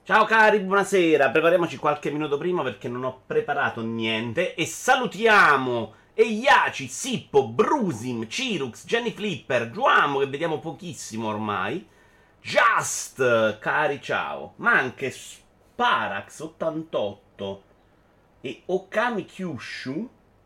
Ciao cari, buonasera. Prepariamoci qualche minuto prima perché non ho preparato niente. E salutiamo Eiaci, Sippo, Brusim, Cirux, Jenny Flipper, Giuamo che vediamo pochissimo ormai. Just, cari ciao. Ma anche Sparax 88 e Okami Kyushu.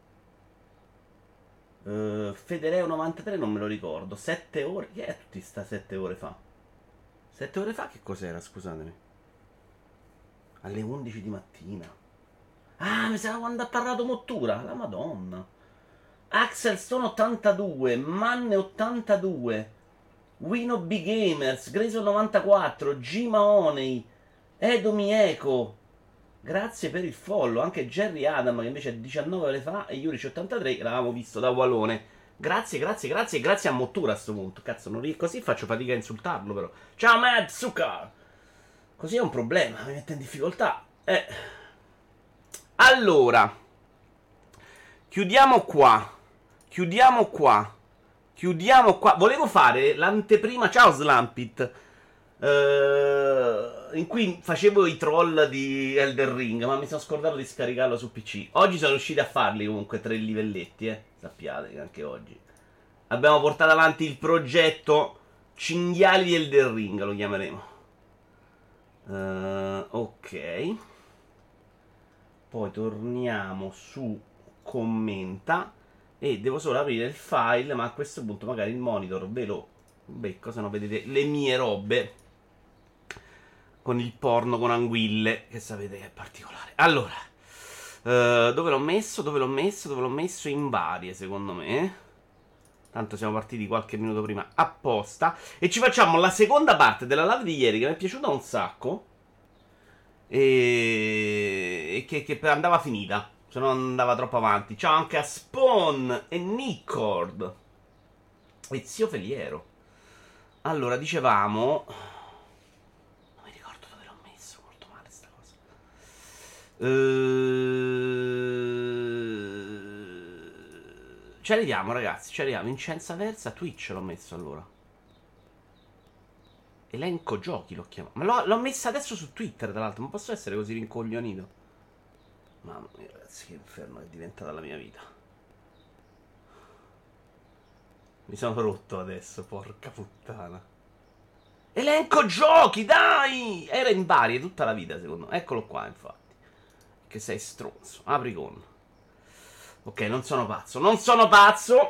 Federeo 93 non me lo ricordo. 7 ore. Che è tutti sta 7 ore fa? 7 ore fa che cos'era, scusatemi? Alle 11 di mattina. Ah, mi sa quando ha parlato Mottura. La Madonna. Axel Stone 82. Manne 82. Wino B Gamers. Grayson 94. G Maoney. Edo Mieko. Grazie per il follow. Anche Jerry Adam, che invece è 19 ore fa. E Yurici 83. L'avevamo visto da Wallone. Grazie, grazie, grazie. E grazie a Mottura a sto punto. Cazzo, non così faccio fatica a insultarlo, però. Ciao, Mad Zucker. Così è un problema, mi mette in difficoltà. Allora, chiudiamo qua. Chiudiamo qua. Chiudiamo qua. Volevo fare l'anteprima. Ciao Slampit. In cui facevo i troll di Elden Ring, ma mi sono scordato di scaricarlo su PC. Oggi sono riusciti a farli comunque 3 livelletti, sappiate che anche oggi abbiamo portato avanti il progetto Cinghiali di Elden Ring, lo chiameremo. Ok. Poi torniamo su commenta. E devo solo aprire il file. Ma a questo punto magari il monitor ve lo becco, se no vedete le mie robe con il porno con anguille, che sapete che è particolare. Allora, dove l'ho messo? Dove l'ho messo? Dove l'ho messo? In varie, secondo me. Tanto siamo partiti qualche minuto prima apposta. E ci facciamo la seconda parte della live di ieri, che mi è piaciuta un sacco. E che andava finita, se non andava troppo avanti. Ciao anche a Spawn e Nicord e Zio Feliero. Allora, dicevamo... non mi ricordo dove l'ho messo, molto male sta cosa. Ci arriviamo ragazzi, ci arriviamo. Vincenza Versa, Twitch l'ho messo allora. Elenco giochi l'ho chiamato. Ma l'ho messa adesso su Twitter, tra l'altro. Non posso essere così rincoglionito. Mamma mia ragazzi, che inferno è diventata la mia vita. Mi sono rotto adesso, porca puttana. Elenco giochi, dai! Era in varie tutta la vita, secondo me. Eccolo qua, infatti. Che sei stronzo. Apri con. Ok, non sono pazzo. Non sono pazzo.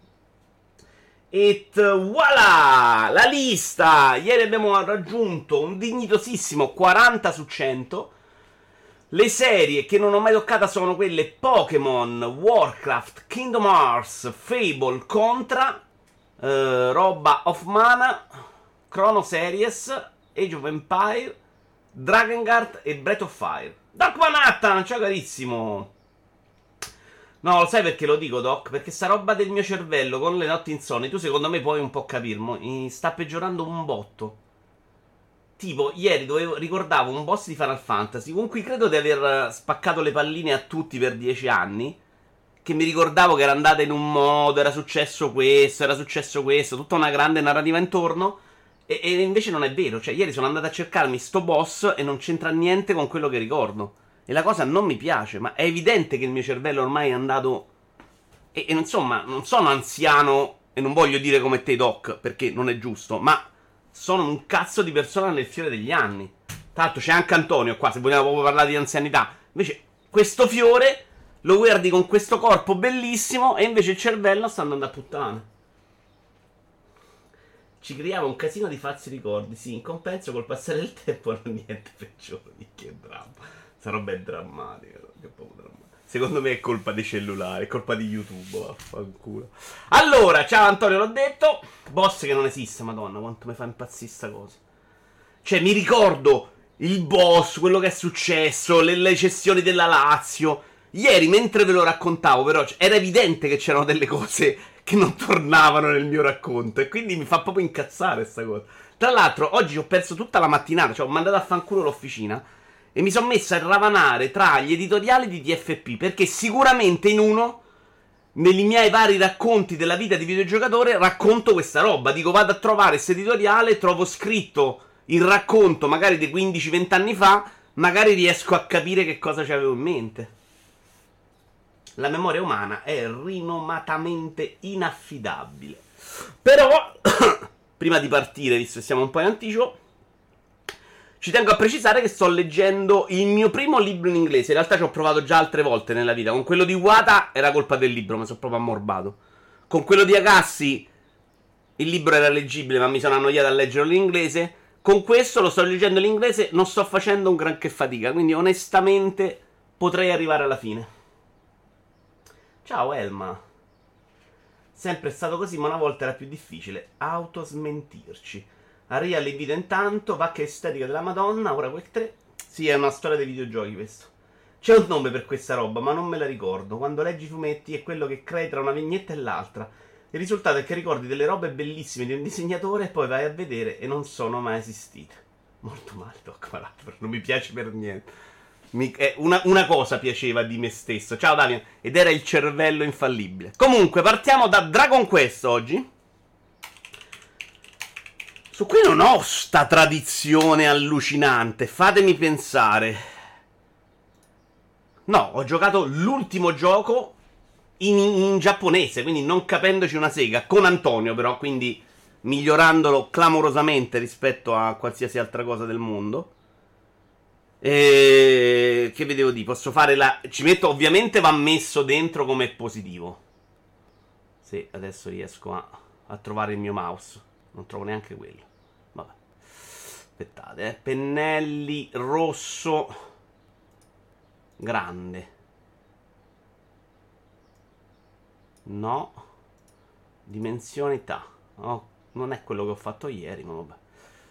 E voilà! La lista! Ieri abbiamo raggiunto un dignitosissimo 40 su 100. Le serie che non ho mai toccata sono quelle Pokémon, Warcraft, Kingdom Hearts, Fable, Contra, roba of Mana, Chrono Series, Age of Empire, Drakengard e Breath of Fire. Dark Manhattan, ciao carissimo! No, lo sai perché lo dico, Doc? Perché sta roba del mio cervello con le notti insonni, tu secondo me puoi un po' capirmo, mi sta peggiorando un botto. Tipo, ieri ricordavo un boss di Final Fantasy con cui credo di aver spaccato le palline a tutti per 10 anni. Che mi ricordavo che era andata in un modo, era successo questo, tutta una grande narrativa intorno. E invece non è vero, cioè ieri sono andato a cercarmi sto boss e non c'entra niente con quello che ricordo. E la cosa non mi piace, ma è evidente che il mio cervello ormai è andato... E insomma, non sono anziano, e non voglio dire come te, Doc, perché non è giusto, ma sono un cazzo di persona nel fiore degli anni. Tra l'altro c'è anche Antonio qua, se vogliamo proprio parlare di anzianità. Invece questo fiore lo guardi con questo corpo bellissimo e invece il cervello sta andando a puttane. Ci creiamo un casino di falsi ricordi, sì, in compenso col passare del tempo non niente peggiore. Che dramma. Sta roba è drammatica, che proprio drammatica. Secondo me è colpa dei cellulari, è colpa di YouTube, vaffanculo. Allora, ciao Antonio, l'ho detto. Boss che non esiste, madonna, quanto mi fa impazzire sta cosa. Cioè, mi ricordo il boss, quello che è successo, le cessioni della Lazio. Ieri, mentre ve lo raccontavo, però, era evidente che c'erano delle cose che non tornavano nel mio racconto. E quindi mi fa proprio incazzare sta cosa. Tra l'altro, oggi ho perso tutta la mattinata, cioè ho mandato a fanculo l'officina. E mi sono messo a ravanare tra gli editoriali di TFP, perché sicuramente in uno, nei miei vari racconti della vita di videogiocatore, racconto questa roba. Dico, vado a trovare questo editoriale, trovo scritto il racconto magari di 15-20 anni fa, magari riesco a capire che cosa c'avevo in mente. La memoria umana è rinomatamente inaffidabile. Però, prima di partire, visto che siamo un po' in anticipo, ci tengo a precisare che sto leggendo il mio primo libro in inglese. In realtà ci ho provato già altre volte nella vita. Con quello di Iwata era colpa del libro, mi sono proprio ammorbato. Con quello di Agassi il libro era leggibile, ma mi sono annoiato a leggerlo in inglese. Con questo lo sto leggendo in inglese, non sto facendo un granché fatica, quindi onestamente potrei arrivare alla fine. Ciao Elma. Sempre stato così, ma una volta era più difficile autosmentirci. Aria allibito intanto, va che estetica della Madonna, ora quel 3. Sì, è una storia dei videogiochi questo. C'è un nome per questa roba, ma non me la ricordo. Quando leggi i fumetti è quello che crei tra una vignetta e l'altra. Il risultato è che ricordi delle robe bellissime di un disegnatore e poi vai a vedere e non sono mai esistite. Molto male, Doc Malapper, non mi piace per niente. Una cosa piaceva di me stesso. Ciao Damian. Ed era il cervello infallibile. Comunque, partiamo da Dragon Quest oggi. Su cui non ho sta tradizione allucinante. Fatemi pensare. No, ho giocato l'ultimo gioco in giapponese, quindi non capendoci una sega, con Antonio però, quindi migliorandolo clamorosamente rispetto a qualsiasi altra cosa del mondo. E che vedevo di posso fare la... Ci metto, ovviamente va messo dentro come positivo. Sì, adesso riesco a trovare il mio mouse. Non trovo neanche quello. Vabbè. Aspettate, pennelli rosso grande. No. Dimensione età. Oh, non è quello che ho fatto ieri, ma vabbè.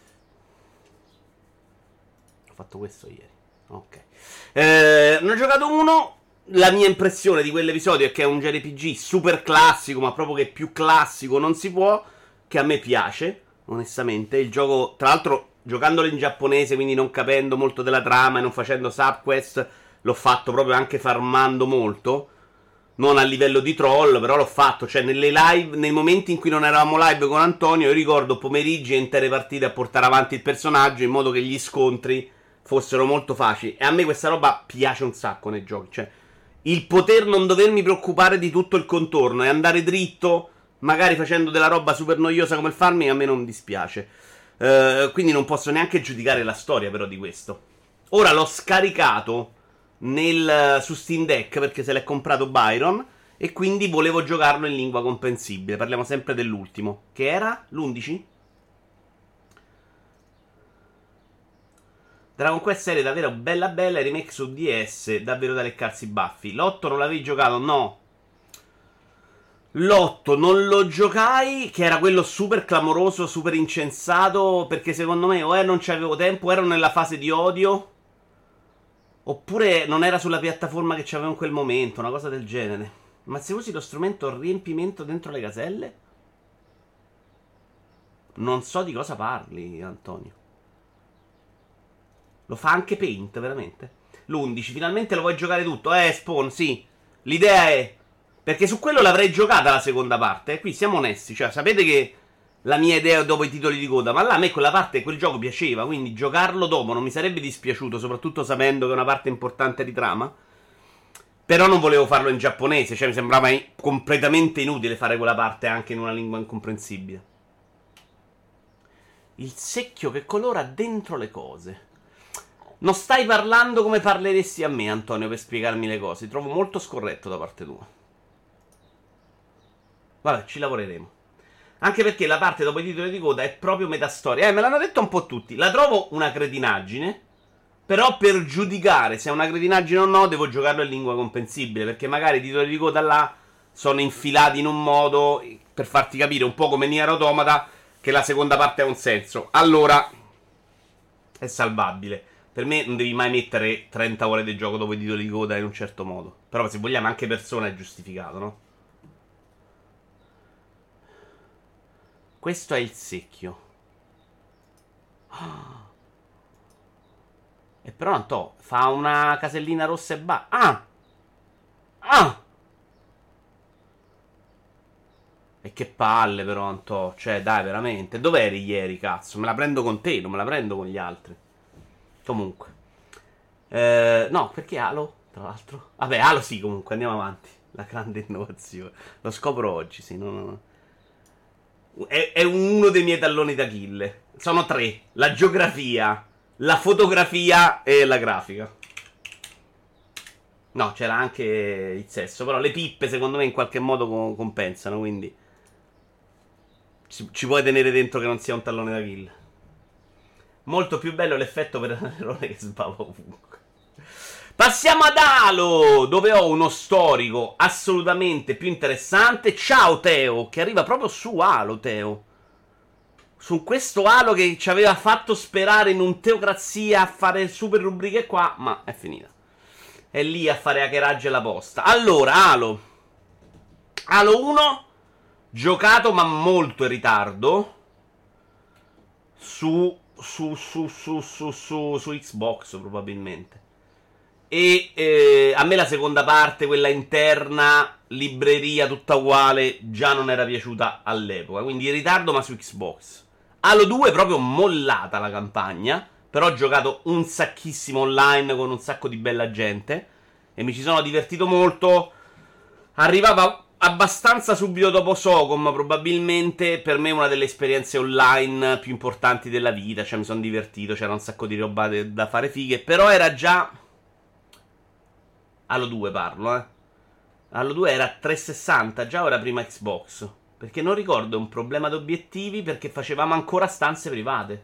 Ho fatto questo ieri. Ok. Ne ho giocato uno. La mia impressione di quell'episodio è che è un JRPG super classico, ma proprio che più classico non si può. Che a me piace, onestamente. Il gioco, tra l'altro, giocandolo in giapponese, quindi non capendo molto della trama e non facendo subquest, l'ho fatto proprio anche farmando molto. Non a livello di troll, però l'ho fatto. Cioè, nelle live, nei momenti in cui non eravamo live con Antonio, io ricordo pomeriggi e intere partite a portare avanti il personaggio in modo che gli scontri fossero molto facili. E a me questa roba piace un sacco nei giochi. Cioè, il poter non dovermi preoccupare di tutto il contorno e andare dritto, magari facendo della roba super noiosa come il farming, a me non dispiace. Quindi non posso neanche giudicare la storia, però, di questo. Ora l'ho scaricato su Steam Deck perché se l'è comprato Byron e quindi volevo giocarlo in lingua comprensibile. Parliamo sempre dell'ultimo, che era l'11. Dragon Quest serie davvero bella bella, remake su DS, davvero da leccarsi i baffi. L'8 non l'avevi giocato? No. L'8 non lo giocai, che era quello super clamoroso, super incensato, perché secondo me o non c'avevo tempo, o ero nella fase di odio, oppure non era sulla piattaforma che c'avevo in quel momento, una cosa del genere. Ma se usi lo strumento riempimento dentro le caselle? Non so di cosa parli, Antonio. Lo fa anche Paint, veramente? L'11, finalmente lo vuoi giocare tutto? Spawn, sì. L'idea è... Perché su quello l'avrei giocata la seconda parte. E qui siamo onesti. Cioè, sapete che la mia idea dopo i titoli di coda. Ma là a me quella parte, quel gioco piaceva. Quindi giocarlo dopo non mi sarebbe dispiaciuto. Soprattutto sapendo che è una parte importante di trama. Però non volevo farlo in giapponese. Cioè mi sembrava completamente inutile fare quella parte anche in una lingua incomprensibile. Il secchio che colora dentro le cose. Non stai parlando come parleresti a me, Antonio, per spiegarmi le cose. Ti trovo molto scorretto da parte tua. Vabbè, ci lavoreremo. Anche perché la parte dopo i titoli di coda è proprio metastoria. Me l'hanno detto un po' tutti. La trovo una cretinaggine. Però per giudicare se è una cretinaggine o no, devo giocarlo in lingua comprensibile. Perché magari i titoli di coda là sono infilati in un modo per farti capire, un po' come Nier Automata, che la seconda parte ha un senso. Allora è salvabile. Per me non devi mai mettere 30 ore di gioco dopo i titoli di coda in un certo modo. Però se vogliamo anche Persona è giustificato, no? Questo è il secchio. E però Antò fa una casellina rossa e ba... Ah! Ah! E Che palle però, Antò. Cioè, dai, veramente. Dov'eri ieri, cazzo? Me la prendo con te, non me la prendo con gli altri. Comunque. No, perché Halo, tra l'altro? Vabbè, Halo sì, comunque, andiamo avanti. La grande innovazione. Lo scopro oggi, sì, no. È uno dei miei talloni d'Achille. Sono tre. La geografia, la fotografia e la grafica. No, c'era anche il sesso, però le pippe secondo me in qualche modo compensano, quindi ci puoi tenere dentro che non sia un tallone d'Achille. Molto più bello l'effetto per l'errore che sbava ovunque. Passiamo ad Halo, dove ho uno storico assolutamente più interessante. Ciao Teo, che arriva proprio su Halo, Teo. Su questo Halo che ci aveva fatto sperare in un teocrazia a fare super rubriche qua, ma è finita. È lì a fare hackeraggi alla posta. Allora, Halo 1, giocato ma molto in ritardo su Xbox probabilmente. E a me la seconda parte, quella interna, libreria tutta uguale, già non era piaciuta all'epoca. Quindi in ritardo ma su Xbox. Halo 2 proprio mollata la campagna, però ho giocato un sacchissimo online con un sacco di bella gente e mi ci sono divertito molto. Arrivava abbastanza subito dopo Socom, probabilmente per me una delle esperienze online più importanti della vita. Cioè mi sono divertito, c'era un sacco di roba da fare fighe, però era già... Halo 2 parlo, Halo 2 era 360, già o era prima Xbox? Perché non ricordo, è un problema di obiettivi, perché facevamo ancora stanze private.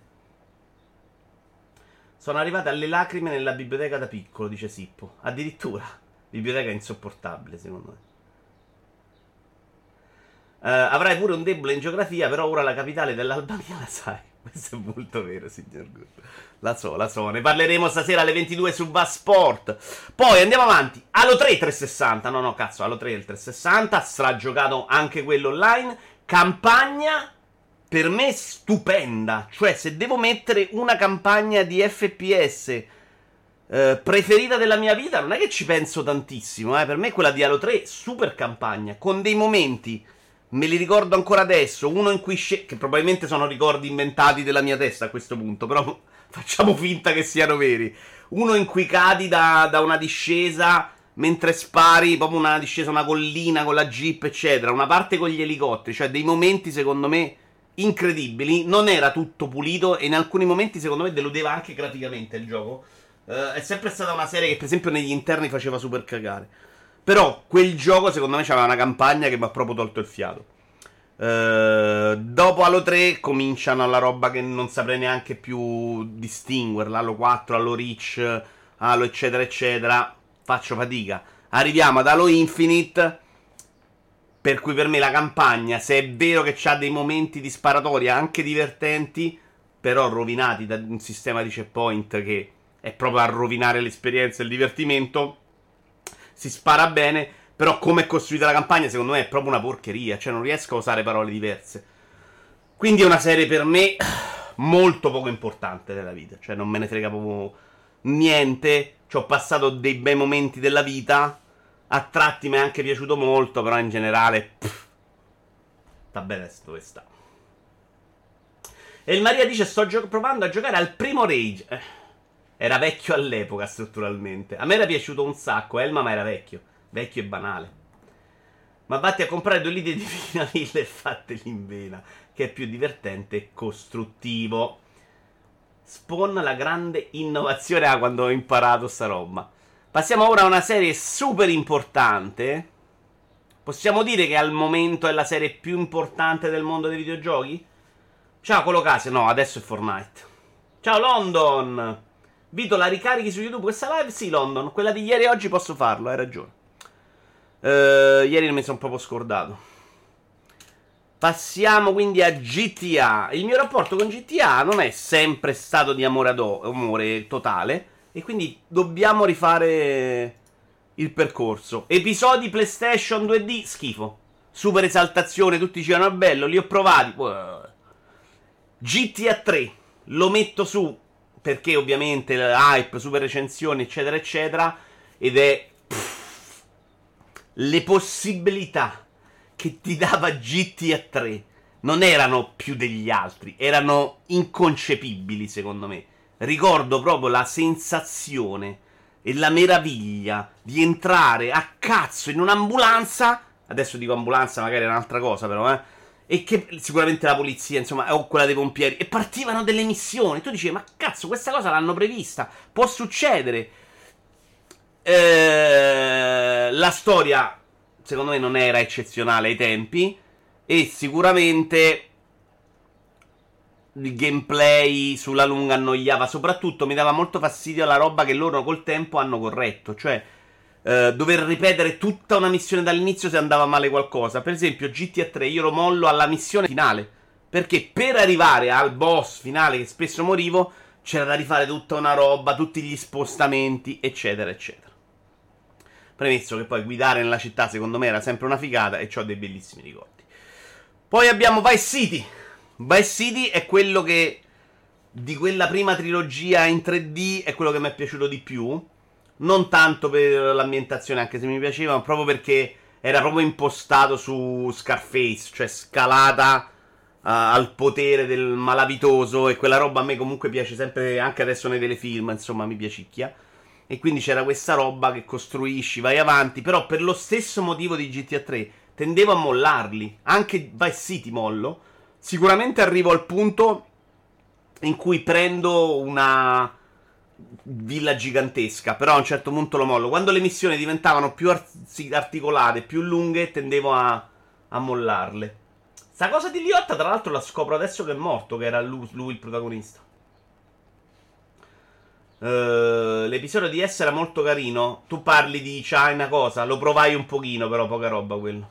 Sono arrivate alle lacrime nella biblioteca da piccolo, dice Sippo. Addirittura, biblioteca insopportabile, secondo me. Avrai pure un debole in geografia, però ora la capitale dell'Albania la sai. Questo è molto vero, signor Good. La so. Ne parleremo stasera alle 22 su Buzz Sport. Poi andiamo avanti. Halo 3 360. No, cazzo, Halo 3 è il 360. Stragiocato anche quello online. Campagna per me stupenda. Cioè, se devo mettere una campagna di FPS preferita della mia vita, non è che ci penso tantissimo. Per me quella di Halo 3, super campagna. Con dei momenti... Me li ricordo ancora adesso. Uno in cui che probabilmente sono ricordi inventati della mia testa a questo punto, però facciamo finta che siano veri. Uno in cui cadi da una discesa mentre spari, proprio una discesa, una collina con la jeep, eccetera. Una parte con gli elicotteri, cioè dei momenti secondo me incredibili. Non era tutto pulito e in alcuni momenti secondo me deludeva anche graficamente il gioco. È sempre stata una serie che per esempio negli interni faceva super cagare. Però quel gioco secondo me c'aveva una campagna che mi ha proprio tolto il fiato. Dopo Halo 3 cominciano la roba che non saprei neanche più distinguerla. Halo 4, Halo Reach, Halo eccetera eccetera. Faccio fatica. Arriviamo ad Halo Infinite, per cui per me la campagna, se è vero che c'ha dei momenti di sparatoria anche divertenti, però rovinati da un sistema di checkpoint che è proprio a rovinare l'esperienza e il divertimento. Si spara bene, però come è costruita la campagna secondo me è proprio una porcheria. Cioè non riesco a usare parole diverse. Quindi è una serie per me molto poco importante nella vita. Cioè non me ne frega proprio niente. Ci ho passato dei bei momenti della vita. A tratti mi è anche piaciuto molto, però in generale sta bene adesso dove sta. E il Maria dice sto provando a giocare al primo Rage. Era vecchio all'epoca strutturalmente. A me era piaciuto un sacco Elma, ma era vecchio e banale. Ma vatti a comprare 2 litri di vinagre e fateli in vena, che è più divertente e costruttivo. Spawn, la grande innovazione quando ho imparato sta roba. Passiamo ora a una serie super importante. Possiamo dire che al momento è la serie più importante del mondo dei videogiochi? Ciao Colocasio. No, adesso è Fortnite. Ciao London. Vito, la ricarichi su YouTube questa live? Sì, London. Quella di ieri e oggi posso farlo, hai ragione. Ieri mi sono proprio scordato. Passiamo quindi a GTA. Il mio rapporto con GTA non è sempre stato di amore totale, e quindi dobbiamo rifare il percorso. Episodi PlayStation 2D, schifo. Super esaltazione, tutti dicevano bello, li ho provati. GTA 3 lo metto su perché ovviamente hype, super recensioni eccetera eccetera, ed è le possibilità che ti dava GTA 3 non erano più degli altri, erano inconcepibili secondo me. Ricordo proprio la sensazione e la meraviglia di entrare a cazzo in un'ambulanza. Adesso dico ambulanza, magari è un'altra cosa però, e che sicuramente la polizia, insomma, o quella dei pompieri, e partivano delle missioni. Tu dicevi, ma cazzo, questa cosa l'hanno prevista, può succedere. La storia, secondo me, non era eccezionale ai tempi, e sicuramente il gameplay sulla lunga annoiava. Soprattutto mi dava molto fastidio la roba che loro col tempo hanno corretto, cioè dover ripetere tutta una missione dall'inizio se andava male qualcosa. Per esempio GTA 3 io lo mollo alla missione finale, perché per arrivare al boss finale, che spesso morivo, c'era da rifare tutta una roba, tutti gli spostamenti, eccetera eccetera. Premesso che poi guidare nella città secondo me era sempre una figata, e ho dei bellissimi ricordi. Poi abbiamo Vice City. Vice City è quello che, di quella prima trilogia in 3D, è quello che mi è piaciuto di più. Non tanto per l'ambientazione, anche se mi piaceva, ma proprio perché era proprio impostato su Scarface, cioè scalata al potere del malavitoso, e quella roba a me comunque piace sempre, anche adesso nei telefilm, insomma, mi piacicchia. E quindi c'era questa roba che costruisci, vai avanti, però per lo stesso motivo di GTA 3 tendevo a mollarli. Anche Vice City mollo. Sicuramente arrivo al punto in cui prendo una villa gigantesca, però a un certo punto lo mollo. Quando le missioni diventavano più articolate, più lunghe, tendevo a mollarle. Sta cosa di Liotta, tra l'altro, la scopro adesso che è morto, che era lui il protagonista. L'episodio di S era molto carino. Tu parli di China cosa? Lo provai un pochino, però poca roba quello.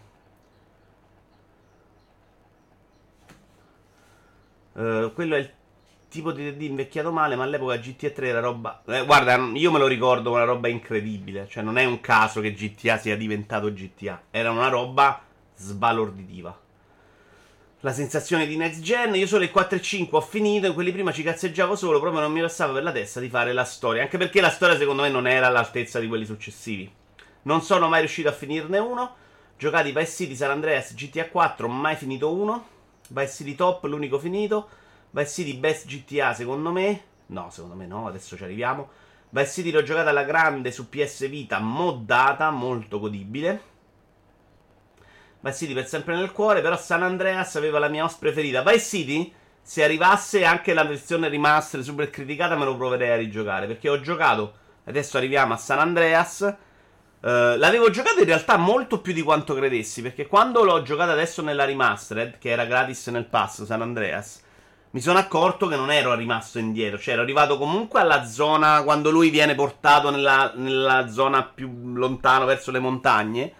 Quello è il tipo di 3D invecchiato male, ma all'epoca GTA 3 era roba... guarda, io me lo ricordo una roba incredibile. Cioè non è un caso che GTA sia diventato GTA. Era una roba sbalorditiva. La sensazione di next gen. Io solo il 4 e 5 ho finito, in quelli prima ci cazzeggiavo solo, proprio non mi passava per la testa di fare la storia. Anche perché la storia secondo me non era all'altezza di quelli successivi. Non sono mai riuscito a finirne uno. Giocati Vice City, San Andreas, GTA 4, mai finito uno. Vice City Top, l'unico finito. Vice City Best GTA secondo me. No, secondo me no, adesso ci arriviamo. Vice City l'ho giocata alla grande su PS Vita, moddata, molto godibile. Vice City per sempre nel cuore, però San Andreas aveva la mia host preferita. Vice City, se arrivasse anche la versione remaster super criticata, me lo proverei a rigiocare, perché ho giocato, adesso arriviamo a San Andreas, l'avevo giocato in realtà molto più di quanto credessi, perché quando l'ho giocato adesso nella remastered, che era gratis nel pass San Andreas, mi sono accorto che non ero rimasto indietro, cioè ero arrivato comunque alla zona, quando lui viene portato nella zona più lontano verso le montagne.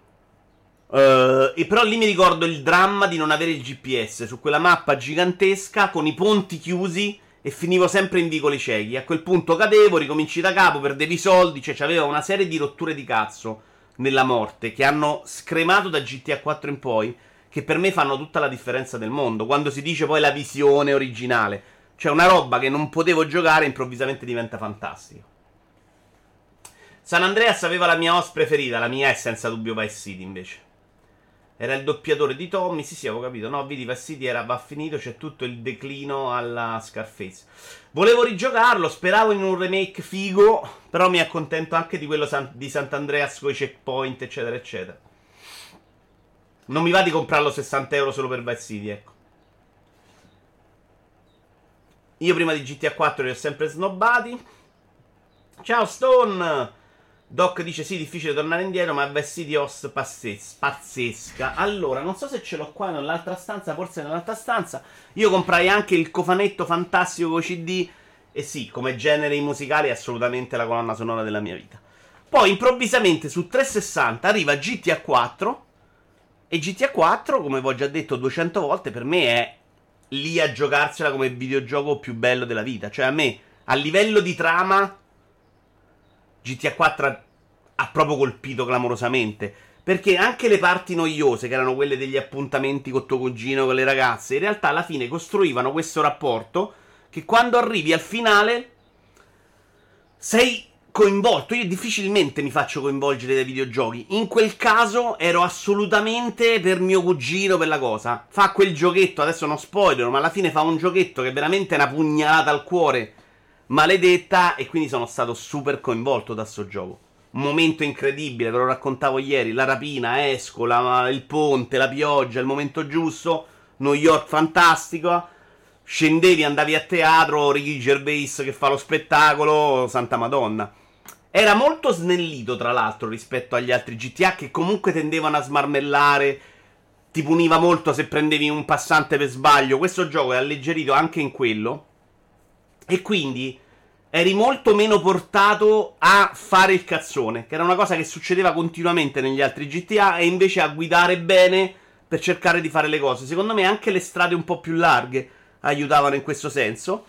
E però lì mi ricordo il dramma di non avere il GPS su quella mappa gigantesca con i ponti chiusi, e finivo sempre in vicoli ciechi. A quel punto cadevo, ricominci da capo, perdevi soldi, cioè c'aveva una serie di rotture di cazzo nella morte che hanno scremato da GTA 4 in poi, che per me fanno tutta la differenza del mondo. Quando si dice poi la visione originale, cioè una roba che non potevo giocare improvvisamente diventa fantastico. San Andreas aveva la mia host preferita, la mia è senza dubbio Vice City invece. Era il doppiatore di Tommy, sì avevo capito, no, vedi, Vice City va finito, c'è tutto il declino alla Scarface. Volevo rigiocarlo, speravo in un remake figo, però mi accontento anche di quello di Sant'Andreas con i checkpoint, eccetera, eccetera. Non mi va di comprarlo 60 euro solo per Vice City, ecco. Io prima di GTA 4 li ho sempre snobbati. Ciao Stone! Doc dice sì, difficile tornare indietro, ma Vice City host pazzesca. Allora, non so se ce l'ho qua nell'altra stanza, forse nell'altra stanza. Io comprai anche il cofanetto fantastico con CD, e sì, come generi musicali è assolutamente la colonna sonora della mia vita. Poi improvvisamente su 360 arriva GTA 4, e GTA 4, come vi ho già detto 200 volte, per me è lì a giocarsela come videogioco più bello della vita. Cioè a me, a livello di trama, GTA 4 ha proprio colpito clamorosamente, perché anche le parti noiose, che erano quelle degli appuntamenti con tuo cugino, con le ragazze, in realtà alla fine costruivano questo rapporto che quando arrivi al finale sei coinvolto. Io difficilmente mi faccio coinvolgere dai videogiochi. In quel caso ero assolutamente per mio cugino, per la cosa. Fa quel giochetto, adesso non spoiler, ma alla fine fa un giochetto che è veramente una pugnalata al cuore maledetta, e quindi sono stato super coinvolto da sto gioco. Un momento incredibile, ve lo raccontavo ieri, la rapina, esco, il ponte, la pioggia, il momento giusto, New York fantastico, scendevi, andavi a teatro, Ricky Gervais che fa lo spettacolo, Santa Madonna. Era molto snellito, tra l'altro, rispetto agli altri GTA che comunque tendevano a smarmellare, ti puniva molto se prendevi un passante per sbaglio. Questo gioco è alleggerito anche in quello, e quindi eri molto meno portato a fare il cazzone, che era una cosa che succedeva continuamente negli altri GTA, e invece a guidare bene per cercare di fare le cose. Secondo me anche le strade un po' più larghe aiutavano in questo senso.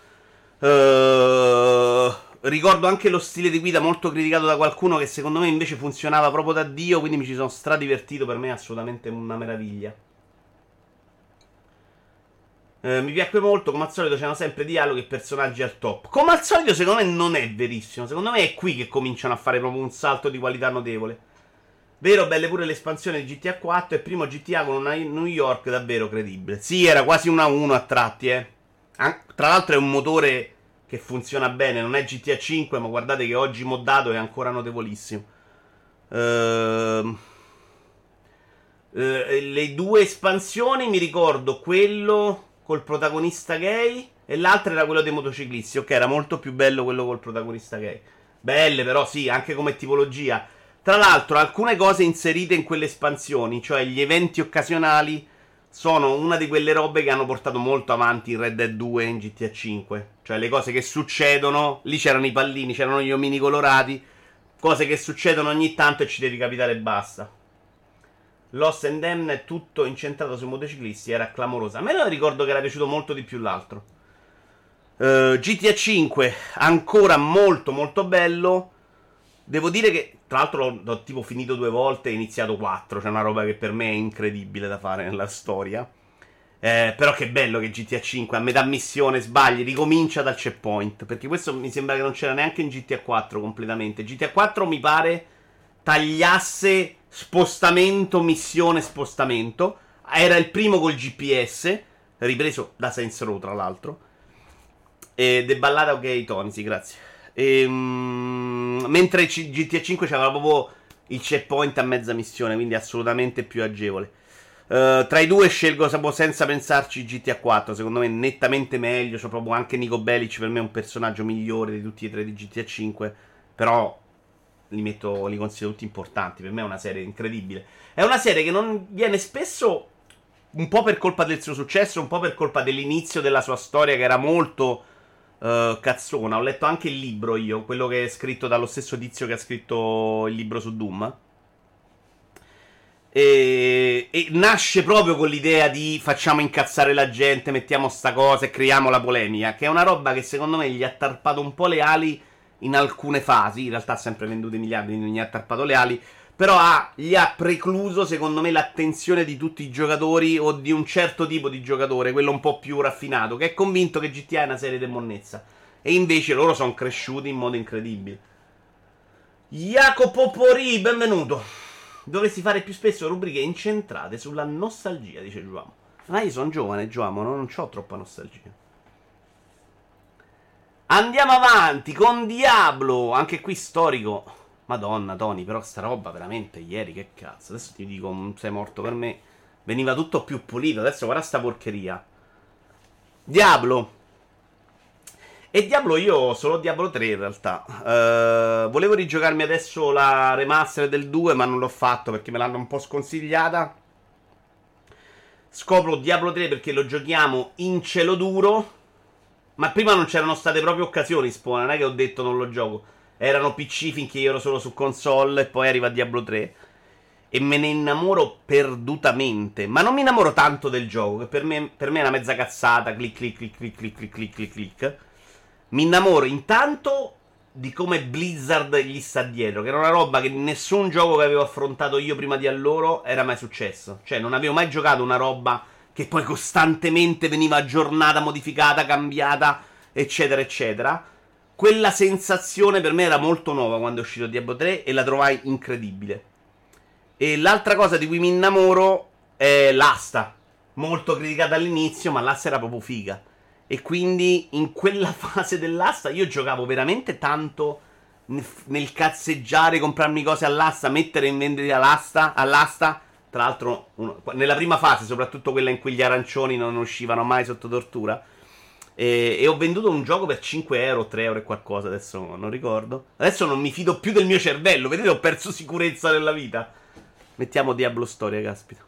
Ricordo anche lo stile di guida molto criticato da qualcuno, che secondo me invece funzionava proprio da Dio, quindi mi ci sono stradivertito. Per me è assolutamente una meraviglia. Mi piacque molto, come al solito c'erano sempre dialoghi e personaggi al top. Come al solito secondo me non è verissimo. Secondo me è qui che cominciano a fare proprio un salto di qualità notevole. Vero, belle pure l'espansione di GTA 4 e primo GTA con una New York davvero credibile. Sì, era quasi una 1 a tratti, tra l'altro è un motore che funziona bene, non è GTA 5, ma guardate che oggi moddato è ancora notevolissimo. Le due espansioni mi ricordo quello col protagonista gay e l'altra era quello dei motociclisti. Ok, era molto più bello quello col protagonista gay. Belle però, sì, anche come tipologia. Tra l'altro alcune cose inserite in quelle espansioni, cioè gli eventi occasionali, sono una di quelle robe che hanno portato molto avanti in Red Dead 2 e in GTA 5. Cioè le cose che succedono, lì c'erano i pallini, c'erano gli omini colorati, cose che succedono ogni tanto e ci devi capitare e basta. Lost and Damned è tutto incentrato sui motociclisti, era clamorosa. A me non ricordo che era piaciuto molto di più l'altro. GTA 5 ancora molto molto bello. Devo dire che tra l'altro l'ho tipo finito 2 volte e iniziato 4. C'è una roba che per me è incredibile da fare nella storia. Però che bello che GTA 5 a metà missione sbagli, ricomincia dal checkpoint, perché questo mi sembra che non c'era neanche in GTA 4 completamente. GTA 4 mi pare tagliasse spostamento, missione, spostamento. Era il primo col GPS, ripreso da Saints Row tra l'altro. Deballata, ok Tony, sì, grazie. Mentre GTA 5 c'aveva proprio il checkpoint a mezza missione, quindi assolutamente più agevole. Tra i due scelgo senza pensarci GTA 4, secondo me nettamente meglio. C'ho proprio anche Nico Bellic, per me è un personaggio migliore di tutti e tre di GTA 5. Però li considero tutti importanti. Per me è una serie incredibile. È una serie che non viene spesso, un po' per colpa del suo successo, un po' per colpa dell'inizio della sua storia, che era molto cazzona. Ho letto anche il libro io, quello che è scritto dallo stesso tizio che ha scritto il libro su Doom. E nasce proprio con l'idea di facciamo incazzare la gente, mettiamo sta cosa e creiamo la polemica, che è una roba che secondo me gli ha tarpato un po' le ali in alcune fasi. In realtà ha sempre venduto miliardi, non gli ha tarpato le ali, però gli ha precluso secondo me l'attenzione di tutti i giocatori, o di un certo tipo di giocatore, quello un po' più raffinato, che è convinto che GTA è una serie di monnezza. E invece loro sono cresciuti in modo incredibile. Jacopo Pori, benvenuto. Dovresti fare più spesso rubriche incentrate sulla nostalgia, dice Giuamo. Ma io sono giovane, Giuamo, non ho troppa nostalgia. Andiamo avanti con Diablo, anche qui storico. Madonna, Tony, però sta roba veramente ieri, che cazzo. Adesso ti dico, sei morto per me. Veniva tutto più pulito, adesso guarda sta porcheria. Diablo. E Diablo io ho solo Diablo 3 in realtà. Volevo rigiocarmi adesso la remaster del 2, ma non l'ho fatto perché me l'hanno un po' sconsigliata. Scopro Diablo 3 perché lo giochiamo in cielo duro. Ma prima non c'erano state proprio occasioni, Spawn. Non è che ho detto non lo gioco. Erano PC finché io ero solo su console, e poi arriva Diablo 3 e me ne innamoro perdutamente. Ma non mi innamoro tanto del gioco, che per me è una mezza cazzata. Clic clic clic clic clic clic clic clic clic. Mi innamoro intanto di come Blizzard gli sta dietro, che era una roba che nessun gioco che avevo affrontato io prima di allora era mai successo. Cioè non avevo mai giocato una roba che poi costantemente veniva aggiornata, modificata, cambiata, eccetera eccetera. quella sensazione per me era molto nuova quando è uscito Diablo 3 e la trovai incredibile. E l'altra cosa di cui mi innamoro è l'asta, molto criticata all'inizio, ma l'asta era proprio figa. E quindi in quella fase dell'asta io giocavo veramente tanto nel cazzeggiare, comprarmi cose all'asta, mettere in vendita all'asta. Tra l'altro, nella prima fase, soprattutto quella in cui gli arancioni non uscivano mai sotto tortura. E ho venduto un gioco per 5 euro, 3 euro e qualcosa, adesso non ricordo. Adesso non mi fido più del mio cervello, vedete, ho perso sicurezza nella vita. Mettiamo Diablo Storia, caspita.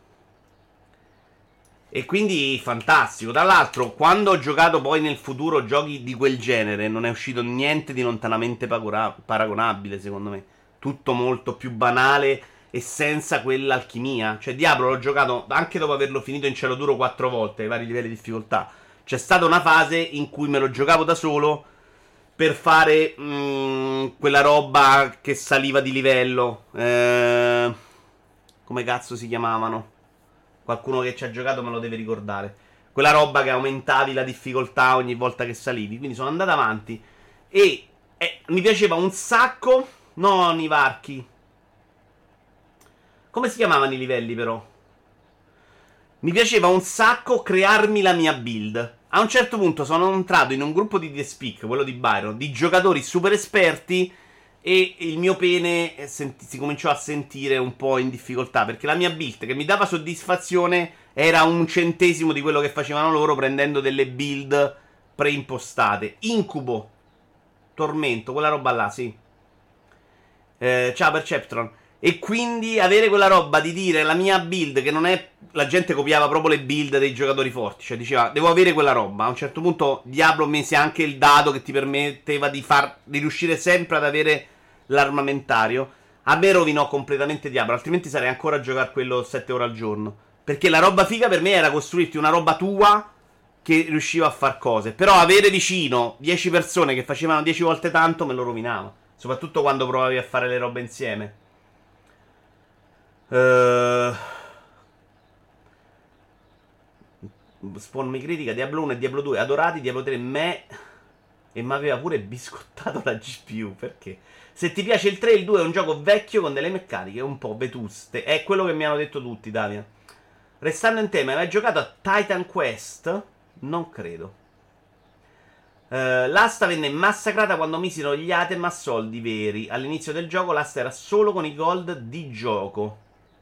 E quindi fantastico. Tra l'altro, quando ho giocato poi nel futuro giochi di quel genere, non è uscito niente di lontanamente paragonabile, secondo me. Tutto molto più banale e senza quell'alchimia. Cioè, Diablo l'ho giocato anche dopo averlo finito in cielo duro 4 volte, ai vari livelli di difficoltà. C'è stata una fase in cui me lo giocavo da solo per fare quella roba che saliva di livello. Come cazzo si chiamavano? Qualcuno che ci ha giocato me lo deve ricordare. Quella roba che aumentavi la difficoltà ogni volta che salivi. Quindi sono andato avanti e mi piaceva un sacco. Non i varchi. Come si chiamavano i livelli però? Mi piaceva un sacco crearmi la mia build. A un certo punto sono entrato in un gruppo di The Speak, quello di Byron, di giocatori super esperti, e il mio pene si cominciò a sentire un po' in difficoltà, perché la mia build che mi dava soddisfazione era un centesimo di quello che facevano loro, prendendo delle build preimpostate. Incubo, tormento, quella roba là, sì. Ciao Perceptron. E quindi avere quella roba di dire la mia build, che non è... La gente copiava proprio le build dei giocatori forti, cioè diceva devo avere quella roba. A un certo punto Diablo mise anche il dado che ti permetteva di riuscire sempre ad avere l'armamentario. A me rovinò completamente Diablo, altrimenti sarei ancora a giocare quello 7 ore al giorno. Perché la roba figa per me era costruirti una roba tua che riusciva a far cose. Però avere vicino 10 persone che facevano 10 volte tanto me lo rovinava. Soprattutto quando provavi a fare le robe insieme. Spawn mi critica Diablo 1 e Diablo 2 adorati, Diablo 3 me. E mi aveva pure biscottato la GPU. Perché? Se ti piace il 3 e il 2 è un gioco vecchio con delle meccaniche un po' vetuste. È quello che mi hanno detto tutti, Davide. Restando in tema, hai mai giocato a Titan Quest? Non credo. L'asta venne massacrata quando misero gli item a soldi veri. All'inizio del gioco l'asta era solo con i gold di gioco.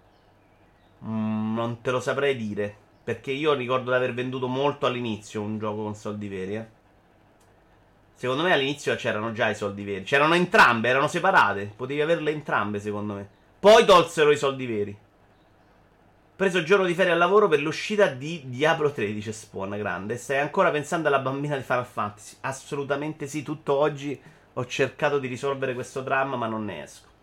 Non te lo saprei dire, perché io ricordo di aver venduto molto all'inizio un gioco con soldi veri, Secondo me all'inizio c'erano già i soldi veri. C'erano entrambe, erano separate. Potevi averle entrambe, secondo me. Poi tolsero i soldi veri. Preso il giorno di ferie al lavoro per l'uscita di Diablo 3, dice Spawn, grande. Stai ancora pensando alla bambina di Final Fantasy? Assolutamente sì, tutto oggi ho cercato di risolvere questo dramma, ma non ne esco.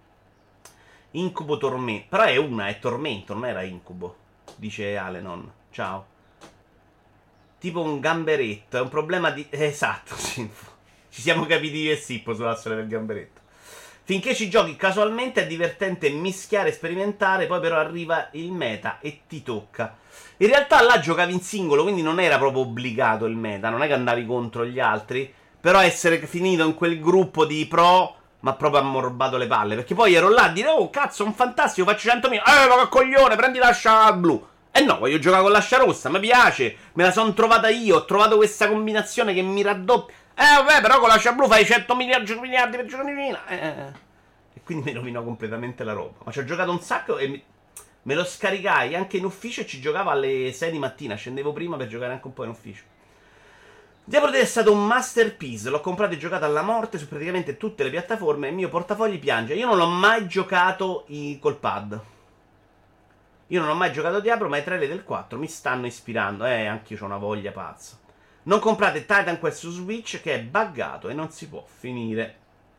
Incubo tormento. Però è tormento, non era incubo, dice Alenon. Ciao. Tipo un gamberetto. È un problema di... Esatto, sì. Ci siamo capiti io e Sippo sulla storia del gamberetto. Finché ci giochi casualmente è divertente mischiare e sperimentare. Poi però arriva il meta e ti tocca. In realtà là giocavi in singolo, quindi non era proprio obbligato il meta. Non è che andavi contro gli altri. Però essere finito in quel gruppo di pro mi ha proprio ammorbato le palle. Perché poi ero là a dire oh cazzo, un fantastico, faccio 100.000. Ma che coglione, prendi l'ascia blu. No, voglio giocare con l'ascia rossa, mi piace. Me la sono trovata io, ho trovato questa combinazione che mi raddoppia. Vabbè, però con l'ascia blu fai 100 miliardi per giocare. E quindi mi rovinò completamente la roba. Ma ci ho giocato un sacco e me lo scaricai anche in ufficio e ci giocavo alle 6 di mattina. Scendevo prima per giocare anche un po' in ufficio. Diablo 3 è stato un masterpiece. L'ho comprato e giocato alla morte su praticamente tutte le piattaforme. E il mio portafogli piange. Io non l'ho mai giocato col pad. Io non ho mai giocato Diablo, ma i trailer del 4 mi stanno ispirando. Anche io ho una voglia pazza. Non comprate Titan Quest su Switch, che è buggato e non si può finire.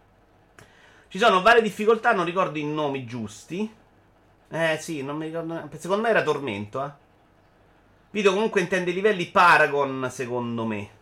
Ci sono varie difficoltà, non ricordo i nomi giusti. Sì, non mi ricordo. Secondo me era Tormento, Video comunque intende i livelli Paragon, secondo me.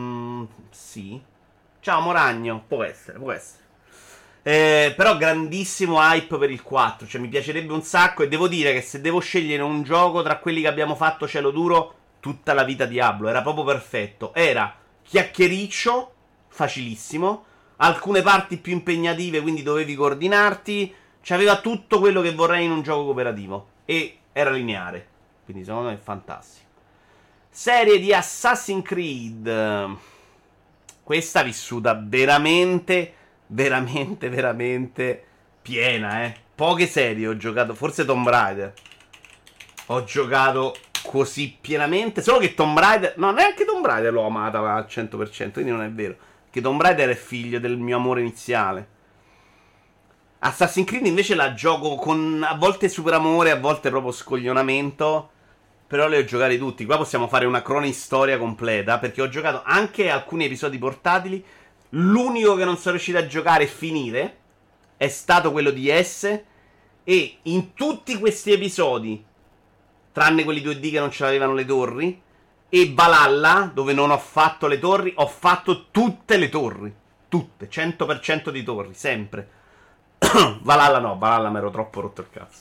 Sì. Ciao Moragno. Può essere, può essere. Però grandissimo hype per il 4. Cioè mi piacerebbe un sacco. E devo dire che se devo scegliere un gioco tra quelli che abbiamo fatto cielo duro, tutta la vita Diablo era proprio perfetto. Era chiacchiericcio, facilissimo. Alcune parti più impegnative, quindi dovevi coordinarti. C'aveva tutto quello che vorrei in un gioco cooperativo. E era lineare. Quindi secondo me è fantastico. Serie di Assassin's Creed. Questa vissuta veramente, veramente, veramente piena, Poche serie ho giocato. Forse Tomb Raider. Ho giocato così pienamente. Solo che Tomb Raider... No, neanche Tomb Raider l'ho amata al 100%. Quindi non è vero. Che Tomb Raider è figlio del mio amore iniziale. Assassin's Creed invece la gioco con a volte super amore, a volte proprio scoglionamento. Però le ho giocate tutti. Qua possiamo fare una cronistoria completa, perché ho giocato anche alcuni episodi portatili. L'unico che non sono riuscito a giocare e finire è stato quello di S. E in tutti questi episodi, tranne quelli 2D che non ce l'avevano le torri, e Valhalla, dove non ho fatto le torri, ho fatto tutte le torri. Tutte, 100% di torri, sempre. Valhalla no, Valhalla mi ero troppo rotto il cazzo.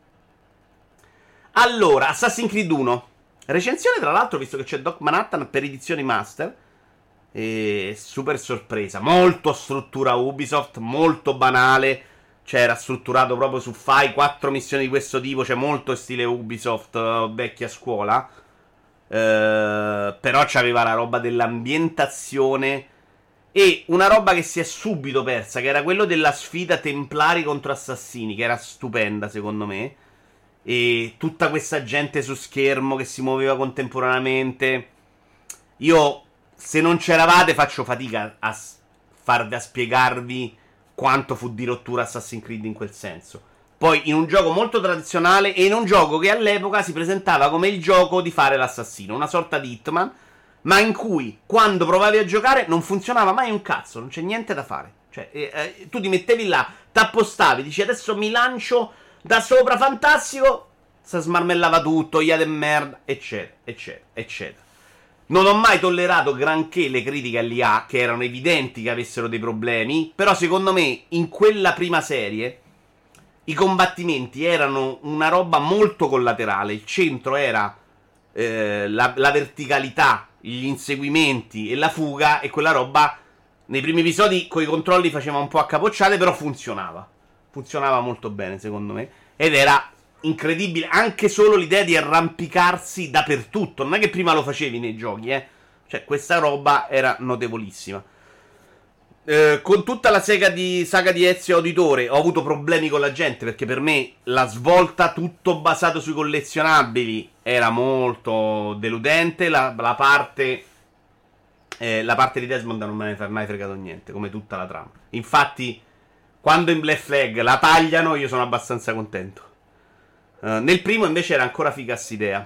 Allora, Assassin's Creed 1. Recensione, tra l'altro, visto che c'è Doc Manhattan per edizioni master. E super sorpresa. Molto struttura Ubisoft, molto banale. Cioè, era strutturato proprio su fai 4 missioni di questo tipo. C'è molto stile Ubisoft vecchia scuola. Però c'aveva la roba dell'ambientazione. E una roba che si è subito persa, che era quello della sfida Templari contro Assassini, che era stupenda secondo me. E tutta questa gente su schermo che si muoveva contemporaneamente. Io, se non c'eravate, faccio fatica a spiegarvi quanto fu di rottura Assassin's Creed in quel senso. Poi in un gioco molto tradizionale e in un gioco che all'epoca si presentava come il gioco di fare l'assassino, una sorta di Hitman, ma in cui quando provavi a giocare non funzionava mai un cazzo, non c'è niente da fare. Cioè, tu ti mettevi là, t'appostavi, dici adesso mi lancio da sopra, fantastico, si smarmellava tutto, ia de merda, eccetera, eccetera, eccetera. Non ho mai tollerato granché le critiche all'IA, che erano evidenti che avessero dei problemi, però secondo me in quella prima serie i combattimenti erano una roba molto collaterale. Il centro era la verticalità, gli inseguimenti e la fuga, e quella roba nei primi episodi coi controlli faceva un po' a capocciate, però funzionava. Funzionava molto bene secondo me. Ed era incredibile anche solo l'idea di arrampicarsi dappertutto. Non è che prima lo facevi nei giochi, Cioè questa roba era notevolissima. Con tutta la saga di Ezio Auditore ho avuto problemi con la gente, perché per me la svolta tutto basato sui collezionabili era molto deludente. La parte di Desmond non me ne ha mai fregato niente, come tutta la trama. Infatti quando in Black Flag la tagliano io sono abbastanza contento. Nel primo invece era ancora figa st'idea.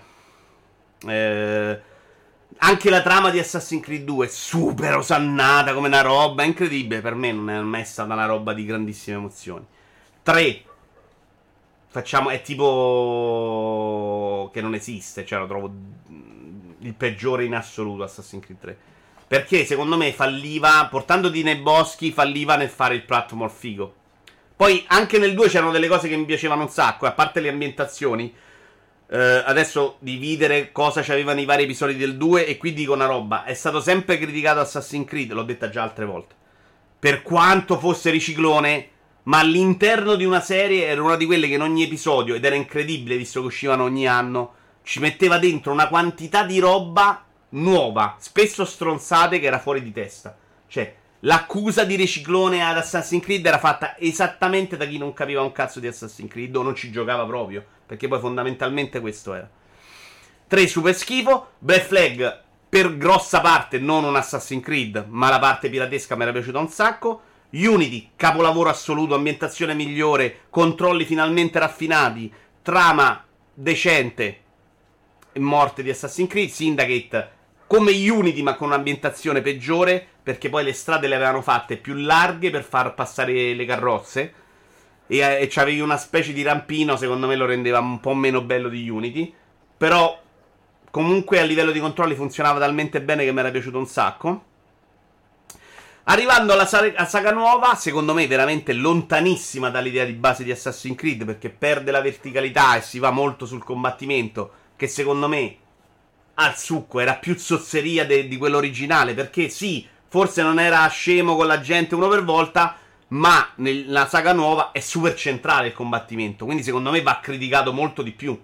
Anche la trama di Assassin's Creed 2 è super osannata come una roba incredibile. Per me non è mai stata una roba di grandissime emozioni. 3 è tipo che non esiste. Cioè lo trovo il peggiore in assoluto Assassin's Creed 3, perché secondo me falliva, portandoti nei boschi, falliva nel fare il platform figo. Poi anche nel 2 c'erano delle cose che mi piacevano un sacco, a parte le ambientazioni. Adesso dividere cosa c'avevano i vari episodi del 2, e qui dico una roba: è stato sempre criticato Assassin's Creed, l'ho detta già altre volte, per quanto fosse riciclone, ma all'interno di una serie era una di quelle che in ogni episodio, ed era incredibile visto che uscivano ogni anno, ci metteva dentro una quantità di roba nuova, spesso stronzate, che era fuori di testa. Cioè l'accusa di riciclone ad Assassin's Creed era fatta esattamente da chi non capiva un cazzo di Assassin's Creed o non ci giocava proprio, perché poi fondamentalmente questo era. 3 super schifo. Black Flag per grossa parte non un Assassin's Creed, ma la parte piratesca mi era piaciuta un sacco. Unity, capolavoro assoluto, ambientazione migliore, controlli finalmente raffinati, trama decente e morte di Assassin's Creed. Syndicate come Unity ma con un'ambientazione peggiore, perché poi le strade le avevano fatte più larghe per far passare le carrozze, e c'avevi una specie di rampino, secondo me lo rendeva un po' meno bello di Unity. Però comunque a livello di controlli funzionava talmente bene che mi era piaciuto un sacco. Arrivando alla saga nuova, secondo me veramente lontanissima dall'idea di base di Assassin's Creed, perché perde la verticalità e si va molto sul combattimento, che secondo me al succo era più zozzeria di quello originale, perché sì, Forse non era scemo con la gente uno per volta, ma nella saga nuova è super centrale il combattimento. Quindi secondo me va criticato molto di più.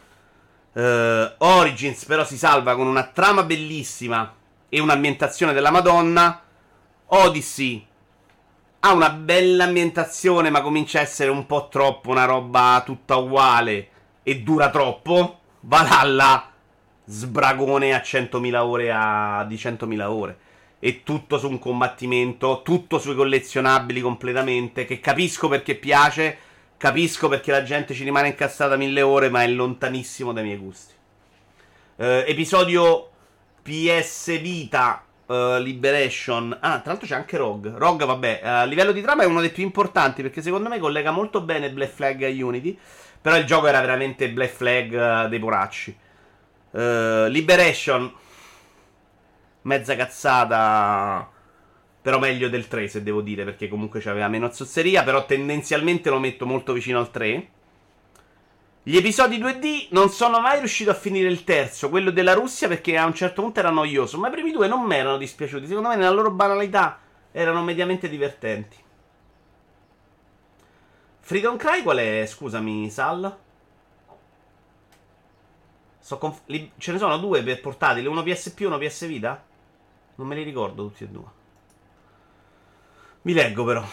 Origins però si salva con una trama bellissima e un'ambientazione della Madonna. Odyssey ha una bella ambientazione, ma comincia a essere un po' troppo una roba tutta uguale e dura troppo. Valhalla, sbragone a 100.000 ore di 100.000 ore. E tutto su un combattimento, tutto sui collezionabili completamente, che capisco perché piace, capisco perché la gente ci rimane incastrata 1000 ore, ma è lontanissimo dai miei gusti. Episodio PS Vita, Liberation. Ah, tra l'altro c'è anche Rogue. Rogue, vabbè, a livello di trama è uno dei più importanti, perché secondo me collega molto bene Black Flag a Unity. Però il gioco era veramente Black Flag dei poracci. Liberation, mezza cazzata, però meglio del 3, se devo dire, perché comunque c'aveva meno zozzeria. Però tendenzialmente lo metto molto vicino al 3. Gli episodi 2D non sono mai riuscito a finire il terzo, quello della Russia, perché a un certo punto era noioso. Ma i primi due non mi erano dispiaciuti. Secondo me nella loro banalità erano mediamente divertenti. Freedom Cry qual è? Scusami, Sal. Ce ne sono due per portatili, uno PSP e uno PS Vita? Non me li ricordo tutti e due. Mi leggo però.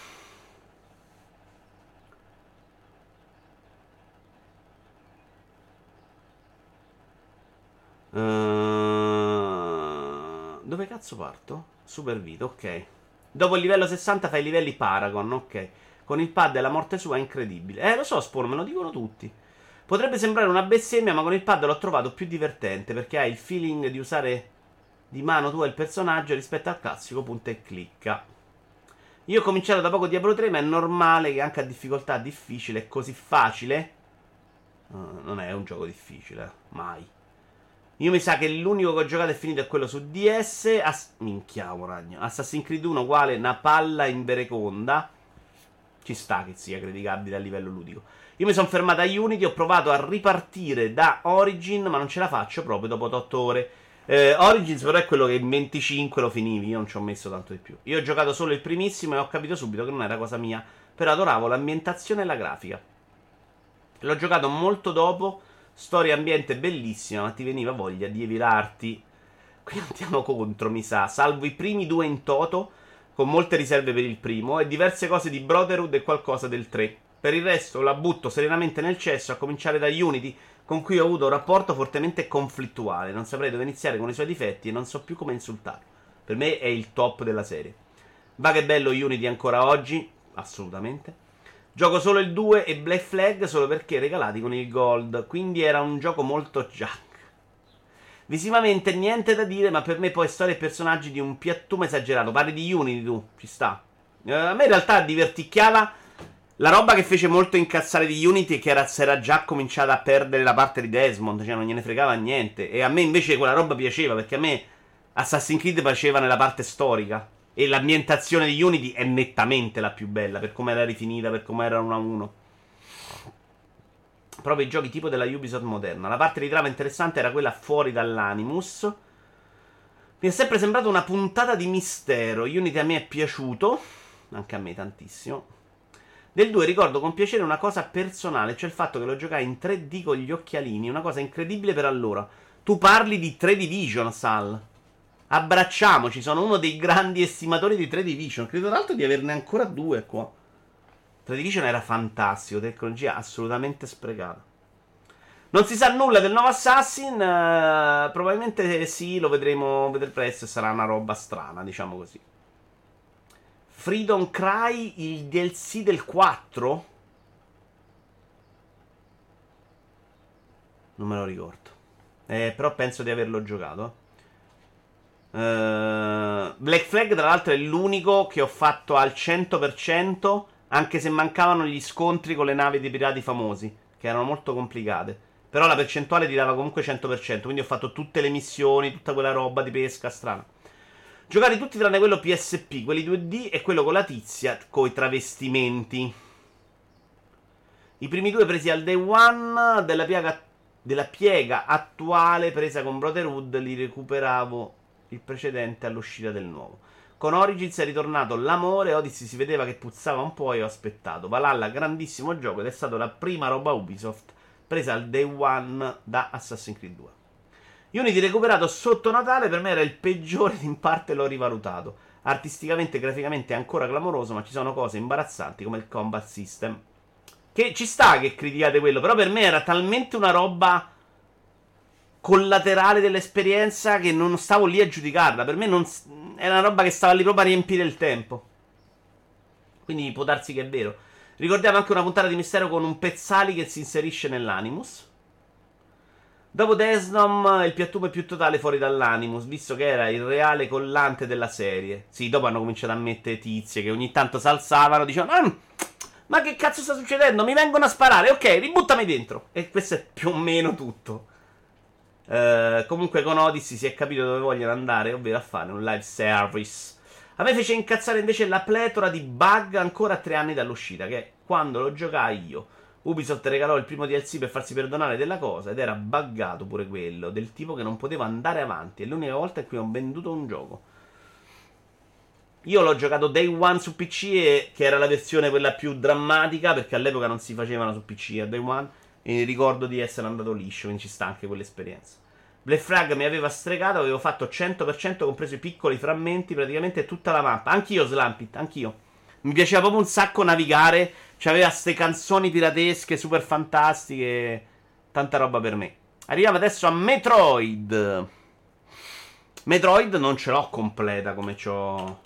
Dove cazzo parto? Super Vita, ok. Dopo il livello 60 fai i livelli Paragon, ok. Con il pad e la morte sua è incredibile. Lo so, Spawn, me lo dicono tutti. Potrebbe sembrare una bestemmia, ma con il pad l'ho trovato più divertente, perché hai il feeling di usare di mano tua il personaggio rispetto al classico punta e clicca. Io ho cominciato da poco Diablo 3, ma è normale che anche a difficoltà difficile è così facile. Non è un gioco difficile, mai. Io mi sa che l'unico che ho giocato e finito è quello su DS. Minchia, ragno. Assassin's Creed 1 uguale una palla in vereconda. Ci sta che sia criticabile a livello ludico. Io mi sono fermato a Unity, ho provato a ripartire da Origin, ma non ce la faccio proprio dopo 8 ore. Origins però è quello che in 25 lo finivi, io non ci ho messo tanto di più. Io ho giocato solo il primissimo e ho capito subito che non era cosa mia, però adoravo l'ambientazione e la grafica. L'ho giocato molto dopo, storia e ambiente bellissima, ma ti veniva voglia di evilarti. Qui andiamo contro, mi sa, salvo i primi due in toto, con molte riserve per il primo, e diverse cose di Brotherhood e qualcosa del 3. Per il resto la butto serenamente nel cesso, a cominciare da Unity, con cui ho avuto un rapporto fortemente conflittuale. Non saprei dove iniziare con i suoi difetti e non so più come insultarlo. Per me è il top della serie. Va che è bello Unity ancora oggi, assolutamente. Gioco solo il 2 e Black Flag solo perché regalati con il Gold, quindi era un gioco molto junk. Visivamente niente da dire, ma per me poi storia e personaggi di un piattume esagerato. Parli di Unity tu, ci sta. A me in realtà diverticchiava la roba che fece molto incazzare di Unity, che si era già cominciata a perdere la parte di Desmond, cioè non gliene fregava niente. E a me invece quella roba piaceva, perché a me Assassin's Creed piaceva nella parte storica. E l'ambientazione di Unity è nettamente la più bella, per come era rifinita, per come era 1 a 1. Proprio i giochi tipo della Ubisoft moderna. La parte di trama interessante era quella fuori dall'Animus. Mi è sempre sembrato una puntata di mistero. Unity a me è piaciuto, anche a me tantissimo. Del 2 ricordo con piacere una cosa personale, cioè il fatto che lo giocai in 3D con gli occhialini, una cosa incredibile per allora. Tu parli di 3 Division, Sal. Abbracciamoci, sono uno dei grandi estimatori di 3 Division. Credo tra l'altro di averne ancora 2 qua. 3 Division era fantastico, tecnologia assolutamente sprecata. Non si sa nulla del nuovo Assassin, probabilmente sì, lo vedremo presto e sarà una roba strana, diciamo così. Freedom Cry, il DLC del 4? Non me lo ricordo. Però penso di averlo giocato. Black Flag, tra l'altro, è l'unico che ho fatto al 100%, anche se mancavano gli scontri con le navi dei pirati famosi, che erano molto complicate. Però la percentuale ti dava comunque 100%, quindi ho fatto tutte le missioni, tutta quella roba di pesca strana. Giocati tutti tranne quello PSP, quelli 2D e quello con la tizia coi travestimenti. I primi due presi al day one della piega attuale presa con Brotherhood, li recuperavo il precedente all'uscita del nuovo. Con Origins è ritornato l'amore, Odyssey si vedeva che puzzava un po' e ho aspettato. Valhalla, grandissimo gioco ed è stata la prima roba Ubisoft presa al day one da Assassin's Creed 2. Unity recuperato sotto Natale per me era il peggiore ed in parte l'ho rivalutato. Artisticamente e graficamente è ancora clamoroso, ma ci sono cose imbarazzanti come il combat system. Che ci sta che criticate quello, però per me era talmente una roba collaterale dell'esperienza che non stavo lì a giudicarla. Per me non era una roba che stava lì proprio a riempire il tempo. Quindi può darsi che è vero. Ricordiamo anche una puntata di Mistero con un Pezzali che si inserisce nell'Animus. Dopo Desnom il piattume più totale fuori dall'Animus, visto che era il reale collante della serie. Sì, dopo hanno cominciato a mettere tizie che ogni tanto s'alzavano, dicevano ma che cazzo sta succedendo? Mi vengono a sparare, ok, ributtami dentro. E questo è più o meno tutto. Comunque con Odyssey si è capito dove vogliono andare, ovvero a fare un live service. A me fece incazzare invece la pletora di bug ancora a 3 anni dall'uscita, che quando lo giocai io Ubisoft regalò il primo DLC per farsi perdonare della cosa ed era buggato pure quello, del tipo che non poteva andare avanti. È l'unica volta in cui ho venduto un gioco. Io l'ho giocato day one su PC, che era la versione quella più drammatica, perché all'epoca non si facevano su PC a day one, e ricordo di essere andato liscio, quindi ci sta anche quell'esperienza. Black Flag mi aveva stregato, avevo fatto 100%, compreso i piccoli frammenti, praticamente tutta la mappa. Anch'io Slampit, anch'io. Mi piaceva proprio un sacco navigare, c'aveva ste canzoni piratesche super fantastiche, tanta roba per me. Arriviamo adesso a Metroid. Metroid non ce l'ho completa come c'ho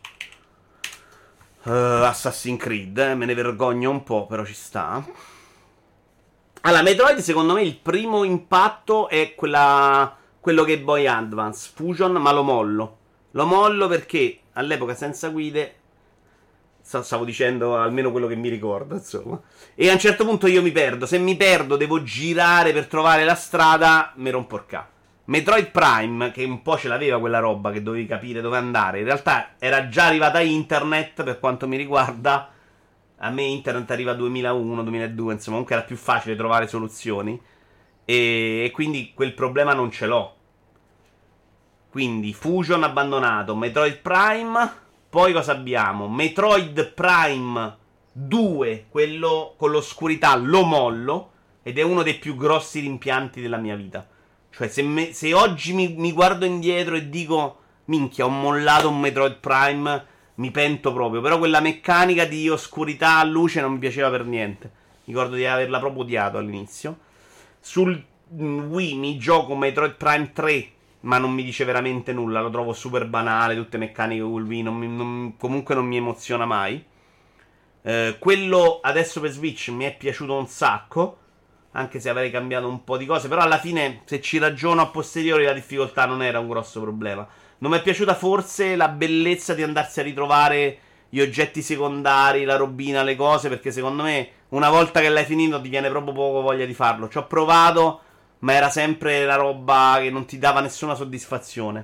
Assassin's Creed, me ne vergogno un po', però ci sta. Allora, Metroid secondo me il primo impatto è quello che è Boy Advance Fusion, ma lo mollo. Lo mollo perché all'epoca senza guide, stavo dicendo almeno quello che mi ricordo, insomma. E a un certo punto io mi perdo. Se mi perdo devo girare per trovare la strada, mi rompo il capo. Metroid Prime, che un po' ce l'aveva quella roba, che dovevi capire dove andare, in realtà era già arrivata internet per quanto mi riguarda. A me internet arriva 2001, 2002, insomma, comunque era più facile trovare soluzioni. E quindi quel problema non ce l'ho. Quindi Fusion abbandonato, Metroid Prime. Poi cosa abbiamo? Metroid Prime 2, quello con l'oscurità, lo mollo. Ed è uno dei più grossi rimpianti della mia vita. Cioè se oggi mi guardo indietro e dico minchia, ho mollato un Metroid Prime, mi pento proprio. Però quella meccanica di oscurità a luce non mi piaceva per niente. Ricordo di averla proprio odiato all'inizio. Sul Wii mi gioco Metroid Prime 3, ma non mi dice veramente nulla. Lo trovo super banale, tutte meccaniche col Wii, comunque non mi emoziona mai. Quello adesso per Switch mi è piaciuto un sacco, anche se avrei cambiato un po' di cose. Però alla fine, se ci ragiono a posteriori, la difficoltà non era un grosso problema. Non mi è piaciuta forse la bellezza di andarsi a ritrovare gli oggetti secondari, la robina, le cose, perché secondo me una volta che l'hai finito ti viene proprio poco voglia di farlo. Ci ho provato, ma era sempre la roba che non ti dava nessuna soddisfazione.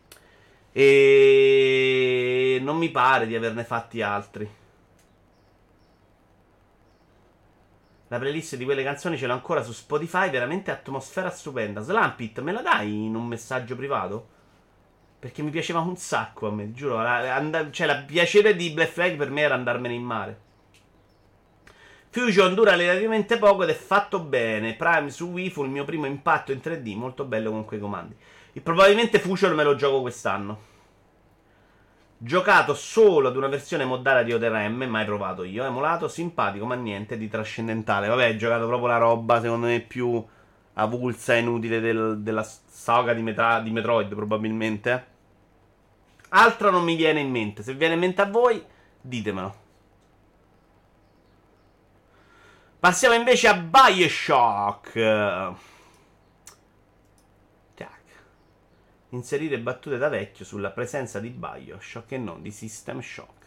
E non mi pare di averne fatti altri. La playlist di quelle canzoni ce l'ho ancora su Spotify, veramente atmosfera stupenda. Slampit, me la dai in un messaggio privato? Perché mi piaceva un sacco a me, giuro. Cioè, la piacere di Black Flag per me era andarmene in mare. Fusion dura relativamente poco ed è fatto bene. Prime su Wii fu il mio primo impatto in 3D, molto bello con quei comandi. E probabilmente Fusion me lo gioco quest'anno. Giocato solo ad una versione moddata di ODRM, mai provato io. Emulato, simpatico, ma niente di trascendentale. Vabbè, ho giocato proprio la roba, secondo me, più avulsa e inutile della saga di Metroid, probabilmente. Altro non mi viene in mente. Se viene in mente a voi, ditemelo. Passiamo invece a BioShock. Inserire battute da vecchio sulla presenza di BioShock e non di System Shock.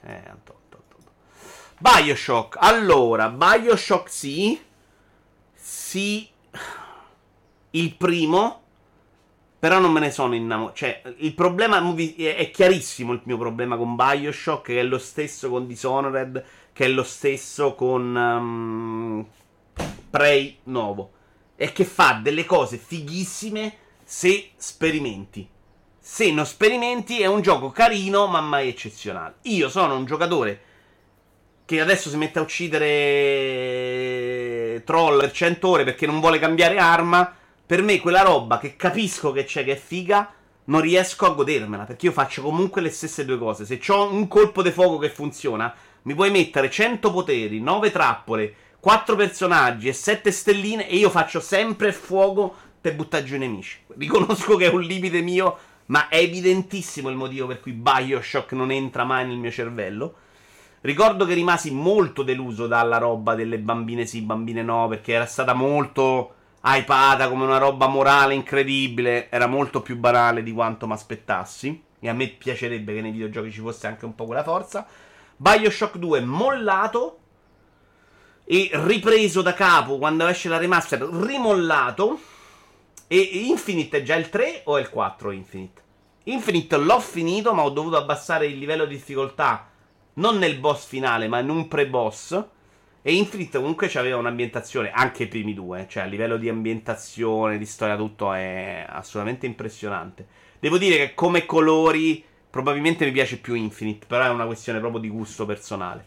BioShock. Allora, BioShock sì. Sì. Il primo. Però non me ne sono innamorato. Cioè, il problema è chiarissimo. Il mio problema con BioShock, che è lo stesso con Dishonored, che è lo stesso con Prey nuovo. È che fa delle cose fighissime se sperimenti. se non sperimenti è un gioco carino ma mai eccezionale. Io sono un giocatore che adesso si mette a uccidere troll per 100 ore perché non vuole cambiare arma. Per me quella roba che capisco che c'è, che è figa, non riesco a godermela, perché io faccio comunque le stesse due cose. Se ho un colpo di fuoco che funziona, mi puoi mettere 100 poteri, 9 trappole, 4 personaggi e 7 stelline e io faccio sempre fuoco per buttare giù i nemici. Riconosco che è un limite mio, ma è evidentissimo il motivo per cui BioShock non entra mai nel mio cervello. Ricordo che rimasi molto deluso dalla roba delle bambine sì, bambine no, perché era stata molto hypata come una roba morale incredibile. Era molto più banale di quanto mi aspettassi, e a me piacerebbe che nei videogiochi ci fosse anche un po' quella forza. BioShock 2 mollato e ripreso da capo quando esce la remaster, rimollato. E Infinite è già il 3 o è il 4 Infinite? Infinite l'ho finito, ma ho dovuto abbassare il livello di difficoltà non nel boss finale, ma in un pre-boss. E Infinite comunque c'aveva un'ambientazione, anche i primi due, cioè a livello di ambientazione, di storia, tutto è assolutamente impressionante. Devo dire che come colori probabilmente mi piace più Infinite, però è una questione proprio di gusto personale.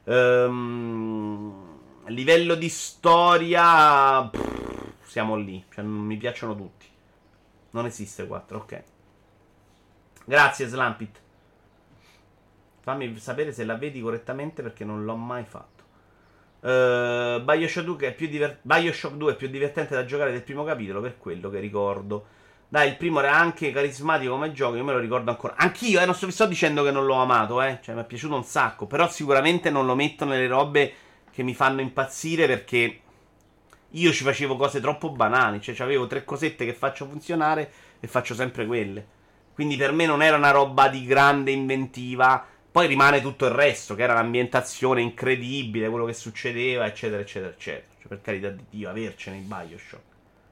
A livello di storia siamo lì, cioè non mi piacciono tutti. Non esiste 4, ok. Grazie Slampit. Fammi sapere se la vedi correttamente perché non l'ho mai fatto. BioShock 2 BioShock 2 è più divertente da giocare del primo capitolo, per quello che ricordo. Dai, il primo era anche carismatico come gioco, io me lo ricordo ancora. Anch'io, non sto dicendo che non l'ho amato, cioè mi è piaciuto un sacco. Però sicuramente non lo metto nelle robe che mi fanno impazzire, perché io ci facevo cose troppo banali. Cioè avevo 3 cosette che faccio funzionare e faccio sempre quelle. Quindi per me non era una roba di grande inventiva. Poi rimane tutto il resto, che era l'ambientazione incredibile, quello che succedeva, eccetera, eccetera, eccetera. Cioè, per carità di Dio, avercene in BioShock.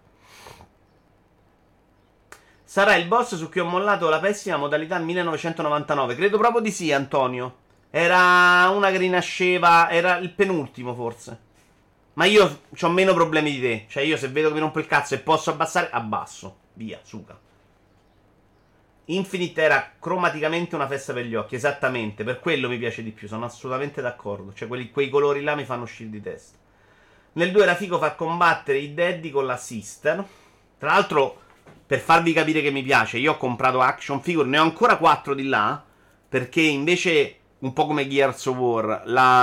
Sarà il boss su cui ho mollato la pessima modalità 1999. Credo proprio di sì, Antonio. Era una che rinasceva, era il penultimo forse. Ma io ho meno problemi di te. Cioè io se vedo che mi rompo il cazzo e posso abbassare, abbasso. Via, suca. Infinite era cromaticamente una festa per gli occhi, esattamente, per quello mi piace di più, sono assolutamente d'accordo. Cioè quei colori là mi fanno uscire di testa. Nel 2 era figo far combattere i daddy con la sister. Tra l'altro, per farvi capire che mi piace, io ho comprato action figure, ne ho ancora 4 di là, perché invece, un po' come Gears of War,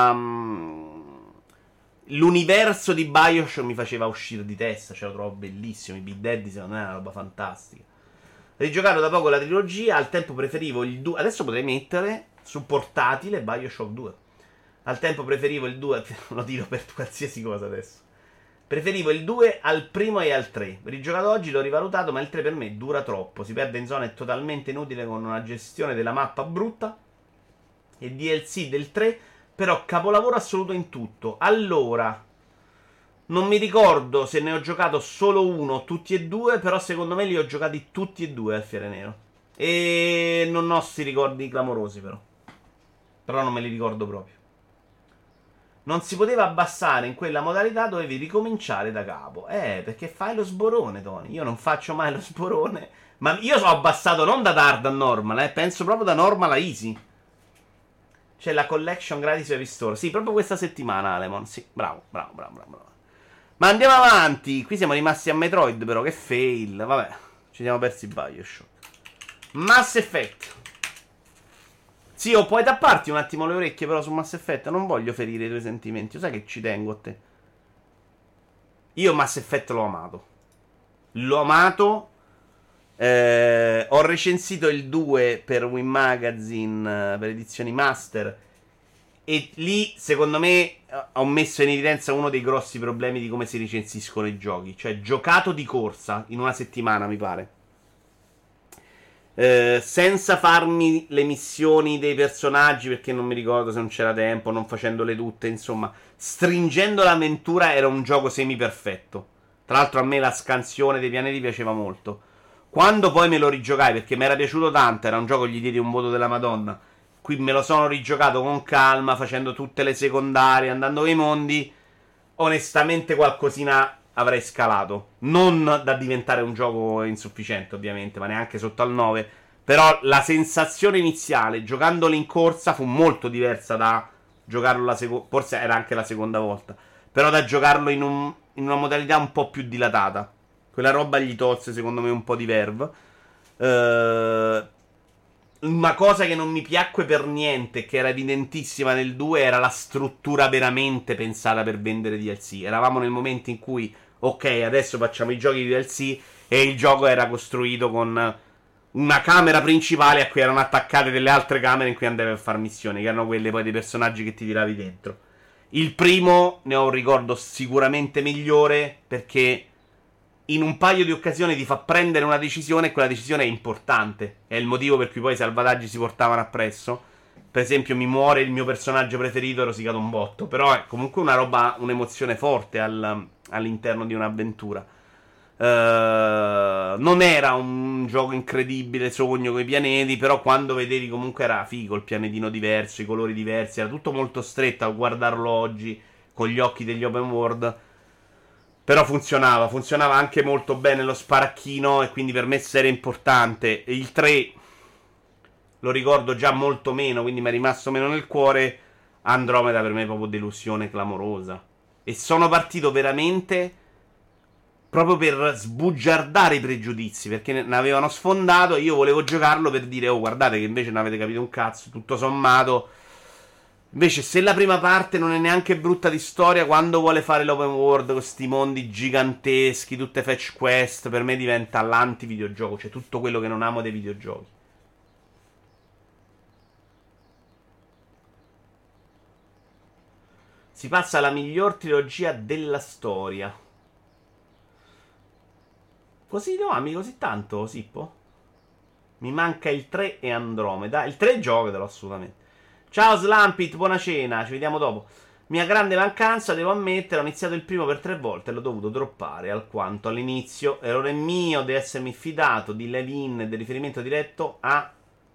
l'universo di BioShock mi faceva uscire di testa, cioè lo trovo bellissimo, i Big Daddy secondo me è una roba fantastica. Rigiocato da poco la trilogia, al tempo preferivo il 2. Adesso potrei mettere su portatile BioShock 2. Al tempo preferivo il 2, lo tiro per qualsiasi cosa adesso. Preferivo il 2 al primo e al 3. Rigiocato oggi, l'ho rivalutato, ma il 3 per me dura troppo. Si perde in zone totalmente inutile con una gestione della mappa brutta. E DLC del 3, però capolavoro assoluto in tutto. Allora, non mi ricordo se ne ho giocato solo uno o tutti e due, però secondo me li ho giocati tutti e due al Fiere Nero. E non ho sti ricordi clamorosi però. Però non me li ricordo proprio. Non si poteva abbassare in quella modalità, dovevi ricominciare da capo. Perché fai lo sborone, Tony. Io non faccio mai lo sborone. Ma io sono abbassato non da hard a normal, penso proprio da normal a easy. C'è la collection gratis e restore. Sì, proprio questa settimana, Alemon. Sì, bravo. Ma andiamo avanti. Qui siamo rimasti a Metroid, però. Che fail. Vabbè, ci siamo persi BioShock. Mass Effect. Zio, puoi tapparti un attimo le orecchie, però, su Mass Effect? Non voglio ferire i tuoi sentimenti. Lo sai che ci tengo a te. Io Mass Effect l'ho amato. L'ho amato. Ho recensito il 2 per Win Magazine, per edizioni Master. E lì, secondo me, ho messo in evidenza uno dei grossi problemi di come si recensiscono i giochi. Cioè, giocato di corsa in una settimana, mi pare. Senza farmi le missioni dei personaggi, perché non mi ricordo se non c'era tempo, non facendole tutte, insomma, stringendo l'avventura, era un gioco semi perfetto. Tra l'altro a me la scansione dei pianeti piaceva molto. Quando poi me lo rigiocai, perché mi era piaciuto tanto, era un gioco, gli diedi un voto della Madonna. Qui me lo sono rigiocato con calma, facendo tutte le secondarie, andando ai mondi. Onestamente qualcosina avrei scalato. Non da diventare un gioco insufficiente, ovviamente, ma neanche sotto al 9. Però la sensazione iniziale, giocandolo in corsa, fu molto diversa da giocarlo la seconda. Forse era anche la seconda volta. Però da giocarlo in una modalità un po' più dilatata. Quella roba gli tolse, secondo me, un po' di verve. Una cosa che non mi piacque per niente, che era evidentissima nel 2, era la struttura veramente pensata per vendere DLC. Eravamo nel momento in cui, ok, adesso facciamo i giochi di DLC, e il gioco era costruito con una camera principale a cui erano attaccate delle altre camere in cui andavi a fare missioni, che erano quelle poi dei personaggi che ti tiravi dentro. Il primo ne ho un ricordo sicuramente migliore, perché in un paio di occasioni ti fa prendere una decisione, e quella decisione è importante. È il motivo per cui poi i salvataggi si portavano appresso. Per esempio, mi muore il mio personaggio preferito e rosicato un botto. Però è comunque una roba, un'emozione forte all'interno di un'avventura. Non era un gioco incredibile, sogno con i pianeti. Però quando vedevi comunque era figo, il pianetino diverso, i colori diversi. Era tutto molto stretto a guardarlo oggi con gli occhi degli open world. Però funzionava anche molto bene lo sparacchino, e quindi per me era importante. Il 3 lo ricordo già molto meno, quindi mi è rimasto meno nel cuore. Andromeda per me è proprio delusione clamorosa. E sono partito veramente proprio per sbugiardare i pregiudizi, perché ne avevano sfondato. Io volevo giocarlo per dire, oh, guardate che invece non avete capito un cazzo, tutto sommato. Invece, se la prima parte non è neanche brutta di storia, quando vuole fare l'open world con questi mondi giganteschi, tutte fetch quest, per me diventa l'anti-videogioco, cioè tutto quello che non amo dei videogiochi. Si passa alla miglior trilogia della storia. Così lo ami così tanto, Sippo? Mi manca il 3 e Andromeda. Il 3 giocatelo assolutamente. Ciao Slampit, buona cena, ci vediamo dopo. Mia grande mancanza, devo ammettere, ho iniziato il primo per 3 volte e l'ho dovuto droppare alquanto all'inizio. Errore mio di essermi fidato di Levin e del riferimento diretto a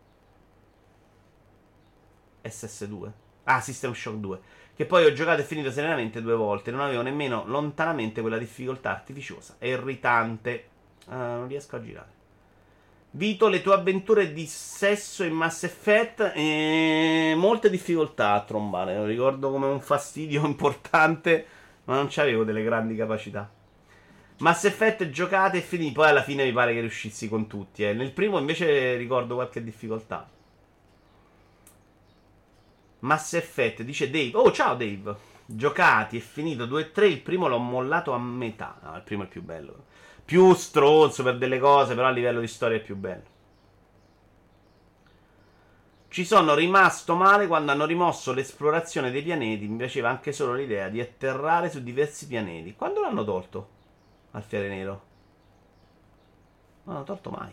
SS2. Ah, System Shock 2. Che poi ho giocato e finito serenamente 2 volte. Non avevo nemmeno lontanamente quella difficoltà artificiosa e irritante. Non riesco a girare. Vito, le tue avventure di sesso in Mass Effect, molte difficoltà a trombare. Lo ricordo come un fastidio importante, ma non c'avevo delle grandi capacità. Mass Effect giocate e finì. Poi alla fine mi pare che riuscissi con tutti. Nel primo invece ricordo qualche difficoltà. Mass Effect, dice Dave. Oh, ciao Dave. Giocati e finito 2 e 3. Il primo l'ho mollato a metà. No, il primo è il più bello. Più stronzo per delle cose, però a livello di storia è più bello. Ci sono rimasto male quando hanno rimosso l'esplorazione dei pianeti. Mi piaceva anche solo l'idea di atterrare su diversi pianeti. Quando l'hanno tolto? Alfiere Nero. Non l'hanno tolto mai.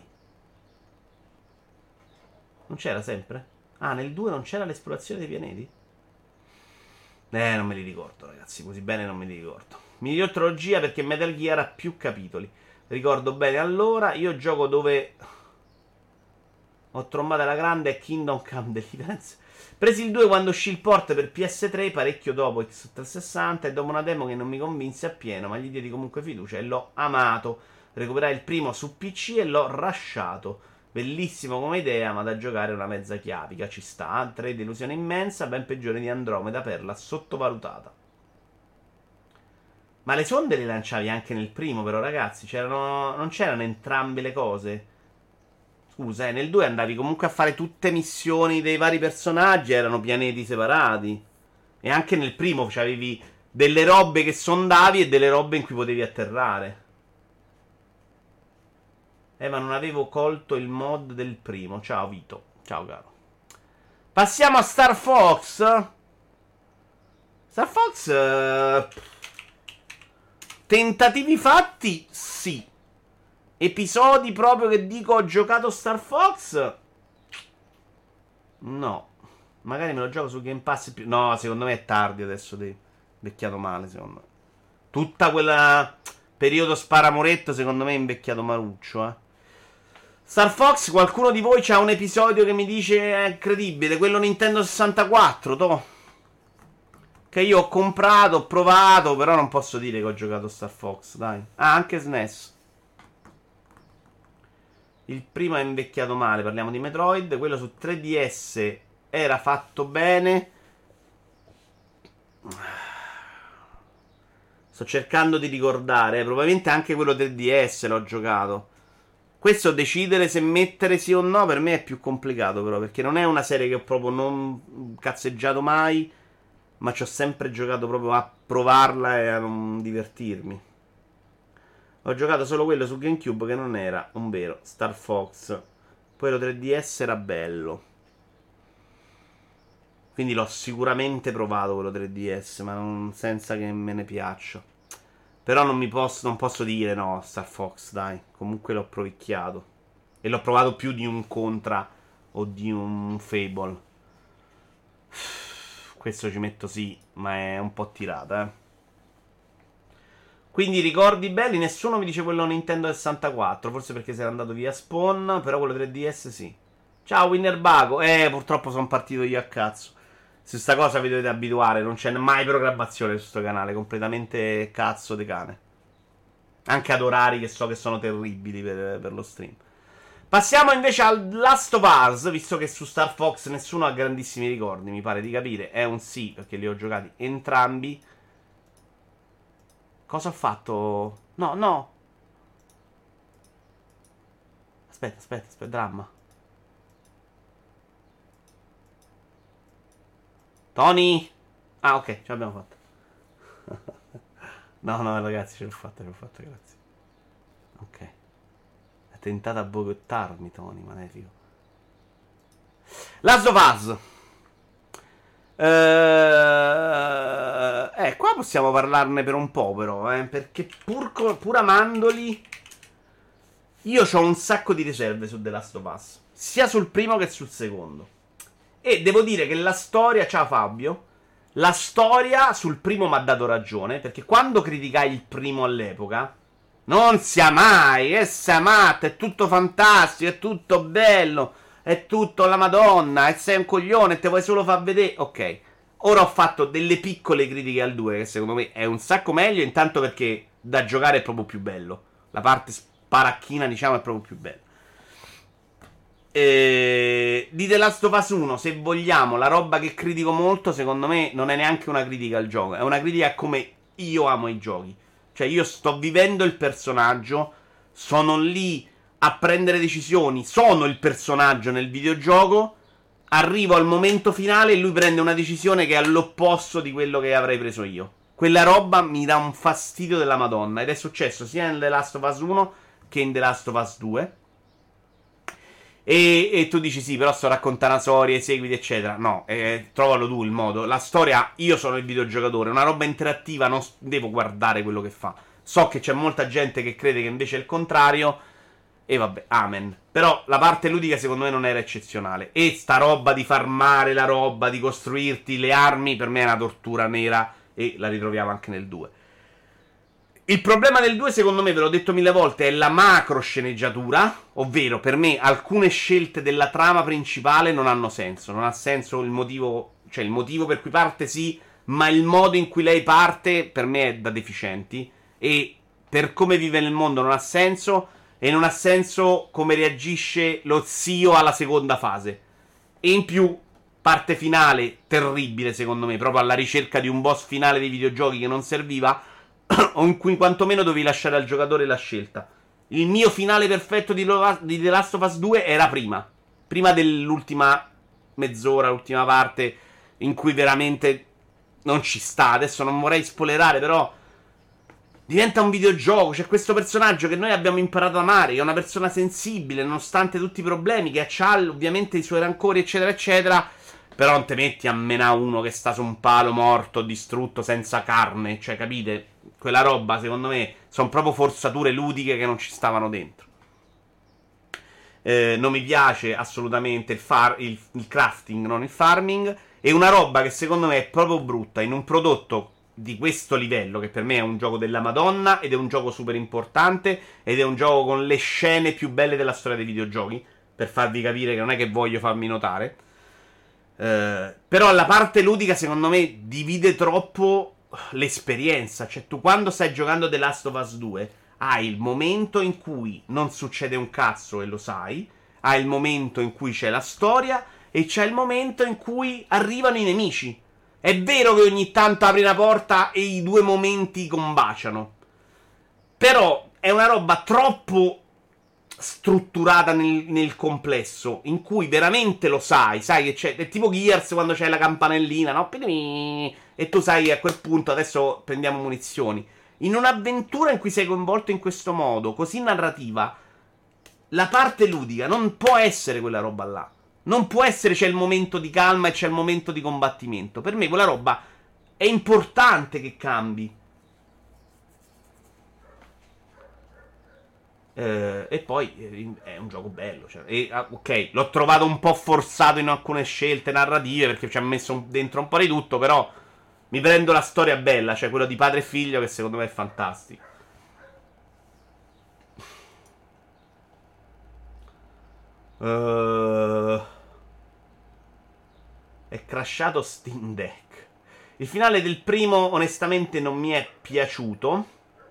Non c'era sempre? Ah, nel 2 non c'era l'esplorazione dei pianeti? Non me li ricordo, ragazzi. Così bene non me li ricordo. Miglior trilogia perché Metal Gear ha più capitoli. Ricordo bene allora. Io gioco dove ho trombato la grande è Kingdom Come Deliverance. Presi il 2 quando uscì il port per PS3, parecchio dopo X360, e dopo una demo che non mi convinse appieno, ma gli diedi comunque fiducia e l'ho amato. Recuperai il primo su PC e l'ho rushato. Bellissimo come idea, ma da giocare una mezza chiavica. Ci sta. 3 delusione immensa, ben peggiore di Andromeda, perla sottovalutata. Ma le sonde le lanciavi anche nel primo, però, ragazzi. Non c'erano entrambe le cose. Scusa, nel 2 andavi comunque a fare tutte missioni dei vari personaggi, erano pianeti separati. E anche nel primo avevi delle robe che sondavi e delle robe in cui potevi atterrare. Ma non avevo colto il mod del primo. Ciao Vito. Ciao caro. Passiamo a Star Fox. Star Fox... tentativi fatti? Sì. Episodi proprio che dico ho giocato Star Fox? No. Magari me lo gioco su Game Pass più... No, secondo me è tardi adesso. Invecchiato male, secondo me. Tutta quella periodo sparamoretto, secondo me è invecchiato maruccio, Star Fox, qualcuno di voi c'ha un episodio che mi dice è incredibile, quello Nintendo 64, toh. Che io ho comprato, ho provato, però non posso dire che ho giocato Star Fox, dai. Ah, anche SNES. Il primo è invecchiato male, parliamo di Metroid. Quello su 3DS era fatto bene. Sto cercando di ricordare, probabilmente anche quello 3DS l'ho giocato. Questo decidere se mettere sì o no per me è più complicato però, perché non è una serie che ho proprio non cazzeggiato mai, ma ci ho sempre giocato proprio a provarla e a non divertirmi. Ho giocato solo quello su GameCube che non era un vero Star Fox. Poi lo 3DS era bello. Quindi l'ho sicuramente provato quello 3DS, ma non senza che me ne piaccia. Però non posso dire no, Star Fox, dai. Comunque l'ho provicchiato. E l'ho provato più di un Contra o di un Fable. Questo ci metto sì, ma è un po' tirata, eh. Quindi ricordi belli, nessuno mi dice quello Nintendo 64, forse perché si era andato via Spawn, però quello 3DS sì. Ciao Winnerbago, purtroppo sono partito io a cazzo. Su sta cosa vi dovete abituare, non c'è mai programmazione su sto canale, completamente cazzo de cane. Anche ad orari che so che sono terribili per lo stream. Passiamo invece al Last of Us, visto che su Star Fox nessuno ha grandissimi ricordi, mi pare di capire. È un sì, perché li ho giocati entrambi. Cosa ho fatto? No, no. Aspetta, dramma. Tony? Ah, ok, ce l'abbiamo fatta. No, ragazzi, ce l'ho fatta, grazie. Ok. Ha tentato a bocottarmi, Tony, malefico. Last of Us. Qua possiamo parlarne per un po', però, perché pur amandoli, io ho un sacco di riserve su The Last of Us, sia sul primo che sul secondo. E devo dire che la storia, ciao Fabio, la storia sul primo mi ha dato ragione, perché quando criticai il primo all'epoca, non sia mai, essa matta, è tutto fantastico, è tutto bello, è tutto la Madonna, e sei un coglione e te vuoi solo far vedere. Ok, ora ho fatto delle piccole critiche al 2, che secondo me è un sacco meglio, intanto perché da giocare è proprio più bello. La parte sparacchina, diciamo, è proprio più bella. Di The Last of Us 1, se vogliamo, la roba che critico molto, secondo me, non è neanche una critica al gioco, è una critica a come io amo i giochi. Cioè, io sto vivendo il personaggio, sono lì a prendere decisioni, sono il personaggio nel videogioco, arrivo al momento finale e lui prende una decisione che è all'opposto di quello che avrei preso io. Quella roba mi dà un fastidio della Madonna, ed è successo sia in The Last of Us 1 che in The Last of Us 2. E tu dici sì, però sto raccontando una storia, i seguiti, eccetera. No, trovalo tu il modo. La storia, io sono il videogiocatore, una roba interattiva, non devo guardare quello che fa. So che c'è molta gente che crede che invece è il contrario. E vabbè, amen. Però la parte ludica secondo me non era eccezionale. E sta roba di farmare la roba, di costruirti le armi, per me è una tortura nera. E la ritroviamo anche nel 2. Il problema del 2, secondo me, ve l'ho detto mille volte, è la macro sceneggiatura, ovvero per me alcune scelte della trama principale non hanno senso. Non ha senso il motivo, cioè il motivo per cui parte sì, ma il modo in cui lei parte per me è da deficienti. E per come vive nel mondo non ha senso, e non ha senso come reagisce lo zio alla seconda fase. E in più, parte finale terribile secondo me, proprio alla ricerca di un boss finale dei videogiochi che non serviva, o in cui quantomeno dovevi lasciare al giocatore la scelta. Il mio finale perfetto di The Last of Us 2 era prima dell'ultima mezz'ora, l'ultima parte in cui veramente non ci sta. Adesso non vorrei spoilerare, però diventa un videogioco. C'è questo personaggio che noi abbiamo imparato a amare, che è una persona sensibile nonostante tutti i problemi, che ha ovviamente i suoi rancori, eccetera eccetera. Però non te metti a menà uno che sta su un palo morto, distrutto, senza carne. Cioè, capite? Quella roba, secondo me, sono proprio forzature ludiche che non ci stavano dentro. Non mi piace assolutamente il crafting, non il farming. È una roba che secondo me è proprio brutta in un prodotto di questo livello, che per me è un gioco della Madonna, ed è un gioco super importante, ed è un gioco con le scene più belle della storia dei videogiochi, per farvi capire che non è che voglio farmi notare. Però la parte ludica secondo me divide troppo l'esperienza. Cioè tu quando stai giocando The Last of Us 2 Hai il momento in cui non succede un cazzo e lo sai, hai il momento in cui c'è la storia e c'è il momento in cui arrivano i nemici. È vero che ogni tanto apri una porta e i due momenti combaciano, però è una roba troppo strutturata nel complesso, in cui veramente lo sai che c'è. È tipo Gears quando c'è la campanellina, no? E tu sai a quel punto adesso prendiamo munizioni. In un'avventura in cui sei coinvolto in questo modo, così narrativa, la parte ludica non può essere quella roba là. Non può essere c'è il momento di calma e c'è il momento di combattimento. Per me quella roba è importante che cambi. E poi è un gioco bello. Cioè, ok, l'ho trovato un po' forzato in alcune scelte narrative perché ci ha messo dentro un po' di tutto, però mi prendo la storia bella, cioè quello di padre e figlio che secondo me è fantastico. È crashato Steam Deck. Il finale del primo onestamente non mi è piaciuto,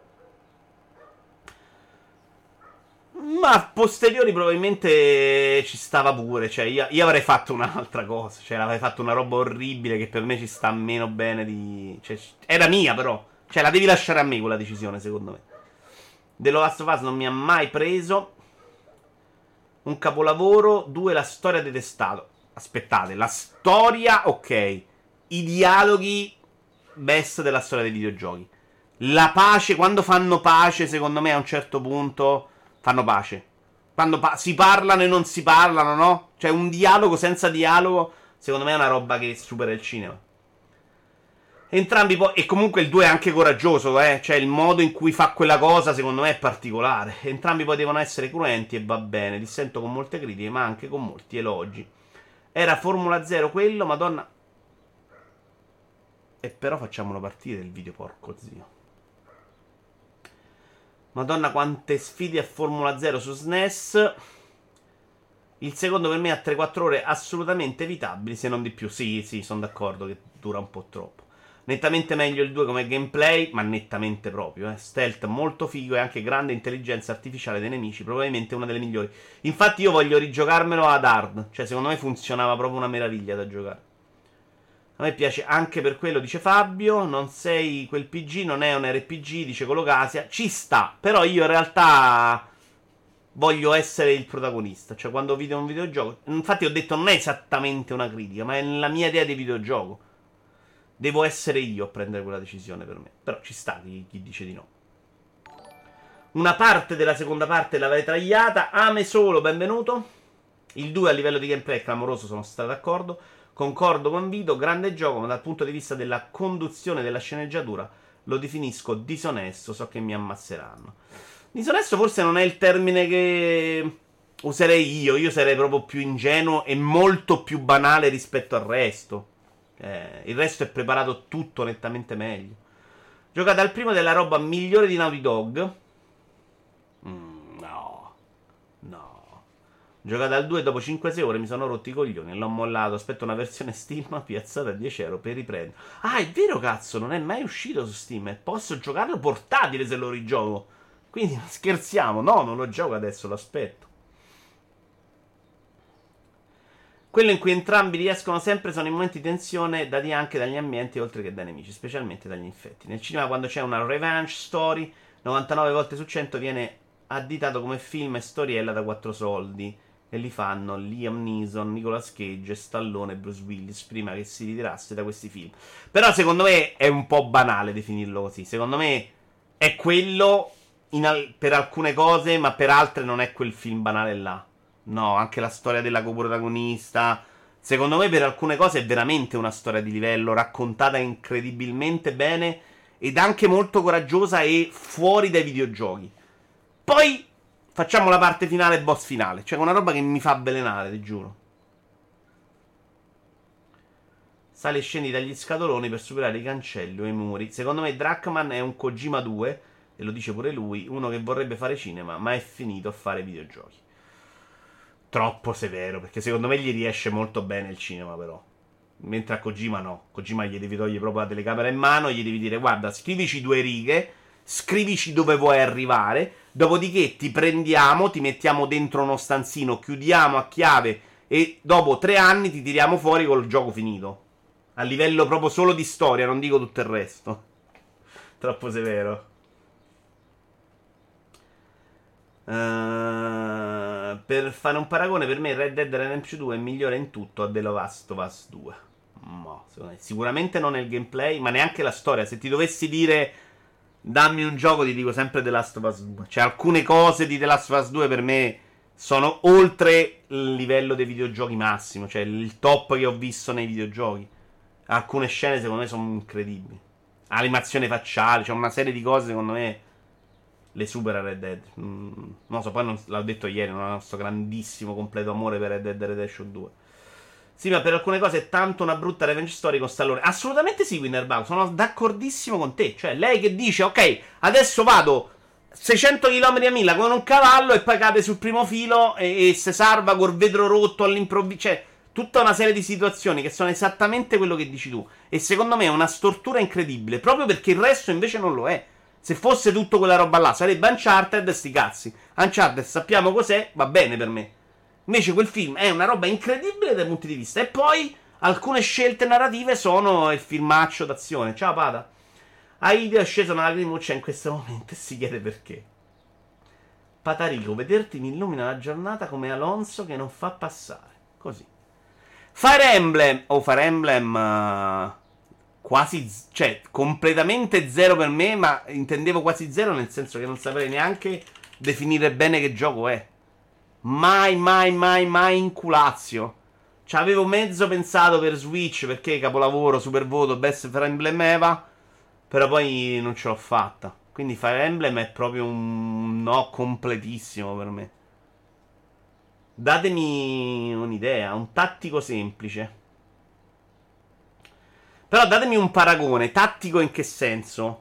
ma a posteriori probabilmente ci stava pure. Cioè, io avrei fatto un'altra cosa. Cioè, avrei fatto una roba orribile che per me ci sta meno bene di. Cioè, era mia, però. Cioè, la devi lasciare a me quella decisione, secondo me. The Last of Us non mi ha mai preso. Un capolavoro. Due, la storia detestato. Aspettate, la storia, ok. I dialoghi, best della storia dei videogiochi. La pace, quando fanno pace, secondo me a un certo punto fanno pace. Quando si parlano e non si parlano, no? Cioè un dialogo senza dialogo, secondo me è una roba che supera il cinema. Entrambi poi, e comunque il 2 è anche coraggioso, cioè il modo in cui fa quella cosa secondo me è particolare. Entrambi poi devono essere cruenti e va bene, dissento con molte critiche ma anche con molti elogi. Era Formula 0 quello, madonna. E però facciamolo partire il video, porco zio. Madonna quante sfide a Formula 0 su SNES. Il secondo per me ha 3-4 ore assolutamente evitabili, se non di più. Sì, sono d'accordo che dura un po' troppo. Nettamente meglio il 2 come gameplay, ma nettamente proprio. Stealth molto figo e anche grande intelligenza artificiale dei nemici, probabilmente una delle migliori. Infatti io voglio rigiocarmelo ad hard, cioè secondo me funzionava proprio una meraviglia da giocare. A me piace anche per quello, dice Fabio. Non sei quel PG, non è un RPG, dice Colocasia. Ci sta, però io in realtà voglio essere il protagonista. Cioè quando vedo un videogioco, infatti ho detto non è esattamente una critica, ma è la mia idea di videogioco. Devo essere io a prendere quella decisione per me. Però ci sta chi dice di no. Una parte della seconda parte l'avrei tagliata. Ame solo, benvenuto. Il 2 a livello di gameplay è clamoroso, sono stato d'accordo. Concordo con Vito, grande gioco, ma dal punto di vista della conduzione della sceneggiatura lo definisco disonesto, so che mi ammazzeranno. Disonesto forse non è il termine che userei io sarei proprio più ingenuo e molto più banale rispetto al resto. Il resto è preparato tutto nettamente meglio. Giocate al primo della roba migliore di Naughty Dog? No. Giocate al 2 dopo 5-6 ore mi sono rotti i coglioni e l'ho mollato. Aspetto una versione Steam piazzata a 10 euro per riprendere. Ah, è vero cazzo, non è mai uscito su Steam. Posso giocarlo portatile se lo rigioco. Quindi non scherziamo. No, non lo gioco adesso, lo aspetto. Quello in cui entrambi riescono sempre sono i momenti di tensione dati anche dagli ambienti oltre che dai nemici, specialmente dagli infetti. Nel cinema quando c'è una revenge story, 99 volte su 100 viene additato come film e storiella da 4 soldi. E li fanno Liam Neeson, Nicolas Cage, Stallone e Bruce Willis prima che si ritirasse da questi film. Però secondo me è un po' banale definirlo così. Secondo me è quello per alcune cose, ma per altre non è quel film banale là. No, anche la storia della coprotagonista. Secondo me per alcune cose è veramente una storia di livello, raccontata incredibilmente bene ed anche molto coraggiosa e fuori dai videogiochi. Poi facciamo la parte finale, boss finale. Cioè una roba che mi fa avvelenare, ti giuro. Sale e scendi dagli scatoloni per superare i cancelli o i muri. Secondo me Drachman è un Kojima 2, e lo dice pure lui, uno che vorrebbe fare cinema, ma è finito a fare videogiochi. Troppo severo, perché secondo me gli riesce molto bene il cinema, però. Mentre a Kojima no. Kojima gli devi togliere proprio la telecamera in mano, gli devi dire, guarda, scrivici 2 righe, scrivici dove vuoi arrivare, dopodiché ti prendiamo, ti mettiamo dentro uno stanzino, chiudiamo a chiave e dopo 3 anni ti tiriamo fuori col gioco finito. A livello proprio solo di storia, non dico tutto il resto. Troppo severo. Per fare un paragone, per me Red Dead Redemption 2 è migliore in tutto a The Last of Us 2. No, sicuramente non è il gameplay, ma neanche la storia. Se ti dovessi dire dammi un gioco, ti dico sempre The Last of Us 2. Cioè, alcune cose di The Last of Us 2 per me sono oltre il livello dei videogiochi massimo. Cioè, il top che ho visto nei videogiochi. Alcune scene, secondo me, sono incredibili. Animazione facciale, c'è una serie di cose, secondo me, le supera Red Dead. Non lo so, poi non, l'ho detto ieri, non ho questo grandissimo completo amore per Red Dead Redemption 2. Sì, ma per alcune cose è tanto una brutta revenge story con Stallone. Assolutamente sì, Winnerbug, sono d'accordissimo con te. Cioè, lei che dice, ok, adesso vado 600 km a milla con un cavallo e poi cade sul primo filo e se salva col vetro rotto all'improvviso. Cioè, tutta una serie di situazioni che sono esattamente quello che dici tu. E secondo me è una stortura incredibile, proprio perché il resto invece non lo è. Se fosse tutto quella roba là, sarebbe Uncharted, sti cazzi. Uncharted sappiamo cos'è, va bene per me. Invece quel film è una roba incredibile dai punti di vista. E poi alcune scelte narrative sono il filmaccio d'azione. Ciao Pada. Aida è scesa una lacrimuccia in questo momento e si chiede perché. Patarico, vederti mi illumina la giornata come Alonso che non fa passare. Così. Fire Emblem. Fire Emblem quasi, cioè completamente zero per me, ma intendevo quasi zero nel senso che non saprei neanche definire bene che gioco è. Mai inculazio. Ci avevo mezzo pensato per Switch perché capolavoro, super voto, best Fire Emblem Eva, però poi non ce l'ho fatta. Quindi Fire Emblem è proprio un no completissimo per me. Datemi un'idea, un tattico semplice. Però datemi un paragone, tattico in che senso?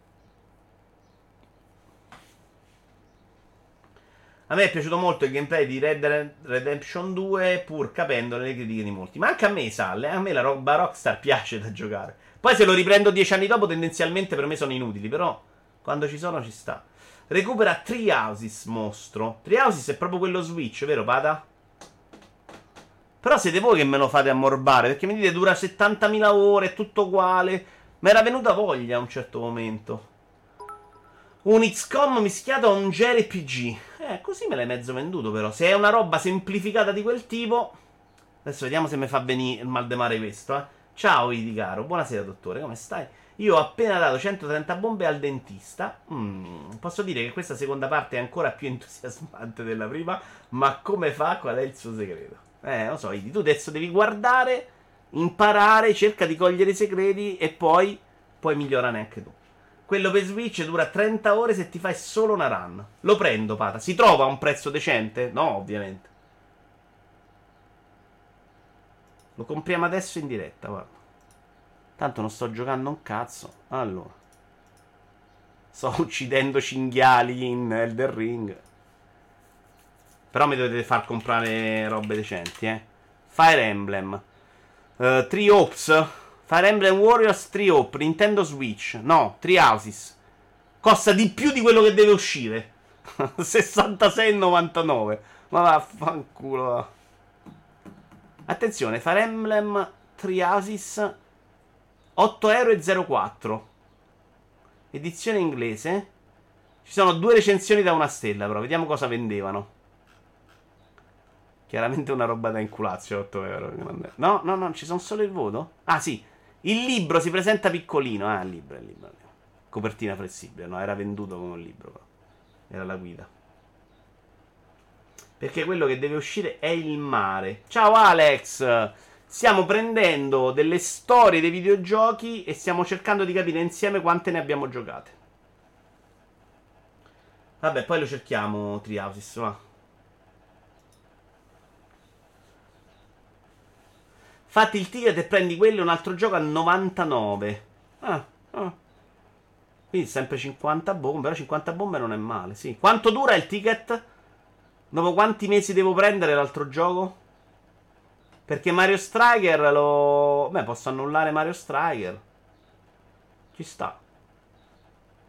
A me è piaciuto molto il gameplay di Red Dead Redemption 2, pur capendo le critiche di molti. Ma anche a me, Sal, a me la roba Rockstar piace da giocare. Poi se lo riprendo 10 anni dopo, tendenzialmente per me sono inutili, però quando ci sono ci sta. Recupera Treehouses, mostro. Treehouses è proprio quello Switch, vero, Pada? Però siete voi che me lo fate ammorbare, perché mi dite dura 70.000 ore, è tutto uguale. Mi era venuta voglia a un certo momento. Un XCOM mischiato a un JRPG. Così me l'hai mezzo venduto però. Se è una roba semplificata di quel tipo. Adesso vediamo se mi fa venire il mal de mare questo, eh. Ciao Idi caro, buonasera dottore, come stai? Io ho appena dato 130 bombe al dentista. Posso dire che questa seconda parte è ancora più entusiasmante della prima. Ma come fa? Qual è il suo segreto? Lo so, Idi, tu adesso devi guardare, imparare, cerca di cogliere i segreti e poi puoi migliorare anche tu. Quello per Switch dura 30 ore se ti fai solo una run. Lo prendo, Pata. Si trova a un prezzo decente? No, ovviamente. Lo compriamo adesso in diretta, guarda. Tanto non sto giocando un cazzo. Allora. Sto uccidendo cinghiali in Elden Ring. Però mi dovete far comprare robe decenti, eh. Fire Emblem. Three Hopes. Fire Emblem Warriors 3 Hope, Nintendo Switch. No, Treehouses. Costa di più di quello che deve uscire. 66,99. Ma vaffanculo. Attenzione, Fire Emblem Treehouses 8,04€. Edizione inglese. Ci sono 2 recensioni da 1 stella, però vediamo cosa vendevano. Chiaramente una roba da inculazio, 8€. No, ci sono solo il voto? Ah, sì. Il libro si presenta piccolino. Ah, il libro. Copertina flessibile. No, era venduto come un libro, però. Era la guida. Perché quello che deve uscire è il mare. Ciao Alex! Stiamo prendendo delle storie dei videogiochi e stiamo cercando di capire insieme quante ne abbiamo giocate. Vabbè, poi lo cerchiamo, Treehouses, va. Fatti il ticket e prendi quello e un altro gioco a 99. Quindi sempre 50 bombe. Però 50 bombe non è male, sì. Quanto dura il ticket? Dopo quanti mesi devo prendere l'altro gioco? Perché Mario Striker lo... Beh, posso annullare Mario Striker. Ci sta.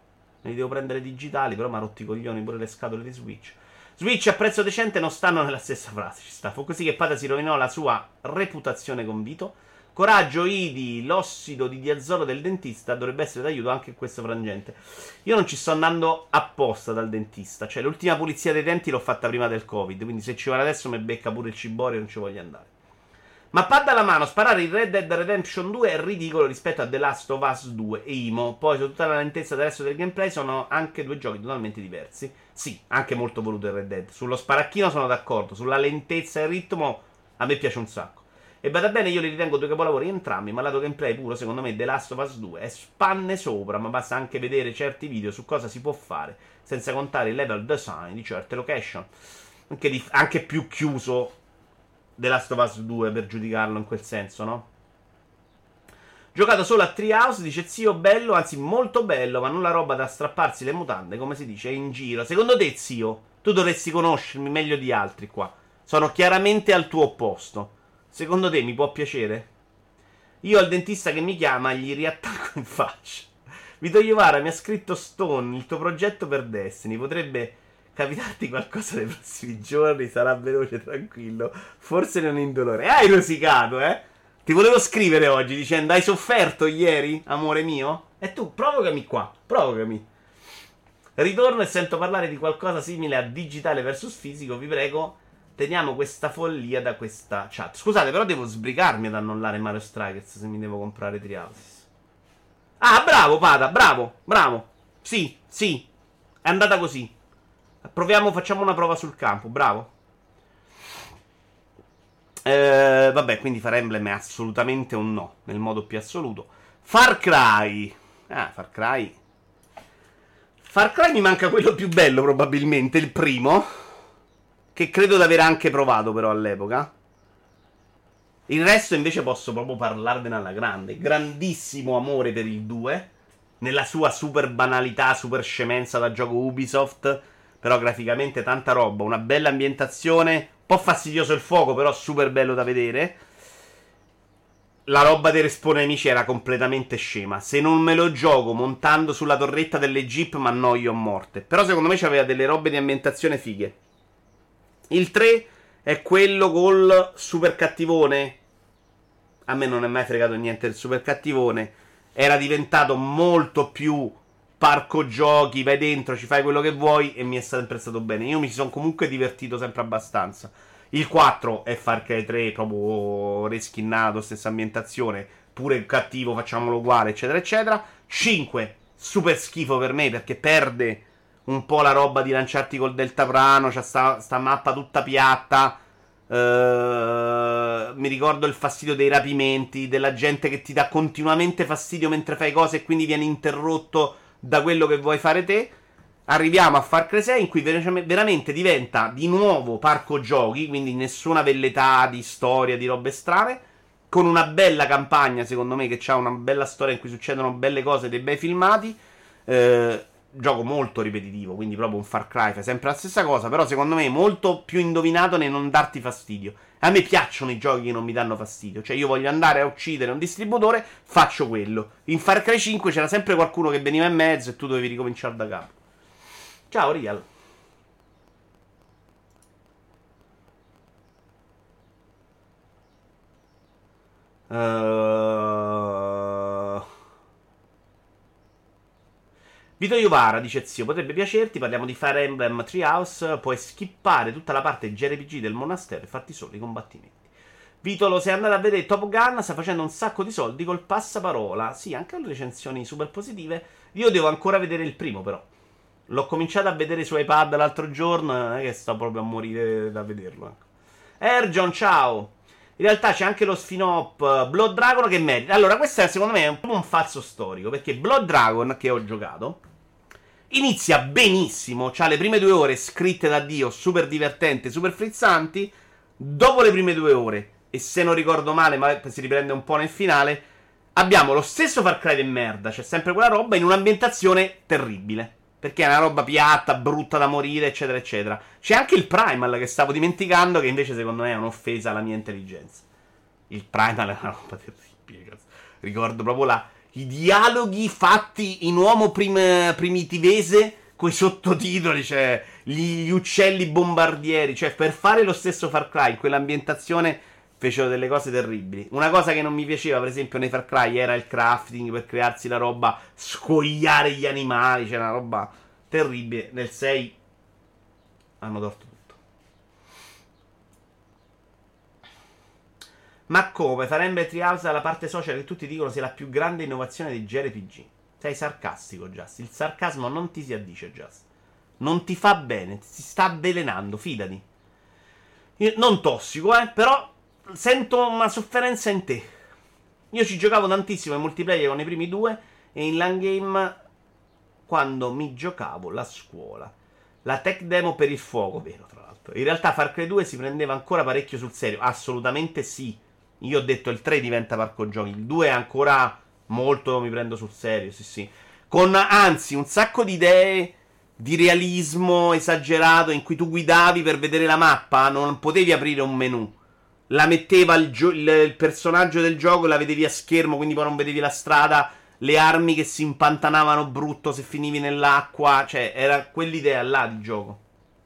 Me li devo prendere digitali, però mi ha rotto i coglioni pure le scatole di Switch. Switch a prezzo decente non stanno nella stessa frase. Ci sta. Fu così che Pada si rovinò la sua reputazione con Vito. Coraggio, Idi, l'ossido di diazzolo del dentista dovrebbe essere d'aiuto anche in questo frangente. Io non ci sto andando apposta dal dentista. Cioè, l'ultima pulizia dei denti l'ho fatta prima del Covid. Quindi se ci vado adesso mi becca pure il ciborio e non ci voglio andare. Ma pad alla mano, sparare in Red Dead Redemption 2 è ridicolo rispetto a The Last of Us 2 e Imo. Poi, su tutta la lentezza del resto del gameplay, sono anche due giochi totalmente diversi. Sì, anche molto voluto il Red Dead. Sullo sparacchino sono d'accordo. Sulla lentezza e il ritmo, a me piace un sacco. E vada bene, io li ritengo due capolavori entrambi, ma lato gameplay puro, secondo me, The Last of Us 2 è spanne sopra, ma basta anche vedere certi video su cosa si può fare, senza contare il level design di certe location. Anche più chiuso The Last of Us 2 per giudicarlo in quel senso, no? Giocato solo a Treehouse, dice zio, bello, anzi molto bello, ma non la roba da strapparsi le mutande, come si dice, in giro. Secondo te, zio, tu dovresti conoscermi meglio di altri qua. Sono chiaramente al tuo opposto. Secondo te mi può piacere? Io al dentista che mi chiama gli riattacco in faccia. Vito Iovara mi ha scritto Stone, il tuo progetto per Destiny. Potrebbe capitarti qualcosa nei prossimi giorni, sarà veloce, tranquillo. Forse non indolore. Hai rosicato, eh? Ti volevo scrivere oggi dicendo hai sofferto ieri, amore mio? E tu, provocami qua, provocami. Ritorno e sento parlare di qualcosa simile a digitale versus fisico, vi prego. Teniamo questa follia da questa chat. Scusate, però devo sbrigarmi ad annullare Mario Strikers se mi devo comprare Treehouse. Ah, bravo, Pada, bravo, bravo. Sì, sì, è andata così. Proviamo, facciamo una prova sul campo, bravo. Vabbè, quindi Fire Emblem è assolutamente un no, nel modo più assoluto. Far Cry. Ah, Far Cry. Far Cry mi manca quello più bello probabilmente, il primo, che credo di aver anche provato però all'epoca. Il resto invece posso proprio parlarvene alla grande. Grandissimo amore per il 2, nella sua super banalità, super scemenza da gioco Ubisoft, però graficamente tanta roba, una bella ambientazione, un po' fastidioso il fuoco, però super bello da vedere. La roba dei respawn nemici era completamente scema. Se non me lo gioco montando sulla torretta delle jeep, mi annoio a morte. Però secondo me c'aveva delle robe di ambientazione fighe. Il 3 è quello col super cattivone. A me non è mai fregato niente del super cattivone. Era diventato molto più parco giochi, vai dentro, ci fai quello che vuoi, e mi è sempre stato bene. Io mi sono comunque divertito sempre abbastanza. Il 4 è Far Cry 3, proprio reskinnato, stessa ambientazione, pure cattivo, facciamolo uguale, eccetera, eccetera. 5, super schifo per me, perché perde un po' la roba di lanciarti col deltaplano, c'è sta mappa tutta piatta. Mi ricordo il fastidio dei rapimenti, della gente che ti dà continuamente fastidio mentre fai cose e quindi viene interrotto da quello che vuoi fare te. Arriviamo a Far Cry 6 in cui veramente diventa di nuovo parco giochi, quindi nessuna velleità di storia, di robe strane, con una bella campagna secondo me, che ha una bella storia in cui succedono belle cose, dei bei filmati. Gioco molto ripetitivo, quindi proprio un Far Cry, fai sempre la stessa cosa, però secondo me è molto più indovinato nel non darti fastidio. A me piacciono i giochi che non mi danno fastidio, cioè io voglio andare a uccidere un distributore, faccio quello. In Far Cry 5 c'era sempre qualcuno che veniva in mezzo e tu dovevi ricominciare da capo. Ciao Real. Vito Iovara dice zio, potrebbe piacerti, parliamo di Fire Emblem Treehouse, puoi skippare tutta la parte JRPG del monastero e farti solo i combattimenti. Vito, lo sei andato a vedere Top Gun, sta facendo un sacco di soldi col passaparola. Sì, anche le recensioni super positive. Io devo ancora vedere il primo però. L'ho cominciato a vedere su iPad l'altro giorno, non è che sto proprio a morire da vederlo. Erjon, ciao! In realtà c'è anche lo spin-off Blood Dragon che merita. Allora, questo è, secondo me è un po' un falso storico, perché Blood Dragon, che ho giocato, inizia benissimo, c'ha le prime 2 ore scritte da Dio, super divertente, super frizzanti. Dopo le prime 2 ore, e se non ricordo male, ma si riprende un po' nel finale, abbiamo lo stesso Far Cry di merda, c'è sempre quella roba in un'ambientazione terribile, perché è una roba piatta, brutta da morire, eccetera, eccetera. C'è anche il Primal che stavo dimenticando, che invece secondo me è un'offesa alla mia intelligenza. Il Primal è una roba terribile, cazzo. Ricordo proprio i dialoghi fatti in uomo primitivese coi sottotitoli, cioè gli uccelli bombardieri, cioè per fare lo stesso Far Cry in quell'ambientazione fecero delle cose terribili. Una cosa che non mi piaceva, per esempio, nei Far Cry era il crafting per crearsi la roba, scoiare gli animali, c'era una roba terribile. Nel 6 hanno torto tutto. Ma come? Fare Ember Treehouse alla parte social che tutti dicono sia la più grande innovazione di JRPG. Sei sarcastico, Just. Il sarcasmo non ti si addice, Just. Non ti fa bene, ti sta avvelenando, fidati. Non tossico, però sento una sofferenza in te. Io ci giocavo tantissimo in multiplayer con i primi due e in LAN game quando mi giocavo la scuola. La tech demo per il fuoco, vero tra l'altro. In realtà Far Cry 2 si prendeva ancora parecchio sul serio, assolutamente sì. Io ho detto il 3 diventa parco giochi, il 2 è ancora molto mi prendo sul serio, sì sì. Con anzi un sacco di idee di realismo esagerato in cui tu guidavi per vedere la mappa, non potevi aprire un menu. La metteva il personaggio del gioco, la vedevi a schermo, quindi poi non vedevi la strada, le armi che si impantanavano brutto se finivi nell'acqua, cioè era quell'idea là di gioco.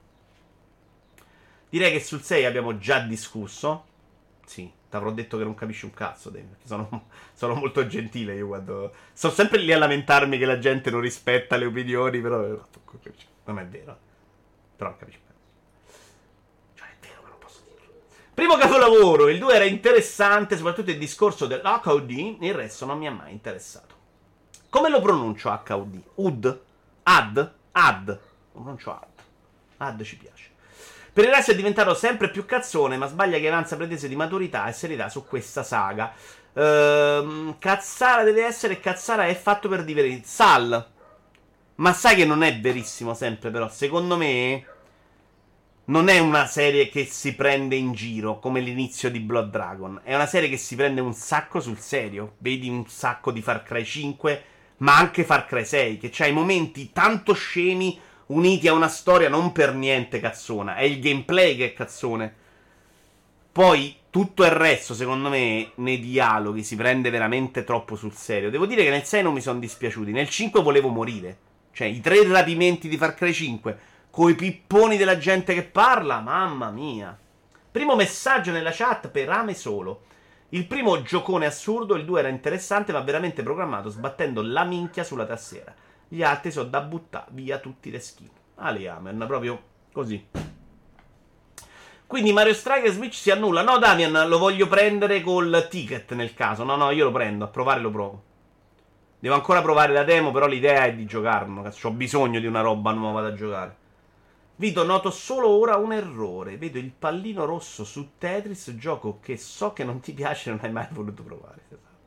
Direi che sul 6 abbiamo già discusso. Sì, t'avrò detto che non capisci un cazzo, Dave, perché sono molto gentile io quando... Sto sempre lì a lamentarmi che la gente non rispetta le opinioni, però... Non è vero. Però non capisci. Cioè, è vero, ma non posso dirlo. Primo capolavoro, il 2 era interessante, soprattutto il discorso dell'HUD, il resto non mi ha mai interessato. Come lo pronuncio HUD? UD? AD? AD? Lo pronuncio AD. AD ci piace. Per il resto è diventato sempre più cazzone, ma sbaglia che avanza pretese di maturità e serietà su questa saga. Cazzara deve essere e Cazzara è fatto per divertirsi. Sal. Ma sai che non è verissimo sempre, però. Secondo me non è una serie che si prende in giro, come l'inizio di Blood Dragon. È una serie che si prende un sacco sul serio. Vedi un sacco di Far Cry 5, ma anche Far Cry 6, che c'ha i momenti tanto scemi uniti a una storia non per niente cazzona. È il gameplay che è cazzone. Poi tutto il resto, secondo me, nei dialoghi si prende veramente troppo sul serio. Devo dire che nel 6 non mi sono dispiaciuti. Nel 5 volevo morire. Cioè, i 3 rapimenti di Far Cry 5, coi pipponi della gente che parla, mamma mia. Primo messaggio nella chat per Ame Solo. Il primo giocone assurdo, il 2 era interessante ma veramente programmato, sbattendo la minchia sulla tastiera. Gli altri sono da buttare via tutti le skin. Aliamen, proprio così. Quindi Mario Striker Switch si annulla. No, Damian, lo voglio prendere col ticket nel caso. No, io lo prendo, a provare lo provo. Devo ancora provare la demo, però l'idea è di giocarlo. Cazzo, ho bisogno di una roba nuova da giocare. Vito, noto solo ora un errore. Vedo il pallino rosso su Tetris, gioco che so che non ti piace e non hai mai voluto provare.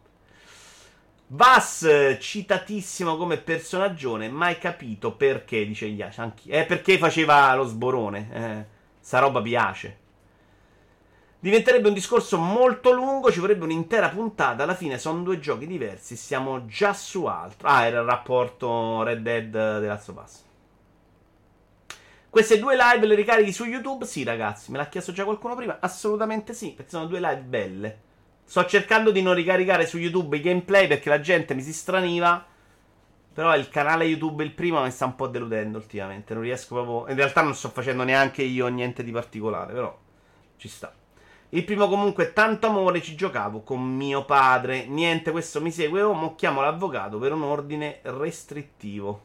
Vas, citatissimo come personaggione, mai capito perché, dice Iaci, anch'io. Perché faceva lo sborone. Sta roba piace. Diventerebbe un discorso molto lungo, ci vorrebbe un'intera puntata. Alla fine sono due giochi diversi, siamo già su altro. Era il rapporto Red Dead The Last of Us. Queste due live le ricarichi su YouTube? Sì, ragazzi, me l'ha chiesto già qualcuno prima. Assolutamente sì, perché sono due live belle. Sto cercando di non ricaricare su YouTube i gameplay perché la gente mi si straniva. Però il canale YouTube, il primo, mi sta un po' deludendo ultimamente. Non riesco proprio... In realtà non sto facendo neanche io niente di particolare, però ci sta. Il primo comunque tanto amore, ci giocavo con mio padre. Niente, questo mi segue. Mo chiamo l'avvocato per un ordine restrittivo.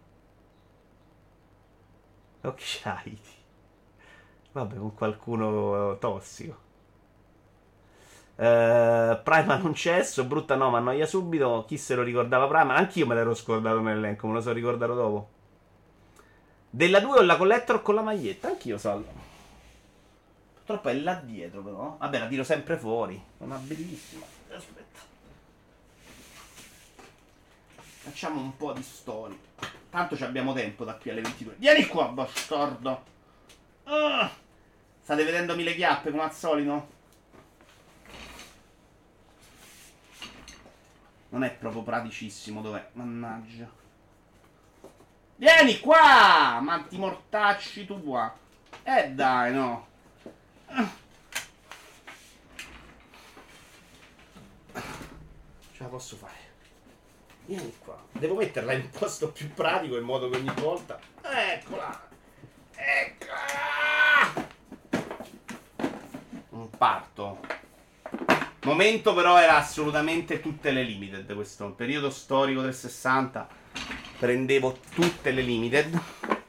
Ok, vabbè, con qualcuno tossico. Prima non c'è, brutta no, ma annoia subito. Chi se lo ricordava prima? Anch'io me l'ero scordato nell'elenco, me lo so ricordato dopo. Della 2 o la collector con la maglietta? Anch'io salvo. Purtroppo è là dietro però. Vabbè, la tiro sempre fuori. È una bellissima. Aspetta. Facciamo un po' di storie. Tanto ci abbiamo tempo da qui alle 22. Vieni qua, bastardo. State vedendomi le chiappe come al solito? Non è proprio praticissimo, dov'è? Mannaggia. Vieni qua! Ma ti mortacci tu qua. Dai, no. Ce la posso fare. Vieni qua. Devo metterla in un posto più pratico in modo che ogni volta... Eccola! Eccola! Un parto. Momento però era assolutamente tutte le limited. Questo periodo storico del 60. Prendevo tutte le limited.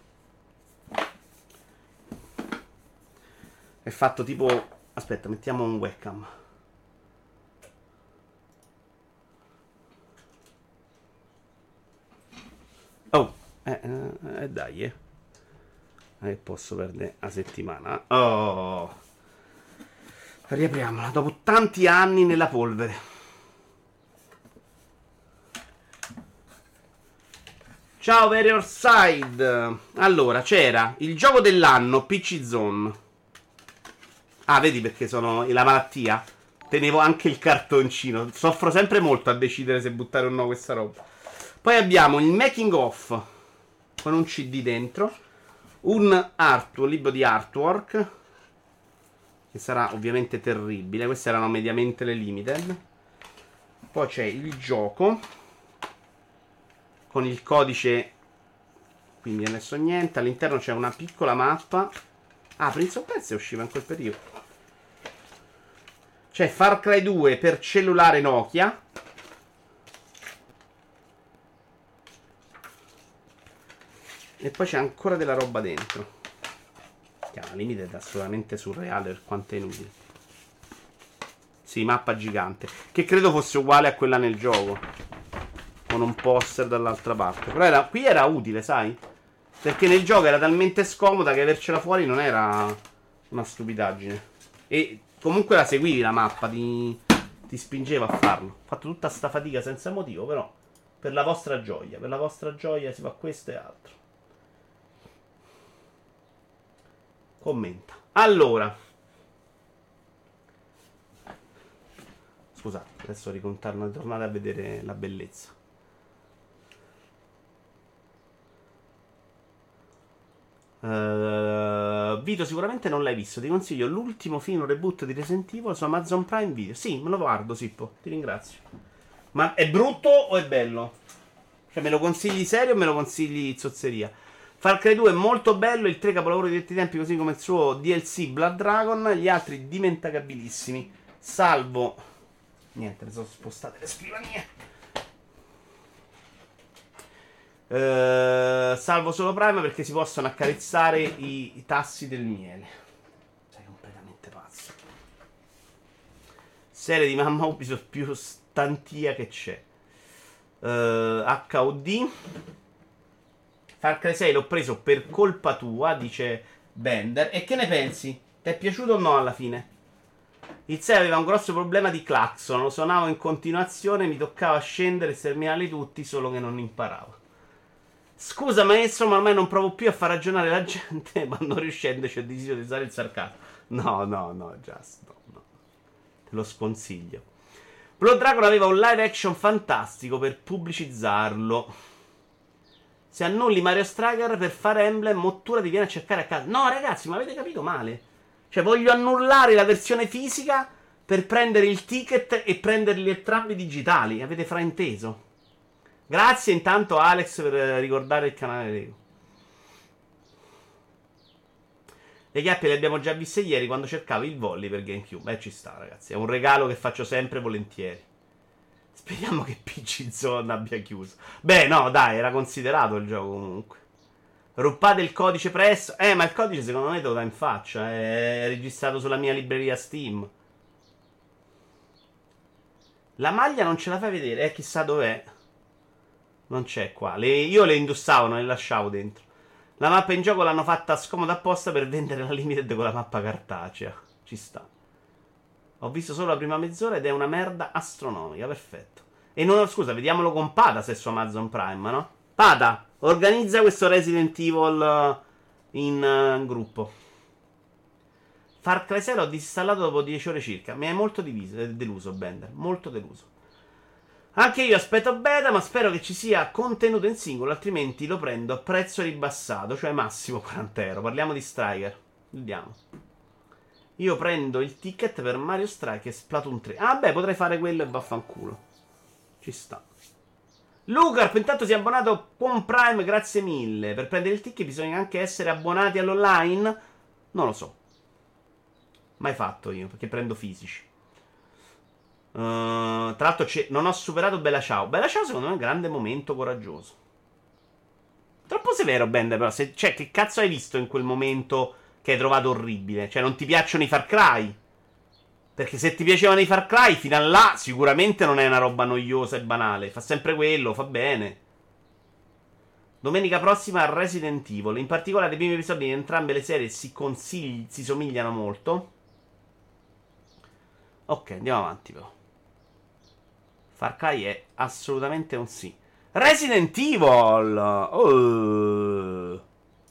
È fatto tipo... Aspetta, mettiamo un webcam. Oh, dai, posso perdere una settimana. Oh, riapriamola dopo tanti anni nella polvere. Ciao, Warrior Side. Allora, c'era il gioco dell'anno, PC Zone. Ah, vedi perché sono la malattia? Tenevo anche il cartoncino. Soffro sempre molto a decidere se buttare o no questa roba. Poi abbiamo il making of con un CD dentro, un libro di artwork che sarà ovviamente terribile. Queste erano mediamente le limited. Poi c'è il gioco con il codice, quindi non è messo niente. All'interno c'è una piccola mappa. Ah, Prince of Persia usciva in quel periodo. C'è Far Cry 2 per cellulare Nokia. E poi c'è ancora della roba dentro. Che la limited è assolutamente surreale per quanto è inutile. Sì, mappa gigante. Che credo fosse uguale a quella nel gioco, con un poster dall'altra parte. Però qui era utile, sai? Perché nel gioco era talmente scomoda che avercela fuori non era una stupidaggine. E comunque la seguivi la mappa, ti spingeva a farlo. Ho fatto tutta sta fatica senza motivo, però per la vostra gioia. Per la vostra gioia si fa questo e altro. Commenta. Allora, scusate, adesso tornate a vedere la bellezza. Vito, sicuramente non l'hai visto. Ti consiglio l'ultimo film reboot di Resident Evil su Amazon Prime Video. Sì, me lo guardo, Sippo. Ti ringrazio. Ma è brutto o è bello? Cioè, me lo consigli serio o me lo consigli zozzeria? Far Cry 2 è molto bello, il 3 capolavoro di tutti i tempi, così come il suo DLC Blood Dragon, gli altri dimenticabilissimi, salvo... Niente, ne sono spostate le scrivanie. Salvo solo Prime perché si possono accarezzare i tassi del miele. Sei completamente pazzo. Serie di mamma Ubisoft più stantia che c'è. HOD. Far Cry 6 l'ho preso per colpa tua, dice Bender. E che ne pensi? Ti è piaciuto o no alla fine? Il 6 aveva un grosso problema di clacson, lo suonavo in continuazione, mi toccava scendere e sterminarli tutti, solo che non imparavo. Scusa maestro, ma ormai non provo più a far ragionare la gente, ma non riuscendoci ho deciso di usare il sarcasmo. No, Just, no. Te lo sconsiglio. Blood Dragon aveva un live action fantastico per pubblicizzarlo. Se annulli Mario Striker per Fire Emblem, Mottura ti viene a cercare a casa. No, ragazzi, ma avete capito male. Cioè, voglio annullare la versione fisica per prendere il ticket e prenderli entrambi digitali. Avete frainteso? Grazie intanto Alex per ricordare il canale Lego. Le chiappe le abbiamo già viste ieri quando cercavo il volley per GameCube. Ci sta, ragazzi. È un regalo che faccio sempre volentieri. Speriamo che PC Zone abbia chiuso. Beh, no, dai, era considerato il gioco comunque. Ruppate il codice presso. Ma il codice secondo me te lo dà in faccia. È registrato sulla mia libreria Steam. La maglia non ce la fai vedere. Chissà dov'è. Non c'è qua. Io le indossavo, non le lasciavo dentro. La mappa in gioco l'hanno fatta scomoda apposta per vendere la limited con la mappa cartacea. Ci sta. Ho visto solo la prima mezz'ora ed è una merda astronomica. Perfetto. E non, scusa, vediamolo con Pada se è su Amazon Prime, no? Pada, organizza questo Resident Evil in gruppo. Far Cry 6 l'ho disinstallato dopo 10 ore circa. Mi è molto deluso, Bender. Molto deluso. Anche io aspetto beta, ma spero che ci sia contenuto in singolo, altrimenti lo prendo a prezzo ribassato, cioè massimo 40 euro. Parliamo di Striker. Vediamo. Io prendo il ticket per Mario Strike e Splatoon 3. Ah beh, potrei fare quello e vaffanculo. Ci sta. Lucarp intanto si è abbonato con Prime, grazie mille. Per prendere il ticket bisogna anche essere abbonati all'online? Non lo so. Mai fatto io, perché prendo fisici. Tra l'altro non ho superato Bella Ciao. Bella Ciao secondo me è un grande momento coraggioso. Troppo severo Bender però. Cioè, che cazzo hai visto in quel momento che hai trovato orribile? Cioè, non ti piacciono i Far Cry? Perché se ti piacevano i Far Cry, fino a là sicuramente non è una roba noiosa e banale. Fa sempre quello, fa bene. Domenica prossima a Resident Evil. In particolare i primi episodi di entrambe le serie si somigliano molto. Ok, andiamo avanti però. Far Cry è assolutamente un sì. Resident Evil! Oh.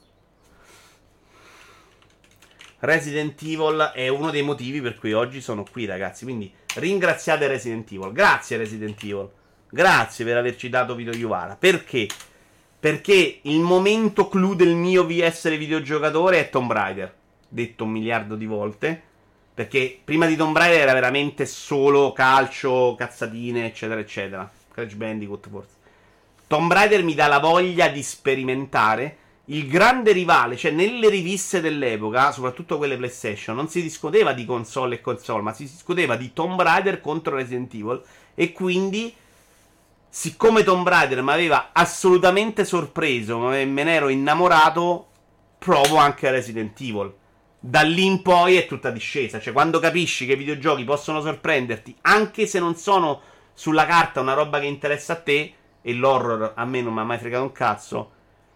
Resident Evil è uno dei motivi per cui oggi sono qui, ragazzi. Quindi ringraziate Resident Evil. Grazie Resident Evil. Grazie per averci dato Vito Iuvara. Perché? Perché il momento clou del mio essere videogiocatore è Tomb Raider. Detto 1 miliardo di volte. Perché prima di Tomb Raider era veramente solo calcio, cazzatine, eccetera, eccetera. Crash Bandicoot forse. Tomb Raider mi dà la voglia di sperimentare. Il grande rivale, cioè nelle riviste dell'epoca, soprattutto quelle PlayStation, non si discuteva di console e console, ma si discuteva di Tomb Raider contro Resident Evil. E quindi, siccome Tomb Raider mi aveva assolutamente sorpreso e me ne ero innamorato, provo anche Resident Evil. Da lì in poi è tutta discesa. Cioè, quando capisci che i videogiochi possono sorprenderti, anche se non sono sulla carta una roba che interessa a te, e l'horror a me non mi ha mai fregato un cazzo,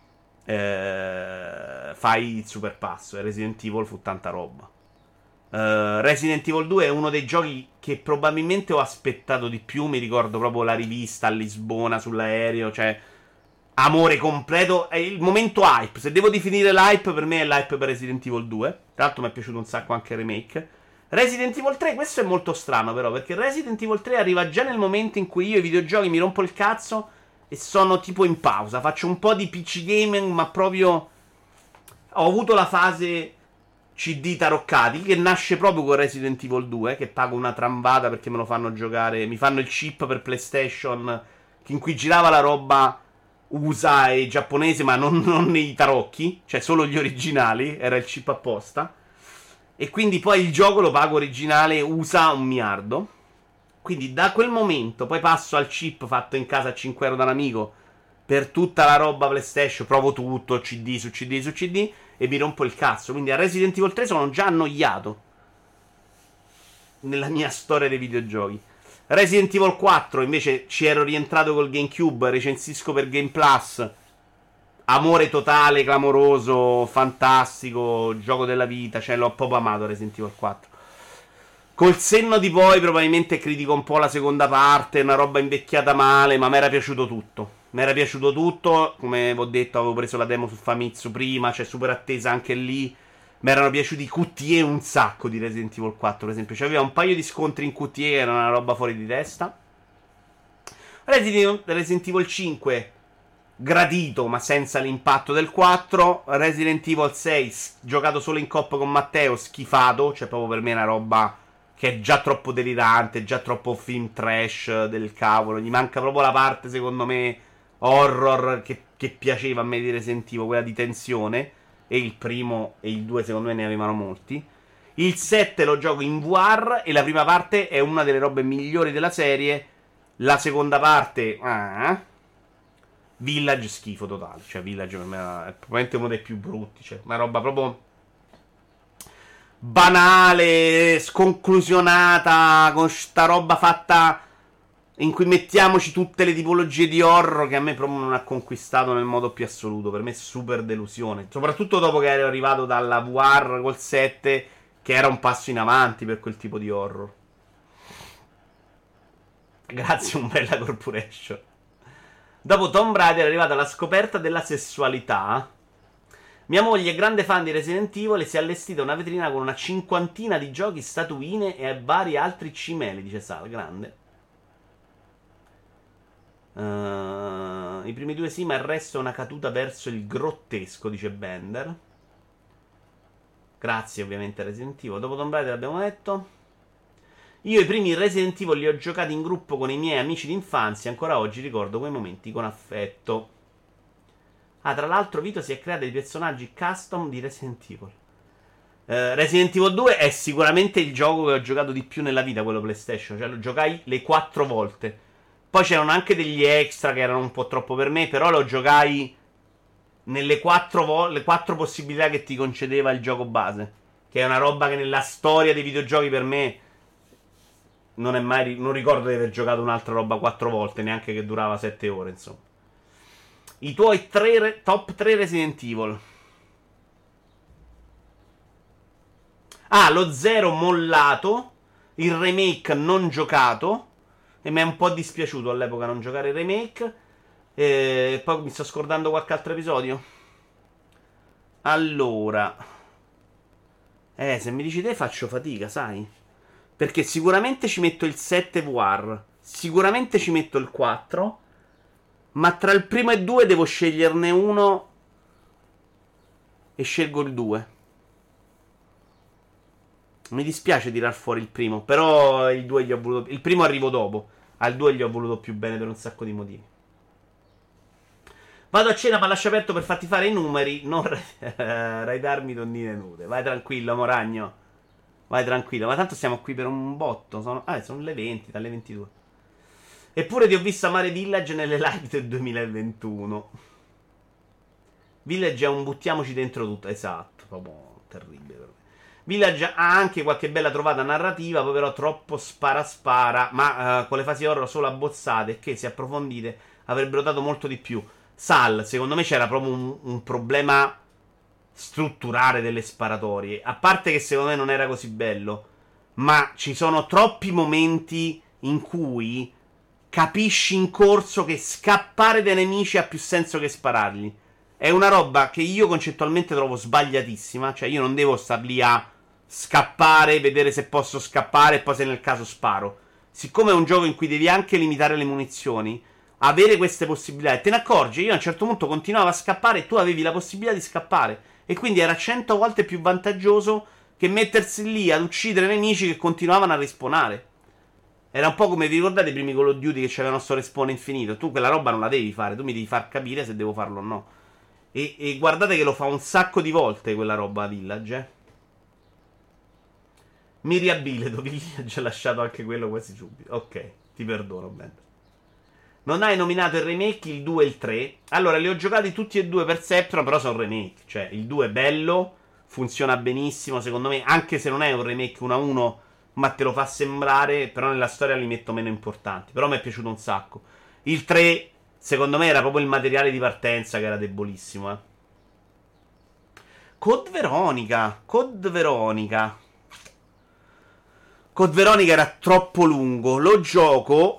fai il super passo. E Resident Evil fu tanta roba. Resident Evil 2 è uno dei giochi che probabilmente ho aspettato di più. Mi ricordo proprio la rivista a Lisbona sull'aereo. Cioè, amore completo. È il momento hype. Se devo definire l'hype, per me è l'hype per Resident Evil 2. Tra l'altro mi è piaciuto un sacco anche il remake. Resident Evil 3, questo è molto strano però, perché Resident Evil 3 arriva già nel momento in cui io i videogiochi mi rompo il cazzo e sono tipo in pausa. Faccio un po' di PC gaming, ma proprio ho avuto la fase CD taroccati, che nasce proprio con Resident Evil 2, che pago una trambata perché me lo fanno giocare. Mi fanno il chip per PlayStation, in cui girava la roba USA e giapponese, ma non nei tarocchi, cioè solo gli originali, era il chip apposta. E quindi poi il gioco lo pago originale USA 1 miliardo. Quindi da quel momento poi passo al chip fatto in casa a 5 euro da un amico per tutta la roba PlayStation, provo tutto, CD su CD su CD, e mi rompo il cazzo. Quindi a Resident Evil 3 sono già annoiato nella mia storia dei videogiochi. Resident Evil 4 invece ci ero rientrato col GameCube, recensisco per Game Plus. Amore totale, clamoroso, fantastico, gioco della vita, cioè l'ho proprio amato Resident Evil 4. Col senno di poi probabilmente critico un po' la seconda parte, una roba invecchiata male, ma mi era piaciuto tutto. Mi era piaciuto tutto, come vi ho detto avevo preso la demo su Famitsu prima, cioè super attesa anche lì. Mi erano piaciuti i QTE un sacco di Resident Evil 4, per esempio. C'aveva un paio di scontri in QTE che era una roba fuori di testa. Resident Evil 5 gradito ma senza l'impatto del 4. Resident Evil 6 giocato solo in coop con Matteo, schifato, cioè proprio per me è una roba che è già troppo delirante, già troppo film trash del cavolo. Gli manca proprio la parte, secondo me, horror che piaceva a me di Resident Evil, quella di tensione. E il primo e il 2 secondo me ne avevano molti. Il 7 lo gioco in VR e la prima parte è una delle robe migliori della serie. La seconda parte Village schifo totale. Cioè Village per me è probabilmente uno dei più brutti. Cioè una roba proprio banale, sconclusionata, con sta roba fatta in cui mettiamoci tutte le tipologie di horror, che a me proprio non ha conquistato nel modo più assoluto. Per me è super delusione, soprattutto dopo che ero arrivato dalla VR col 7, che era un passo in avanti per quel tipo di horror. Grazie Umbrella Corporation. Dopo Tomb Raider è arrivata la scoperta della sessualità. Mia moglie è grande fan di Resident Evil e si è allestita una vetrina con una cinquantina di giochi, statuine e vari altri cimeli, dice Sal, grande. I primi due sì, ma il resto è una caduta verso il grottesco, dice Bender. Grazie ovviamente Resident Evil. Dopo Tomb Raider abbiamo detto. Io i primi Resident Evil li ho giocati in gruppo con i miei amici d'infanzia. Ancora oggi ricordo quei momenti con affetto. Ah, tra l'altro Vito si è creato dei personaggi custom di Resident Evil. Resident Evil 2 è sicuramente il gioco che ho giocato di più nella vita, quello PlayStation. Cioè lo giocai le 4 volte. Poi c'erano anche degli extra che erano un po' troppo per me, però lo giocai nelle 4 le 4 possibilità che ti concedeva il gioco base. Che è una roba che nella storia dei videogiochi per me non è mai. Non ricordo di aver giocato un'altra roba 4 volte, neanche che durava 7 ore, insomma. I tuoi top 3 Resident Evil. Ah, lo 0 mollato. Il remake non giocato. E mi è un po' dispiaciuto all'epoca non giocare il remake. E poi mi sto scordando qualche altro episodio. Allora. Se mi dici te faccio fatica, sai? Perché sicuramente ci metto il 7 VR. Sicuramente ci metto il 4. Ma tra il primo e il 2 devo sceglierne uno. E scelgo il 2. Mi dispiace tirar fuori il primo. Però il 2 gli ho voluto. Il primo arrivo dopo. Al 2 gli ho voluto più bene per un sacco di motivi. Vado a cena ma lascio aperto per farti fare i numeri. Non raidarmi donnine nude. Vai tranquillo, Moragno. Vai tranquillo. Ma tanto siamo qui per un botto. Sono le 20, dalle 22. Eppure ti ho visto amare Village nelle live del 2021. Village è un buttiamoci dentro tutto. Esatto, proprio terribile per me. Village ha anche qualche bella trovata narrativa, poi però troppo spara. Ma con le fasi horror solo abbozzate che, se approfondite, avrebbero dato molto di più. Sal, secondo me c'era proprio un problema strutturale delle sparatorie. A parte che secondo me non era così bello, ma ci sono troppi momenti in cui capisci in corso che scappare dai nemici ha più senso che sparargli. È una roba che io concettualmente trovo sbagliatissima. Cioè io non devo star lì a scappare, vedere se posso scappare e poi se nel caso sparo. Siccome è un gioco in cui devi anche limitare le munizioni, avere queste possibilità, e te ne accorgi, io a un certo punto continuavo a scappare e tu avevi la possibilità di scappare. E quindi era 100 volte più vantaggioso che mettersi lì ad uccidere nemici che continuavano a respawnare. Era un po' come vi ricordate i primi Call of Duty che c'avevano sto respawn infinito. Tu quella roba non la devi fare, tu mi devi far capire se devo farlo o no. E guardate che lo fa un sacco di volte quella roba Village. Mi riabilito, Village ha lasciato anche quello quasi subito. Ok, ti perdono, Ben. Non hai nominato il remake, il 2 e il 3. Allora, li ho giocati tutti e due per Septron, però sono remake. Cioè, il 2 è bello, funziona benissimo, secondo me, anche se non è un remake 1 a 1, ma te lo fa sembrare, però nella storia li metto meno importanti. Però mi è piaciuto un sacco. Il 3, secondo me, era proprio il materiale di partenza che era debolissimo, Code Veronica. Code Veronica era troppo lungo. Lo gioco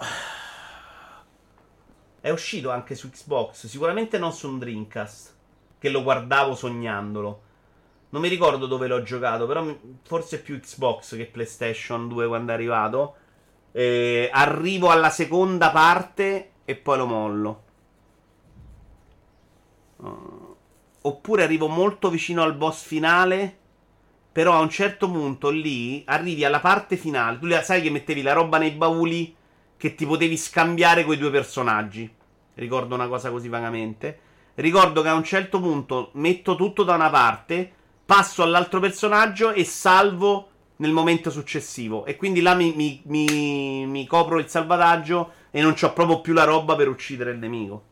è uscito anche su Xbox, sicuramente non su un Dreamcast, che lo guardavo sognandolo. Non mi ricordo dove l'ho giocato, però forse più Xbox che PlayStation 2 quando è arrivato. Arrivo alla seconda parte e poi lo mollo. Oppure arrivo molto vicino al boss finale, però a un certo punto lì arrivi alla parte finale. Tu sai che mettevi la roba nei bauli che ti potevi scambiare coi due personaggi. Ricordo una cosa così vagamente. Ricordo che a un certo punto metto tutto da una parte, passo all'altro personaggio e salvo nel momento successivo. E quindi là mi copro il salvataggio e non c'ho proprio più la roba per uccidere il nemico.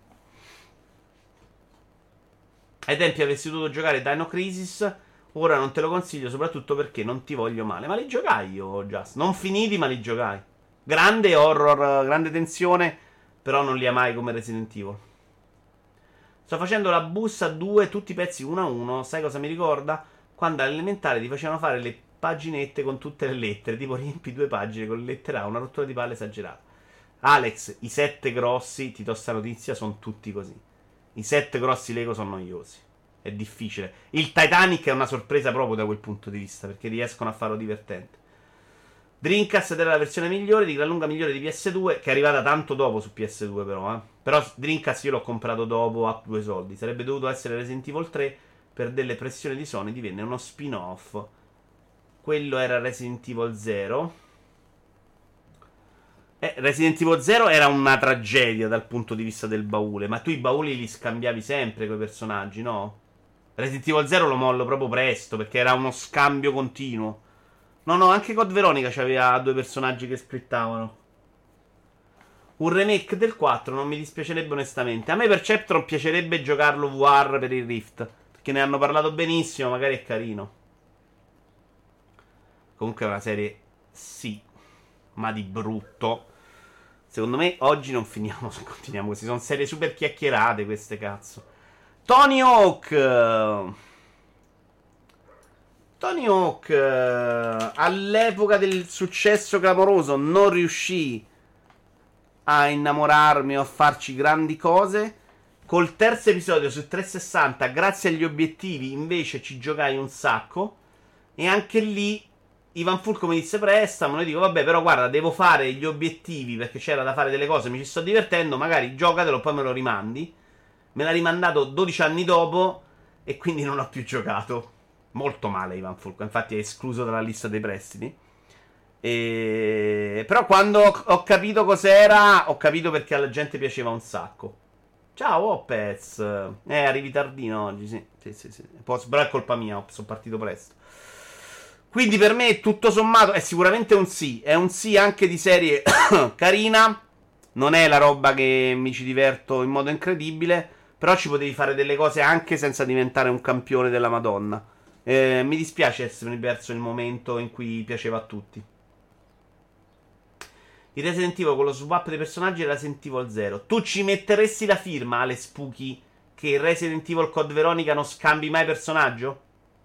Ai tempi avresti dovuto giocare Dino Crisis. Ora non te lo consiglio, soprattutto perché non ti voglio male. Ma li giocai io, Just. Non finiti, ma li giocai. Grande horror, grande tensione, però non li amai come Resident Evil. Sto facendo la bussa 2, tutti i pezzi 1 a 1. Sai cosa mi ricorda? Quando all'elementare ti facevano fare le paginette con tutte le lettere. Tipo riempi 2 pagine con le lettere A, una rottura di palle esagerata. Alex, i 7 grossi, ti do sta notizia, sono tutti così. I 7 grossi Lego sono noiosi. È difficile. Il Titanic è una sorpresa proprio da quel punto di vista, perché riescono a farlo divertente. Dreamcast era la versione migliore, di gran lunga migliore di PS2, che è arrivata tanto dopo su PS2 però. Però Dreamcast io l'ho comprato dopo a 2 soldi. Sarebbe dovuto essere Resident Evil 3, per delle pressioni di Sony divenne uno spin-off. Quello era Resident Evil 0. Resident Evil 0 era una tragedia dal punto di vista del baule, ma tu i bauli li scambiavi sempre con i personaggi, no? Resident Evil 0 lo mollo proprio presto perché era uno scambio continuo. No, no, anche Code Veronica c'aveva due personaggi che splittavano. Un remake del 4 non mi dispiacerebbe onestamente. A me Perceptron piacerebbe giocarlo VR per il Rift, perché ne hanno parlato benissimo, magari è carino. Comunque è una serie, sì, ma di brutto. Secondo me oggi non finiamo se continuiamo così. Sono serie super chiacchierate queste, cazzo. Tony Hawk. Tony Hawk all'epoca del successo clamoroso non riuscì a innamorarmi o a farci grandi cose. Col terzo episodio su 360, grazie agli obiettivi, invece ci giocai un sacco. E anche lì Ivan Fulco mi disse prestamelo. E dico vabbè, però guarda, devo fare gli obiettivi perché c'era da fare delle cose, mi ci sto divertendo, magari giocatelo, poi me lo rimandi. Me l'ha rimandato 12 anni dopo e quindi non ho più giocato. Molto male Ivan Fulco, infatti è escluso dalla lista dei prestiti. Però quando ho capito cos'era, ho capito perché alla gente piaceva un sacco. Ciao Opez. Arrivi tardino oggi, sì. Sì. Però è colpa mia, sono partito presto. Quindi per me tutto sommato è sicuramente un sì. È un sì anche di serie carina. Non è la roba che mi ci diverto in modo incredibile, però ci potevi fare delle cose anche senza diventare un campione della Madonna. Mi dispiace essere perso il momento in cui piaceva a tutti. Il Resident Evil con lo swap dei personaggi era Resident Evil 0. Tu ci metteresti la firma, Alex Spooky, che il Resident Evil Code Veronica non scambi mai personaggio?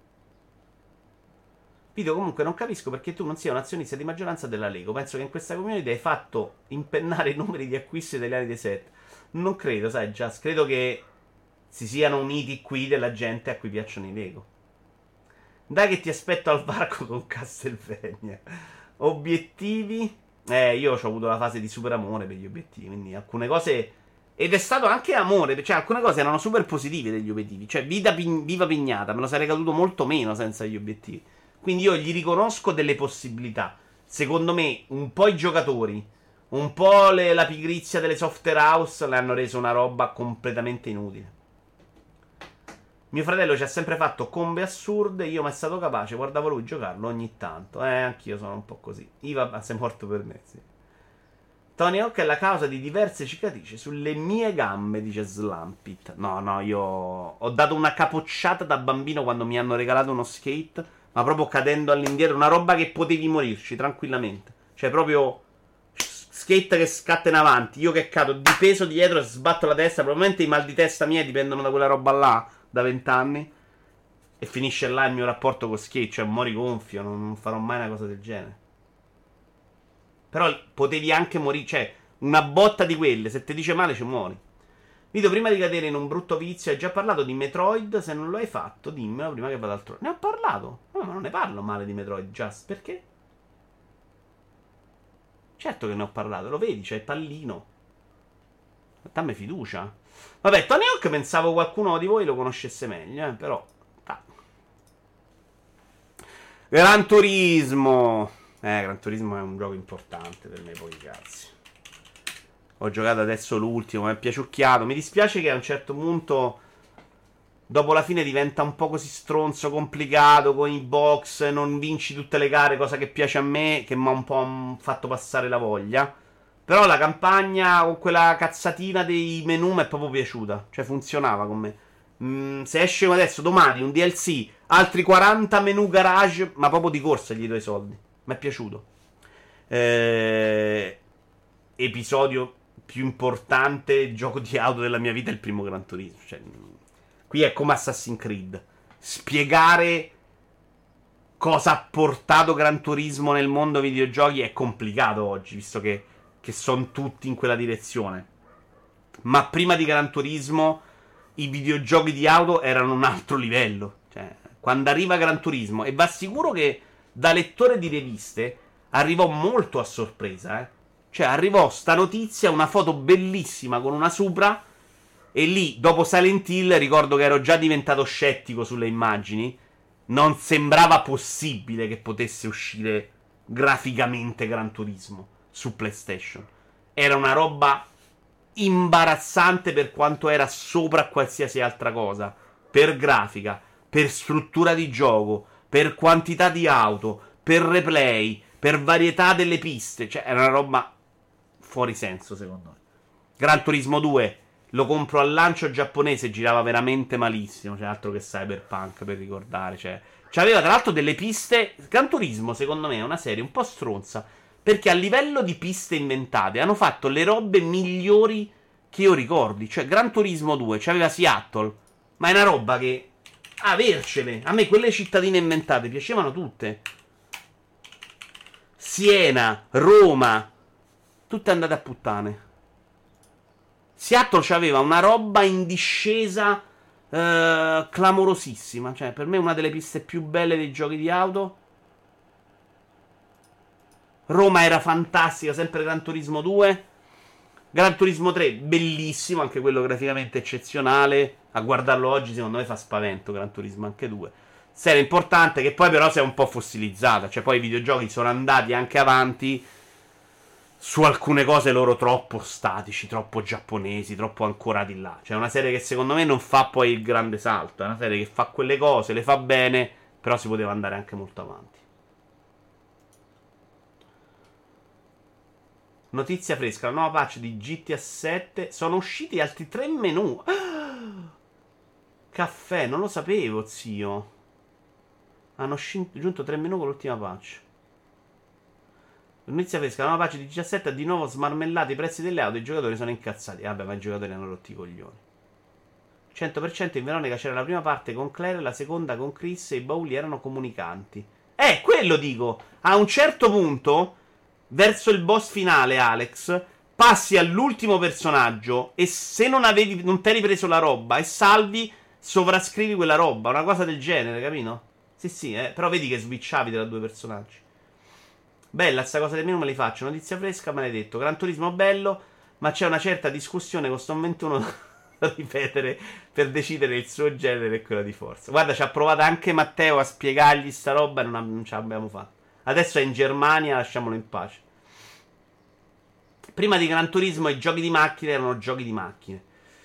Vito, comunque non capisco perché tu non sia un azionista di maggioranza della Lego. Penso che in questa community hai fatto impennare i numeri di acquisti italiani dei set. Non credo, sai, Just. Credo che si siano uniti qui della gente a cui piacciono i Lego. Dai che ti aspetto al varco con Castlevania. Obiettivi? Io ho avuto la fase di super amore per gli obiettivi, quindi alcune cose... Ed è stato anche amore, cioè alcune cose erano super positive degli obiettivi. Cioè Viva Pignata, me lo sarei caduto molto meno senza gli obiettivi. Quindi io gli riconosco delle possibilità. Secondo me un po' i giocatori, un po' la pigrizia delle software house le hanno reso una roba completamente inutile. Mio fratello ci ha sempre fatto combe assurde, io mi è stato capace, guardavo lui giocarlo ogni tanto. Anch'io sono un po' così. Iva, sei morto per me, sì. Tony Hawk è la causa di diverse cicatrici sulle mie gambe, dice Slampit. No, io ho dato una capocciata da bambino quando mi hanno regalato uno skate, ma proprio cadendo all'indietro, una roba che potevi morirci tranquillamente. Cioè proprio skate che scatta in avanti, io che cado di peso dietro e sbatto la testa. Probabilmente i mal di testa miei dipendono da quella roba là, da 20 anni. E finisce là il mio rapporto con skate, cioè mori gonfio, non farò mai una cosa del genere. Però potevi anche morire, cioè una botta di quelle, se ti dice male ci muori. Vito, prima di cadere in un brutto vizio, hai già parlato di Metroid? Se non lo hai fatto, dimmelo prima che vado altrove. Ne ho parlato. No, ma non ne parlo male di Metroid, Just. Perché? Certo che ne ho parlato, lo vedi, c'è il pallino. Dammi fiducia. Vabbè, Tony Hawk pensavo qualcuno di voi lo conoscesse meglio, però... Gran Turismo. Gran Turismo è un gioco importante per me, poi cazzi. Ho giocato adesso l'ultimo, mi è piaciucchiato. Mi dispiace che a un certo punto, dopo la fine, diventa un po' così stronzo, complicato, con i box, non vinci tutte le gare, cosa che piace a me, che mi ha un po' fatto passare la voglia. Però la campagna con quella cazzatina dei menu mi è proprio piaciuta. Cioè funzionava con me. Se esce adesso, domani, un DLC, altri 40 menu garage, ma proprio di corsa gli do i soldi. Mi è piaciuto. Episodio più importante gioco di auto della mia vita è il primo Gran Turismo. Cioè, qui è come Assassin's Creed. Spiegare cosa ha portato Gran Turismo nel mondo videogiochi è complicato oggi, visto che sono tutti in quella direzione. Ma prima di Gran Turismo i videogiochi di auto erano un altro livello. Cioè, quando arriva Gran Turismo, e va sicuro che da lettore di riviste arrivò molto a sorpresa, Cioè arrivò sta notizia, una foto bellissima con una Supra, e lì dopo Silent Hill ricordo che ero già diventato scettico sulle immagini. Non sembrava possibile che potesse uscire graficamente Gran Turismo. su PlayStation. Era una roba imbarazzante per quanto era sopra qualsiasi altra cosa. Per grafica, per struttura di gioco, per quantità di auto, per replay, per varietà delle piste. Cioè, era una roba fuori senso, secondo me. Gran Turismo 2 lo compro al lancio giapponese, girava veramente malissimo. Cioè, altro che Cyberpunk, per ricordare. Cioè, c'aveva tra l'altro delle piste. Gran Turismo, secondo me, è una serie un po' stronza. Perché a livello di piste inventate hanno fatto le robe migliori che io ricordi. Cioè, Gran Turismo 2 c'aveva Seattle. Ma è una roba che avercele. A me quelle cittadine inventate piacevano tutte. Siena, Roma, tutte andate a puttane. Seattle c'aveva una roba in discesa clamorosissima. Cioè, per me è una delle piste più belle dei giochi di auto. Roma era fantastica, sempre Gran Turismo 2. Gran Turismo 3, bellissimo, anche quello graficamente eccezionale. A guardarlo oggi, secondo me, fa spavento. Gran Turismo anche 2. Serie importante che poi però si è un po' fossilizzata. Cioè, poi i videogiochi sono andati anche avanti su alcune cose loro troppo statici, troppo giapponesi, troppo ancorati là. Cioè, è una serie che secondo me non fa poi il grande salto. È una serie che fa quelle cose, le fa bene, però si poteva andare anche molto avanti. Notizia fresca, la nuova patch di GTA 7. Sono usciti altri 3 menu. Caffè, non lo sapevo, zio. Hanno aggiunto 3 menu con l'ultima patch. Notizia fresca, la nuova patch di GTA 7 ha di nuovo smarmellato i prezzi delle auto. I giocatori sono incazzati. Vabbè, ma i giocatori hanno rotti i coglioni. 100% in Veronica c'era la prima parte con Claire, la seconda con Chris e i bauli erano comunicanti. Quello dico. A un certo punto, verso il boss finale, Alex, passi all'ultimo personaggio e se non t'eri preso la roba e salvi, sovrascrivi quella roba. Una cosa del genere, capito? Sì, però vedi che switchavi tra due personaggi. Bella sta cosa del menu, me li faccio. Notizia fresca, maledetto. Gran Turismo bello, ma c'è una certa discussione con Stone 21 da ripetere per decidere il suo genere e quello di forza. Guarda, ci ha provato anche Matteo a spiegargli sta roba e non ce l'abbiamo fatta. Adesso è in Germania, lasciamolo in pace. Prima di Gran Turismo i giochi di macchine erano giochi di macchine.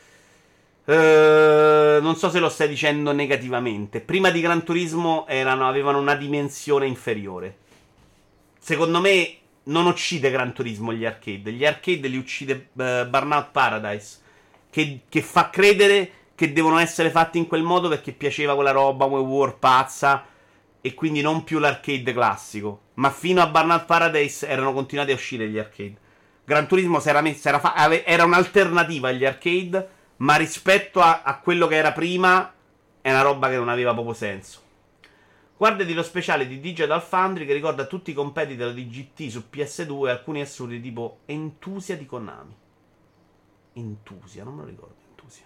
Non so se lo stai dicendo negativamente. Prima di Gran Turismo avevano una dimensione inferiore. Secondo me non uccide Gran Turismo gli arcade. Gli arcade li uccide Burnout Paradise, che fa credere che devono essere fatti in quel modo perché piaceva quella roba war pazza e quindi non più l'arcade classico. Ma fino a Burnout Paradise erano continuati a uscire gli arcade. Gran Turismo era un'alternativa agli arcade, ma rispetto a quello che era prima è una roba che non aveva proprio senso. Guardati lo speciale di Digital Foundry che ricorda tutti i competitor di GT su PS2 e alcuni assurdi tipo Entusia di Konami. Entusia, non me lo ricordo. Entusia.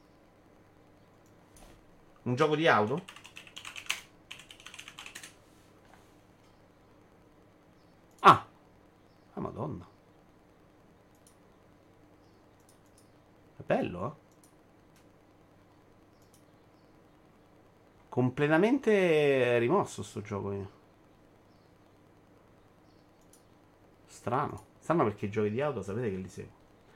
Un gioco di auto? Ah, madonna. È bello, eh? Completamente rimosso sto gioco io. Strano. Strano perché i giochi di auto sapete che li seguo.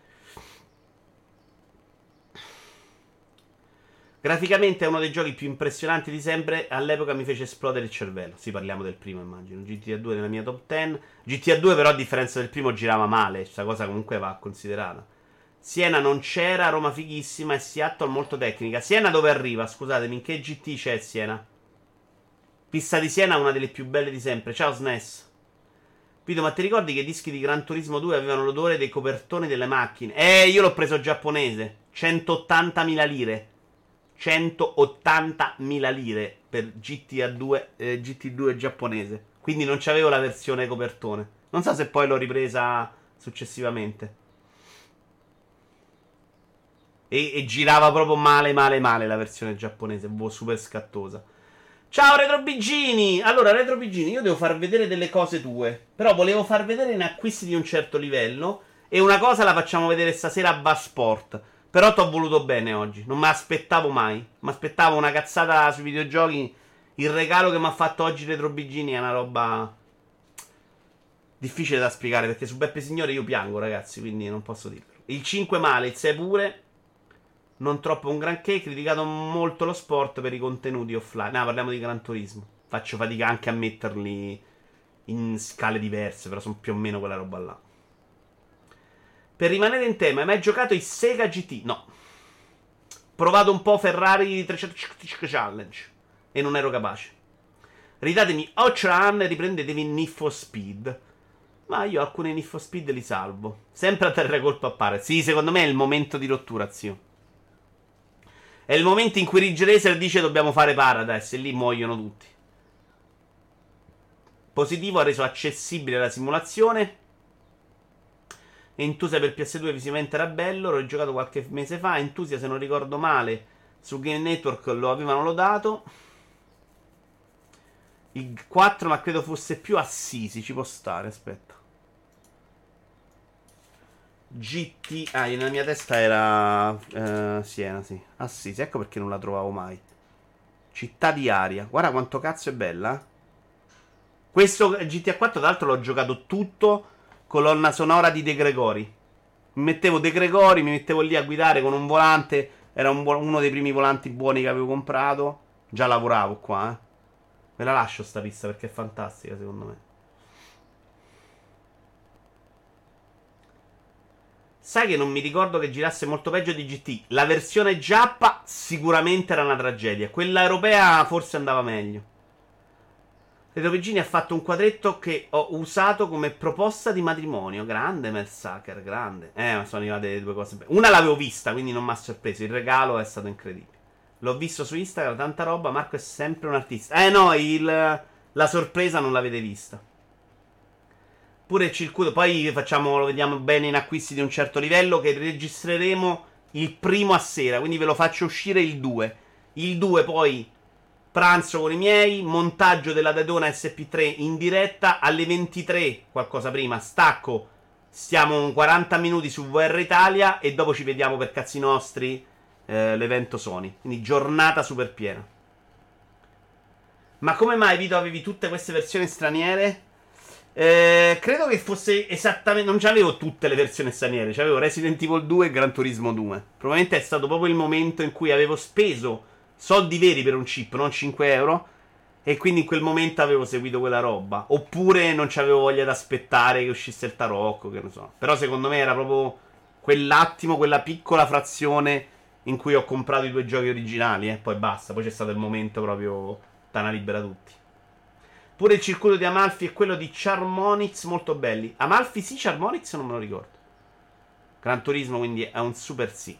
Graficamente è uno dei giochi più impressionanti di sempre. All'epoca mi fece esplodere il cervello. Sì, parliamo del primo, immagino. GTA 2 nella mia top 10. GTA 2 però a differenza del primo girava male. Questa cosa comunque va considerata. Siena non c'era, Roma fighissima e Seattle molto tecnica. Siena dove arriva? Scusatemi, in che GT c'è Siena? Pista di Siena è una delle più belle di sempre. Ciao SNES. Vito, ma ti ricordi che i dischi di Gran Turismo 2 avevano l'odore dei copertoni delle macchine? Io l'ho preso giapponese. 180.000 lire. 180.000 lire per GTA 2, GT2 giapponese. Quindi non c'avevo la versione copertone. Non so se poi l'ho ripresa successivamente. E girava proprio male la versione giapponese, super scattosa. Ciao Retro Bigini. Allora Retro Bigini, io devo far vedere delle cose tue, però volevo far vedere in acquisti di un certo livello. E una cosa la facciamo vedere stasera a Basport. Però t'ho voluto bene oggi, non me l'aspettavo mai. Mi aspettavo una cazzata sui videogiochi. Il regalo che mi ha fatto oggi Retro Bigini è una roba Difficile da spiegare perché su Beppe Signore io piango, ragazzi, quindi non posso dirlo. Il 5 male, il 6 pure. Non troppo un granché. Criticato molto lo sport per i contenuti offline. No, parliamo di Gran Turismo. Faccio fatica anche a metterli in scale diverse, però sono più o meno quella roba là. Per rimanere in tema, hai mai giocato i Sega GT? No. Provato un po' Ferrari 300 Challenge e non ero capace. Ridatemi Outrun e riprendetevi Need for Speed. Ma io alcuni Need for Speed li salvo. Sempre a dare colpa a Pare. Sì, secondo me è il momento di rottura, zio. È il momento in cui Ridge Racer dice dobbiamo fare Paradise e lì muoiono tutti. Positivo, ha reso accessibile la simulazione. Entusia per PS2 visivamente era bello. L'ho giocato qualche mese fa. Entusia, se non ricordo male, su Game Network lo avevano lodato. Il 4, ma credo fosse più Assisi. Ci può stare, aspetta. GT. Ah, nella mia testa era Siena, sì. Assisi, ecco perché non la trovavo mai. Città di Aria. Guarda quanto cazzo è bella. Questo GTA 4, tra l'altro, l'ho giocato tutto colonna sonora di De Gregori. Mi mettevo De Gregori, mi mettevo lì a guidare con un volante. Era uno dei primi volanti buoni che avevo comprato. Già lavoravo qua, eh. Me la lascio sta pista perché è fantastica, secondo me. Sai che non mi ricordo che girasse molto peggio di GT. La versione giappa sicuramente era una tragedia. Quella europea forse andava meglio. Retro Pegini ha fatto un quadretto che ho usato come proposta di matrimonio. Grande Melsaker, grande. Ma sono arrivate due cose belle. Una l'avevo vista, quindi non mi ha sorpreso. Il regalo è stato incredibile. L'ho visto su Instagram, tanta roba. Marco è sempre un artista. No, la sorpresa non l'avete vista. Pure il circuito. Poi lo vediamo bene in acquisti di un certo livello. Che registreremo il primo a sera. Quindi ve lo faccio uscire il 2. Il 2 poi pranzo con i miei. Montaggio della Daytona SP3 in diretta. Alle 23, qualcosa prima, stacco. Stiamo 40 minuti su VR Italia. E dopo ci vediamo per cazzi nostri l'evento Sony. Quindi giornata super piena. Ma come mai, Vito, avevi tutte queste versioni straniere? Credo che fosse esattamente. Non c'avevo tutte le versioni straniere. C'avevo Resident Evil 2 e Gran Turismo 2. Probabilmente è stato proprio il momento in cui avevo speso soldi veri per un chip, non 5 euro. E quindi in quel momento avevo seguito quella roba. Oppure non c'avevo voglia di aspettare che uscisse il tarocco, che non so. Però secondo me era proprio quell'attimo, quella piccola frazione in cui ho comprato i due giochi originali. Poi basta. Poi c'è stato il momento proprio Tana libera tutti. Pure il circuito di Amalfi e quello di Charmonix molto belli. Amalfi sì, Charmonix non me lo ricordo. Gran Turismo quindi è un super sì.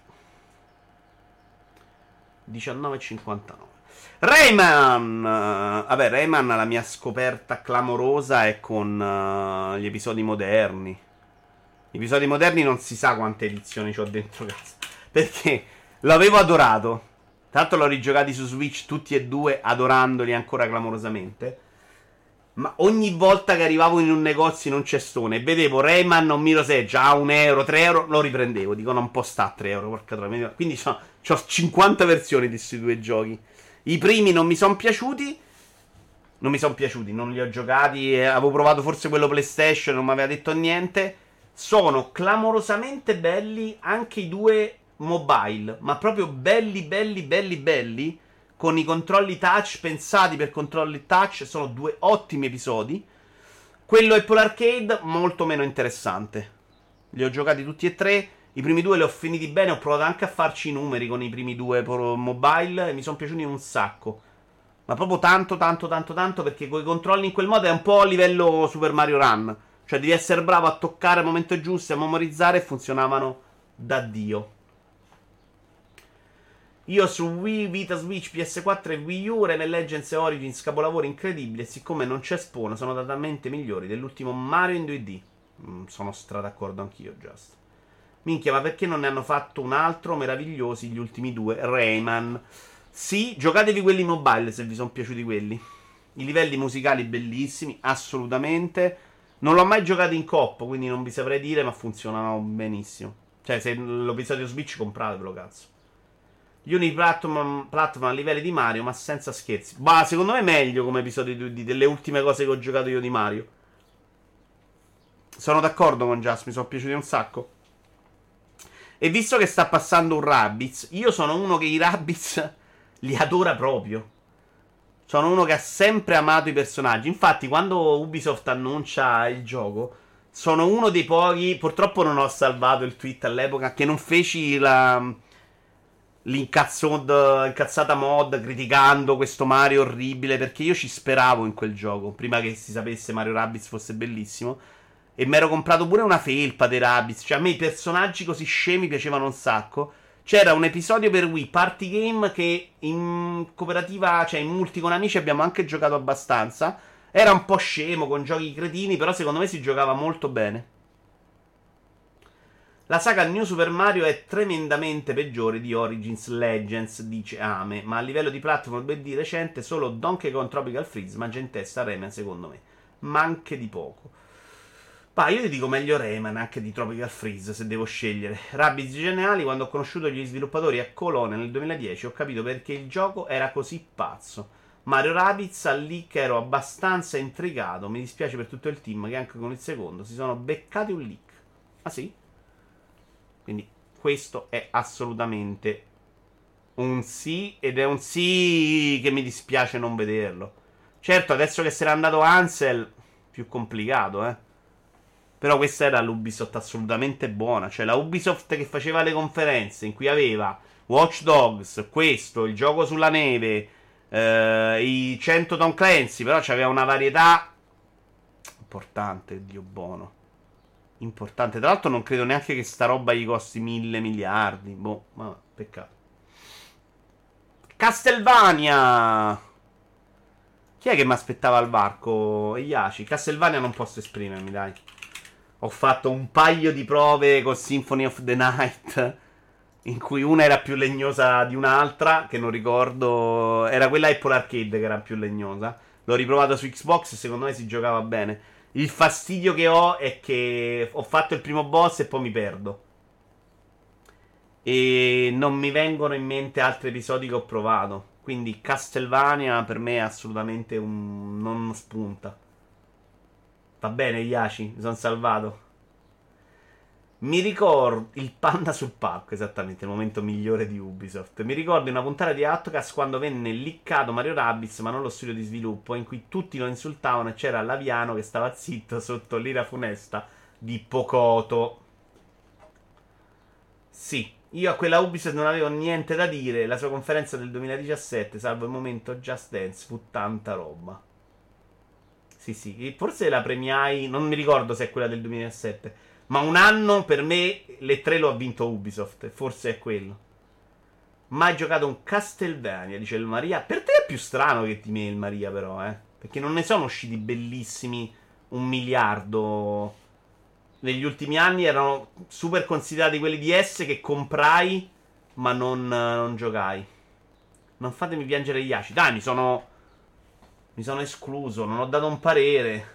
19,59. Rayman. Vabbè, Rayman, la mia scoperta clamorosa è con gli episodi moderni. Gli episodi moderni non si sa quante edizioni c'ho dentro casa. Perché l'avevo adorato. Tra l'altro l'ho rigiocati su Switch tutti e due, adorandoli ancora clamorosamente. Ma ogni volta che arrivavo in un negozio in un cestone e vedevo Rayman non mi roseggia a 1 euro, 3 euro, lo riprendevo. Dico, non può sta a 3 euro, porca troia. Quindi ho 50 versioni di questi due giochi. I primi non mi sono piaciuti. Non mi sono piaciuti, non li ho giocati. Avevo provato forse quello PlayStation, non mi aveva detto niente. Sono clamorosamente belli anche i due mobile. Ma proprio belli, belli, belli, belli. Con i controlli touch pensati per controlli touch. Sono due ottimi episodi. Quello Apple Arcade molto meno interessante. Li ho giocati tutti e tre. I primi due li ho finiti bene. Ho provato anche a farci i numeri con i primi due mobile e mi sono piaciuti un sacco. Ma proprio tanto, tanto, tanto, tanto. Perché con i controlli in quel modo è un po' a livello Super Mario Run. Cioè devi essere bravo a toccare al momento giusto, a memorizzare, e funzionavano da Dio. Io su Wii, Vita, Switch, PS4 e Wii U, Rayman Legends e Origins, capolavoro incredibile. Siccome non c'è Spawn, sono totalmente migliori dell'ultimo Mario in 2D. Sono d'accordo anch'io, Just. Minchia, ma perché non ne hanno fatto un altro meravigliosi gli ultimi due? Rayman. Sì, giocatevi quelli mobile se vi sono piaciuti quelli. I livelli musicali bellissimi, assolutamente. Non l'ho mai giocato in coop, quindi non vi saprei dire, ma funzionano benissimo. Cioè, se l'episodio Switch compratevelo, cazzo. Gli unici platform a livelli di Mario, ma senza scherzi. Bah, secondo me è meglio come episodio 2D delle ultime cose che ho giocato io di Mario. Sono d'accordo con Just, mi sono piaciuti un sacco. E visto che sta passando un Rabbids, io sono uno che i Rabbids li adora proprio. Sono uno che ha sempre amato i personaggi. Infatti, quando Ubisoft annuncia il gioco, sono uno dei pochi. Purtroppo non ho salvato il tweet all'epoca. Che non feci l'incazzata mod criticando questo Mario orribile. Perché io ci speravo in quel gioco. Prima che si sapesse Mario Rabbids fosse bellissimo. E mi ero comprato pure una felpa dei Rabbids. Cioè, a me i personaggi così scemi piacevano un sacco. C'era un episodio per Wii, Party Game, che in cooperativa, cioè in multi con amici abbiamo anche giocato abbastanza. Era un po' scemo, con giochi cretini, però secondo me si giocava molto bene. La saga New Super Mario è tremendamente peggiore di Origins Legends, dice Ame, ma a livello di platform 2D recente solo Donkey Kong Tropical Freeze mangia in testa Rayman secondo me. Ma anche di poco. Ma io ti dico meglio Rayman anche di Tropical Freeze se devo scegliere. Rabbids geniali, quando ho conosciuto gli sviluppatori a Colonia nel 2010 ho capito perché il gioco era così pazzo. Mario Rabbids al leak ero abbastanza intrigato, mi dispiace per tutto il team che anche con il secondo si sono beccati un leak. Ah sì? Quindi questo è assolutamente un sì, ed è un sì che mi dispiace non vederlo. Certo, adesso che se n'è andato Ansel, più complicato, eh. Però questa era l'Ubisoft assolutamente buona. Cioè la Ubisoft che faceva le conferenze in cui aveva Watch Dogs, questo, il gioco sulla neve, i 100 Tom Clancy. Però c'aveva una varietà importante, Dio buono. Importante. Tra l'altro non credo neanche che sta roba gli costi 1.000 miliardi. Boh, ma peccato. Castlevania. Chi è che mi aspettava al varco? Iaci. Castlevania non posso esprimermi, dai. Ho fatto un paio di prove con Symphony of the Night, in cui una era più legnosa di un'altra, che non ricordo. Era quella Apple Arcade che era più legnosa. L'ho riprovato su Xbox e secondo me si giocava bene. Il fastidio che ho è che ho fatto il primo boss e poi mi perdo. E non mi vengono in mente altri episodi che ho provato. Quindi Castlevania per me è assolutamente un non spunta. Va bene, Iaci, mi sono salvato. Mi ricordo il panda sul palco, esattamente, il momento migliore di Ubisoft. Mi ricordo una puntata di Outcast quando venne liccato Mario Rabbids, ma non lo studio di sviluppo, in cui tutti lo insultavano e c'era Laviano che stava zitto sotto l'ira funesta di Pocoto. Sì, io a quella Ubisoft non avevo niente da dire. La sua conferenza del 2017, salvo il momento Just Dance, fu tanta roba. Sì, sì, forse la premiai, non mi ricordo se è quella del 2007, ma un anno per me le tre lo ha vinto Ubisoft, forse è quello. Mai giocato un Castlevania, dice il Maria. Per te è più strano che di me il Maria però, perché non ne sono usciti bellissimi 1 miliardo. Negli ultimi anni erano super considerati quelli di S che comprai, ma non giocai. Non fatemi piangere gli aci. Dai, mi sono escluso, non ho dato un parere.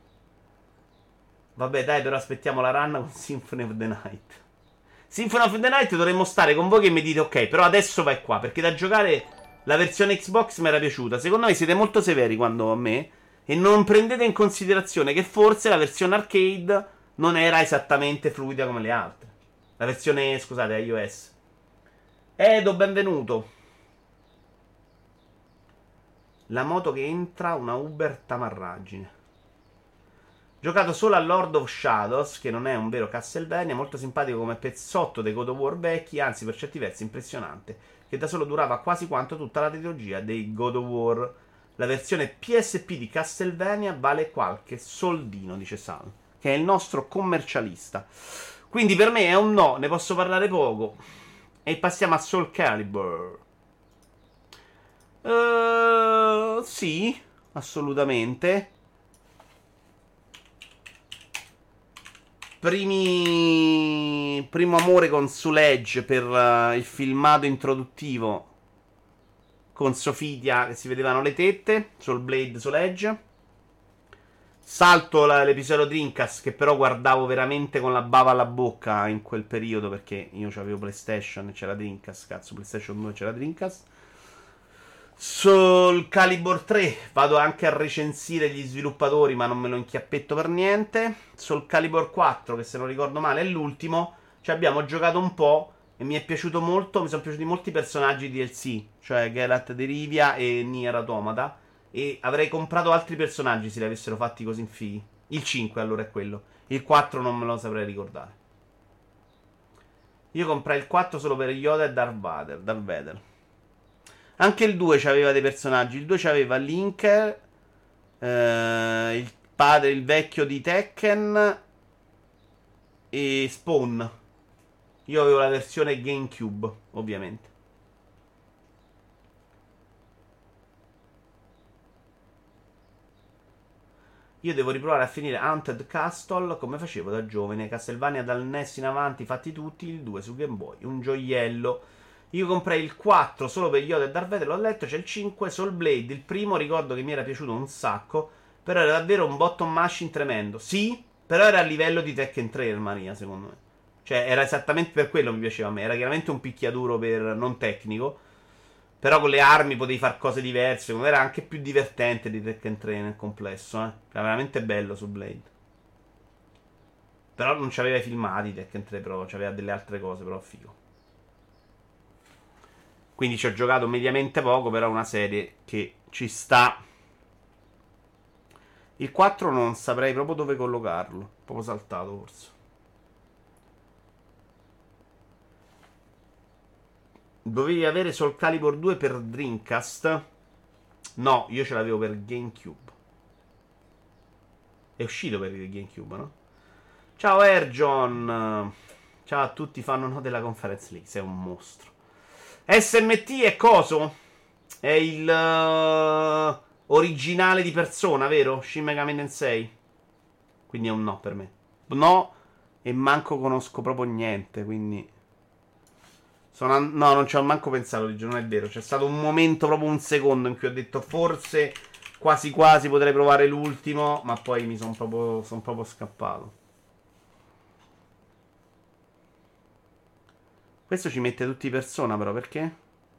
Vabbè, dai, però aspettiamo la run con Symphony of the Night. Symphony of the Night dovremmo stare con voi che mi dite ok, però adesso vai qua, perché da giocare la versione Xbox mi era piaciuta. Secondo me siete molto severi quando a me e non prendete in considerazione che forse la versione arcade non era esattamente fluida come le altre. La versione, scusate, iOS. Edo, benvenuto. La moto che entra, una Uber tamarragine. Giocato solo a Lord of Shadows, che non è un vero Castlevania, molto simpatico come pezzotto dei God of War vecchi, anzi per certi versi impressionante, che da solo durava quasi quanto tutta la trilogia dei God of War. La versione PSP di Castlevania vale qualche soldino, dice Sal, che è il nostro commercialista. Quindi per me è un no, ne posso parlare poco. E passiamo a Soul Calibur. Sì, assolutamente. Primo amore con Soul Edge per il filmato introduttivo con Sofitia che si vedevano le tette. Soul Blade, Soul Edge. Salto l'episodio Dreamcast che però guardavo veramente con la bava alla bocca in quel periodo perché io avevo PlayStation e c'era Dreamcast. Cazzo, PlayStation 2 c'era Dreamcast. Sul Calibur 3 vado anche a recensire gli sviluppatori, ma non me lo inchiappetto per niente. Sul Calibur 4, che se non ricordo male è l'ultimo, ci abbiamo giocato un po' e mi è piaciuto molto. Mi sono piaciuti molti personaggi DLC, cioè Geralt di Rivia e Nier Automata. E avrei comprato altri personaggi se li avessero fatti così in fighi. Il 5 allora è quello. Il 4 non me lo saprei ricordare. Io comprai il 4 solo per Yoda e Darth Vader. Anche il 2 c'aveva dei personaggi. Il 2 c'aveva Link, il padre, il vecchio di Tekken e Spawn. Io avevo la versione GameCube, ovviamente. Io devo riprovare a finire Haunted Castle come facevo da giovane. Castlevania dal NES in avanti, fatti tutti. Il 2 su Game Boy, un gioiello. Io comprai il 4 solo per Yoda e Darth Vader, l'ho letto. C'è il 5, Soul Blade. Il primo ricordo che mi era piaciuto un sacco. Però era davvero un bottom mashing tremendo. Sì, però era a livello di Tekken 3 Maria, secondo me. Cioè, era esattamente per quello che mi piaceva a me. Era chiaramente un picchiaduro per non tecnico. Però con le armi potevi fare cose diverse. Secondo me era anche più divertente di Tekken 3 nel complesso. Era veramente bello su Blade. Però non c'aveva i filmati Tekken 3 Pro. C'aveva delle altre cose, però figo. Quindi ci ho giocato mediamente poco. Però è una serie che ci sta. Il 4 non saprei proprio dove collocarlo. Proprio saltato forse. Dovevi avere Soul Calibur 2 per Dreamcast? No, io ce l'avevo per GameCube. È uscito per il GameCube, no? Ciao Erjon. Ciao a tutti, fanno no della Conference League. Sei un mostro. SMT è coso? È il originale di persona, vero? Shin Megami Tensei. Quindi è un no per me. No, e manco conosco proprio niente, quindi... No, non ci ho manco pensato, non è vero. C'è stato un momento, proprio un secondo, in cui ho detto forse quasi quasi potrei provare l'ultimo, ma poi mi sono proprio scappato. Questo ci mette tutti persona, però, perché?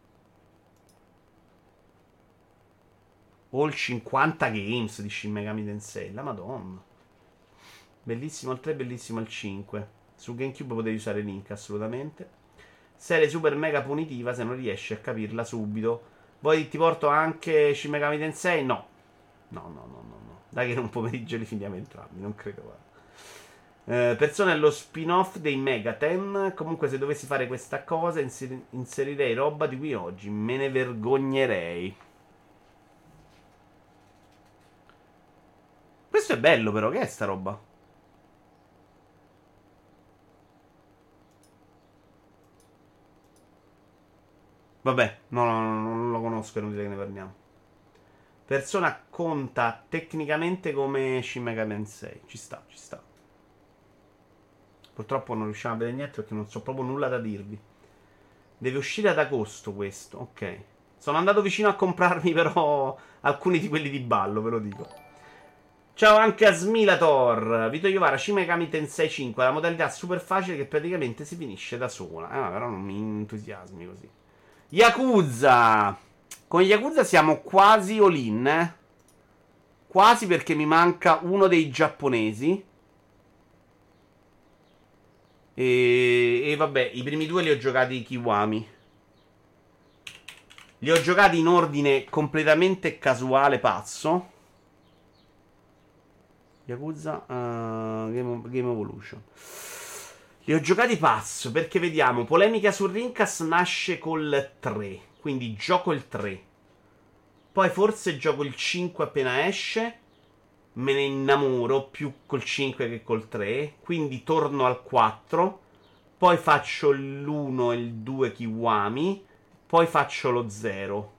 All 50 games di Shin Megami Tensei, la madonna. Bellissimo il 3, bellissimo il 5. Su GameCube potevi usare Link, assolutamente. Serie super mega punitiva se non riesci a capirla subito. Poi ti porto anche Shin Megami Tensei? No. No. Dai che in un pomeriggio li finiamo entrambi, non credo, guarda. Persona è lo spin-off dei Megaten. Comunque se dovessi fare questa cosa inserirei roba di qui oggi. Me ne vergognerei. Questo è bello però, che è sta roba? Vabbè, non lo conosco, è inutile che ne parliamo. Persona conta tecnicamente come Shin Megami Tensei. Ci sta, ci sta. Purtroppo non riusciamo a vedere niente perché non so proprio nulla da dirvi. Deve uscire ad agosto questo, ok. Sono andato vicino a comprarmi però alcuni di quelli di ballo, ve lo dico. Ciao anche a Smilator. Vito Iovara, Shin Megami Tensei 5. La modalità super facile che praticamente si finisce da sola. Però non mi entusiasmi così. Yakuza. Con Yakuza siamo quasi all in, Quasi, perché mi manca uno dei giapponesi. E vabbè, i primi due li ho giocati Kiwami. Li ho giocati in ordine completamente casuale, pazzo. Yakuza Game Evolution. Li ho giocati pazzo perché vediamo, polemica su Rincas nasce col 3. Quindi gioco il 3. Poi forse gioco il 5 appena esce. Me ne innamoro più col 5 che col 3. Quindi torno al 4. Poi faccio l'1 e il 2 Kiwami. Poi faccio lo 0.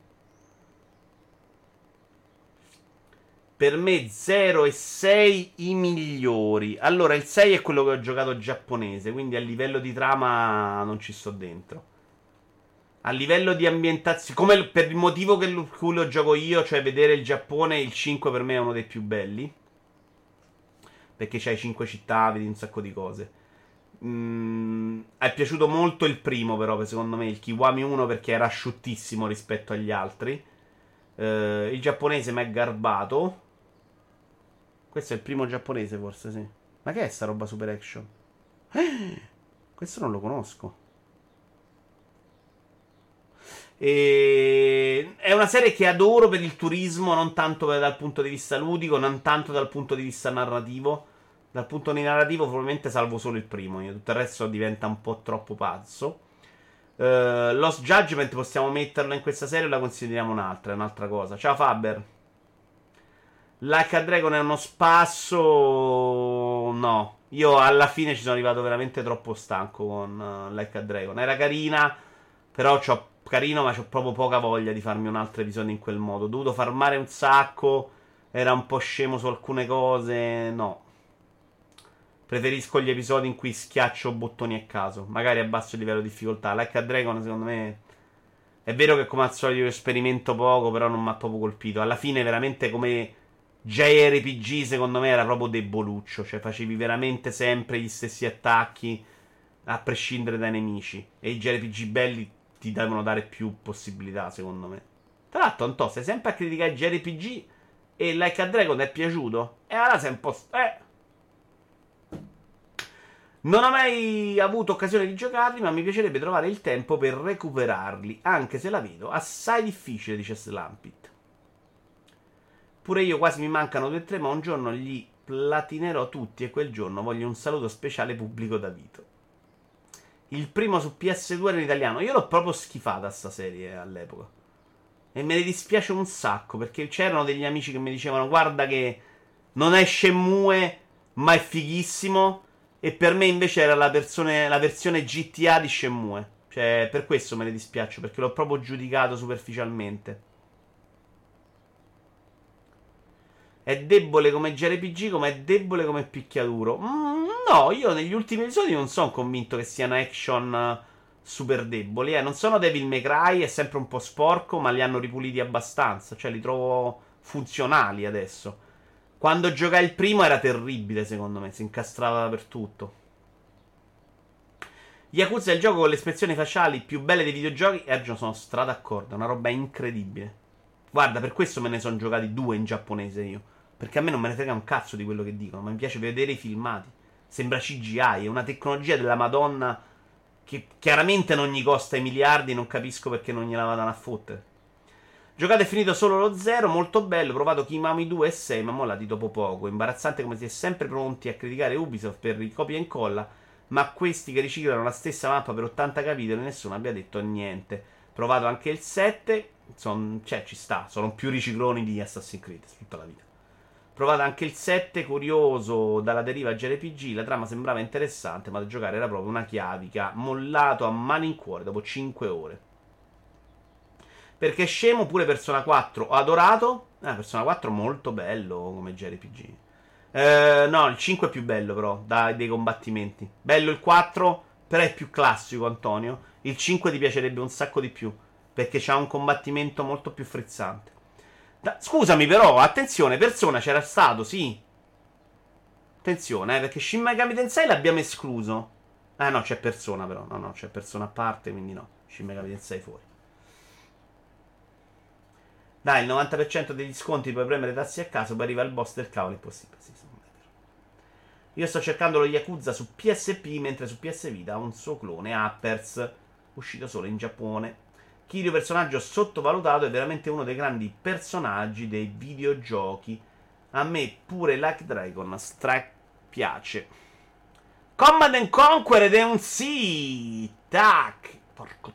Per me 0 e 6 i migliori. Allora il 6 è quello che ho giocato giapponese, quindi a livello di trama non ci sto dentro. A livello di ambientazione, come per il motivo che cui lo gioco io, cioè vedere il Giappone, il 5 per me è uno dei più belli. Perché c'hai 5 città, vedi un sacco di cose. È piaciuto molto il primo però, secondo me, il Kiwami 1, perché era asciuttissimo rispetto agli altri. Il giapponese mi è garbato. Questo è il primo giapponese, forse, sì. Ma che è sta roba super action? Questo non lo conosco. È una serie che adoro per il turismo, non tanto dal punto di vista ludico, non tanto dal punto di vista narrativo. Dal punto di narrativo, probabilmente salvo solo il primo. Tutto il resto diventa un po' troppo pazzo. Lost Judgment possiamo metterlo in questa serie o la consideriamo un'altra? È un'altra cosa. Ciao Faber. Like a Dragon è uno spasso. No. Io alla fine ci sono arrivato veramente troppo stanco con Like a Dragon. Era carina, però carino, ma c'ho proprio poca voglia di farmi un altro episodio in quel modo. Ho dovuto farmare un sacco. Era un po' scemo su alcune cose. No. Preferisco gli episodi in cui schiaccio bottoni a caso. Magari abbasso il livello di difficoltà. Like a Dragon, secondo me. È vero che come al solito io esperimento poco, però non mi ha proprio colpito. Alla fine, veramente come JRPG, secondo me era proprio deboluccio. Cioè, facevi veramente sempre gli stessi attacchi, a prescindere dai nemici. E i JRPG belli ti devono dare più possibilità, secondo me. Tra l'altro, Antò, sei sempre a criticare i JRPG e Like a Dragon ti è piaciuto? E allora sei un po'. Non ho mai avuto occasione di giocarli, ma mi piacerebbe trovare il tempo per recuperarli, anche se la vedo assai difficile, dice Slampit. Pure io quasi mi mancano 2-3, ma un giorno li platinerò tutti e quel giorno voglio un saluto speciale pubblico da Vito. Il primo su PS2 era in italiano. Io l'ho proprio schifata sta serie all'epoca. E me ne dispiace un sacco, perché c'erano degli amici che mi dicevano guarda che non è Shenmue, ma è fighissimo. E per me invece era la versione GTA di Shenmue. Cioè, per questo me ne dispiaccio, perché l'ho proprio giudicato superficialmente. È debole come JRPG, come è debole come picchiaduro. No, io negli ultimi episodi non sono convinto che siano action super deboli. Non sono Devil May Cry, è sempre un po' sporco, ma li hanno ripuliti abbastanza. Cioè, li trovo funzionali adesso. Quando giocai il primo era terribile, secondo me. Si incastrava dappertutto. Yakuza è il gioco con le espressioni facciali più belle dei videogiochi. E sono stra d'accordo. È una roba incredibile. Guarda, per questo me ne sono giocati 2 in giapponese io. Perché a me non me ne frega un cazzo di quello che dicono. Ma mi piace vedere i filmati. Sembra CGI. È una tecnologia della Madonna che chiaramente non gli costa i miliardi. Non capisco perché non gliela vadano a fottere. Giocato e finito solo lo 0, molto bello. Provato Kimami 2 e 6, ma mollati dopo poco. Imbarazzante come si è sempre pronti a criticare Ubisoft per i copia e incolla, ma questi che riciclano la stessa mappa per 80 capitoli nessuno abbia detto niente. Provato anche il 7, ci sta, sono più ricicloni di Assassin's Creed tutta la vita. Provato anche il 7, curioso dalla deriva JRPG, la trama sembrava interessante, ma da giocare era proprio una chiavica. Mollato a mani in cuore dopo 5 ore. Perché scemo, pure Persona 4 ho adorato. Persona 4 molto bello come JRPG. No, il 5 è più bello però, dei combattimenti. Bello il 4, però è più classico, Antonio. Il 5 ti piacerebbe un sacco di più, perché c'ha un combattimento molto più frizzante. Scusami però, attenzione, Persona c'era stato, sì. Attenzione, perché Shin Megami Tensei l'abbiamo escluso. No, c'è Persona però. No, c'è Persona a parte, quindi no. Shin Megami Tensei fuori. Dai, il 90% degli sconti puoi premere tassi a caso, poi arriva il boss del cavolo, è possibile. Sì, io sto cercando lo Yakuza su PSP, mentre su PS Vita ha un suo clone, Uppers, uscito solo in Giappone. Kiryu, personaggio sottovalutato, è veramente uno dei grandi personaggi dei videogiochi. A me pure Like Dragon piace. Command & Conquer ed è un sì! Tac! Porco.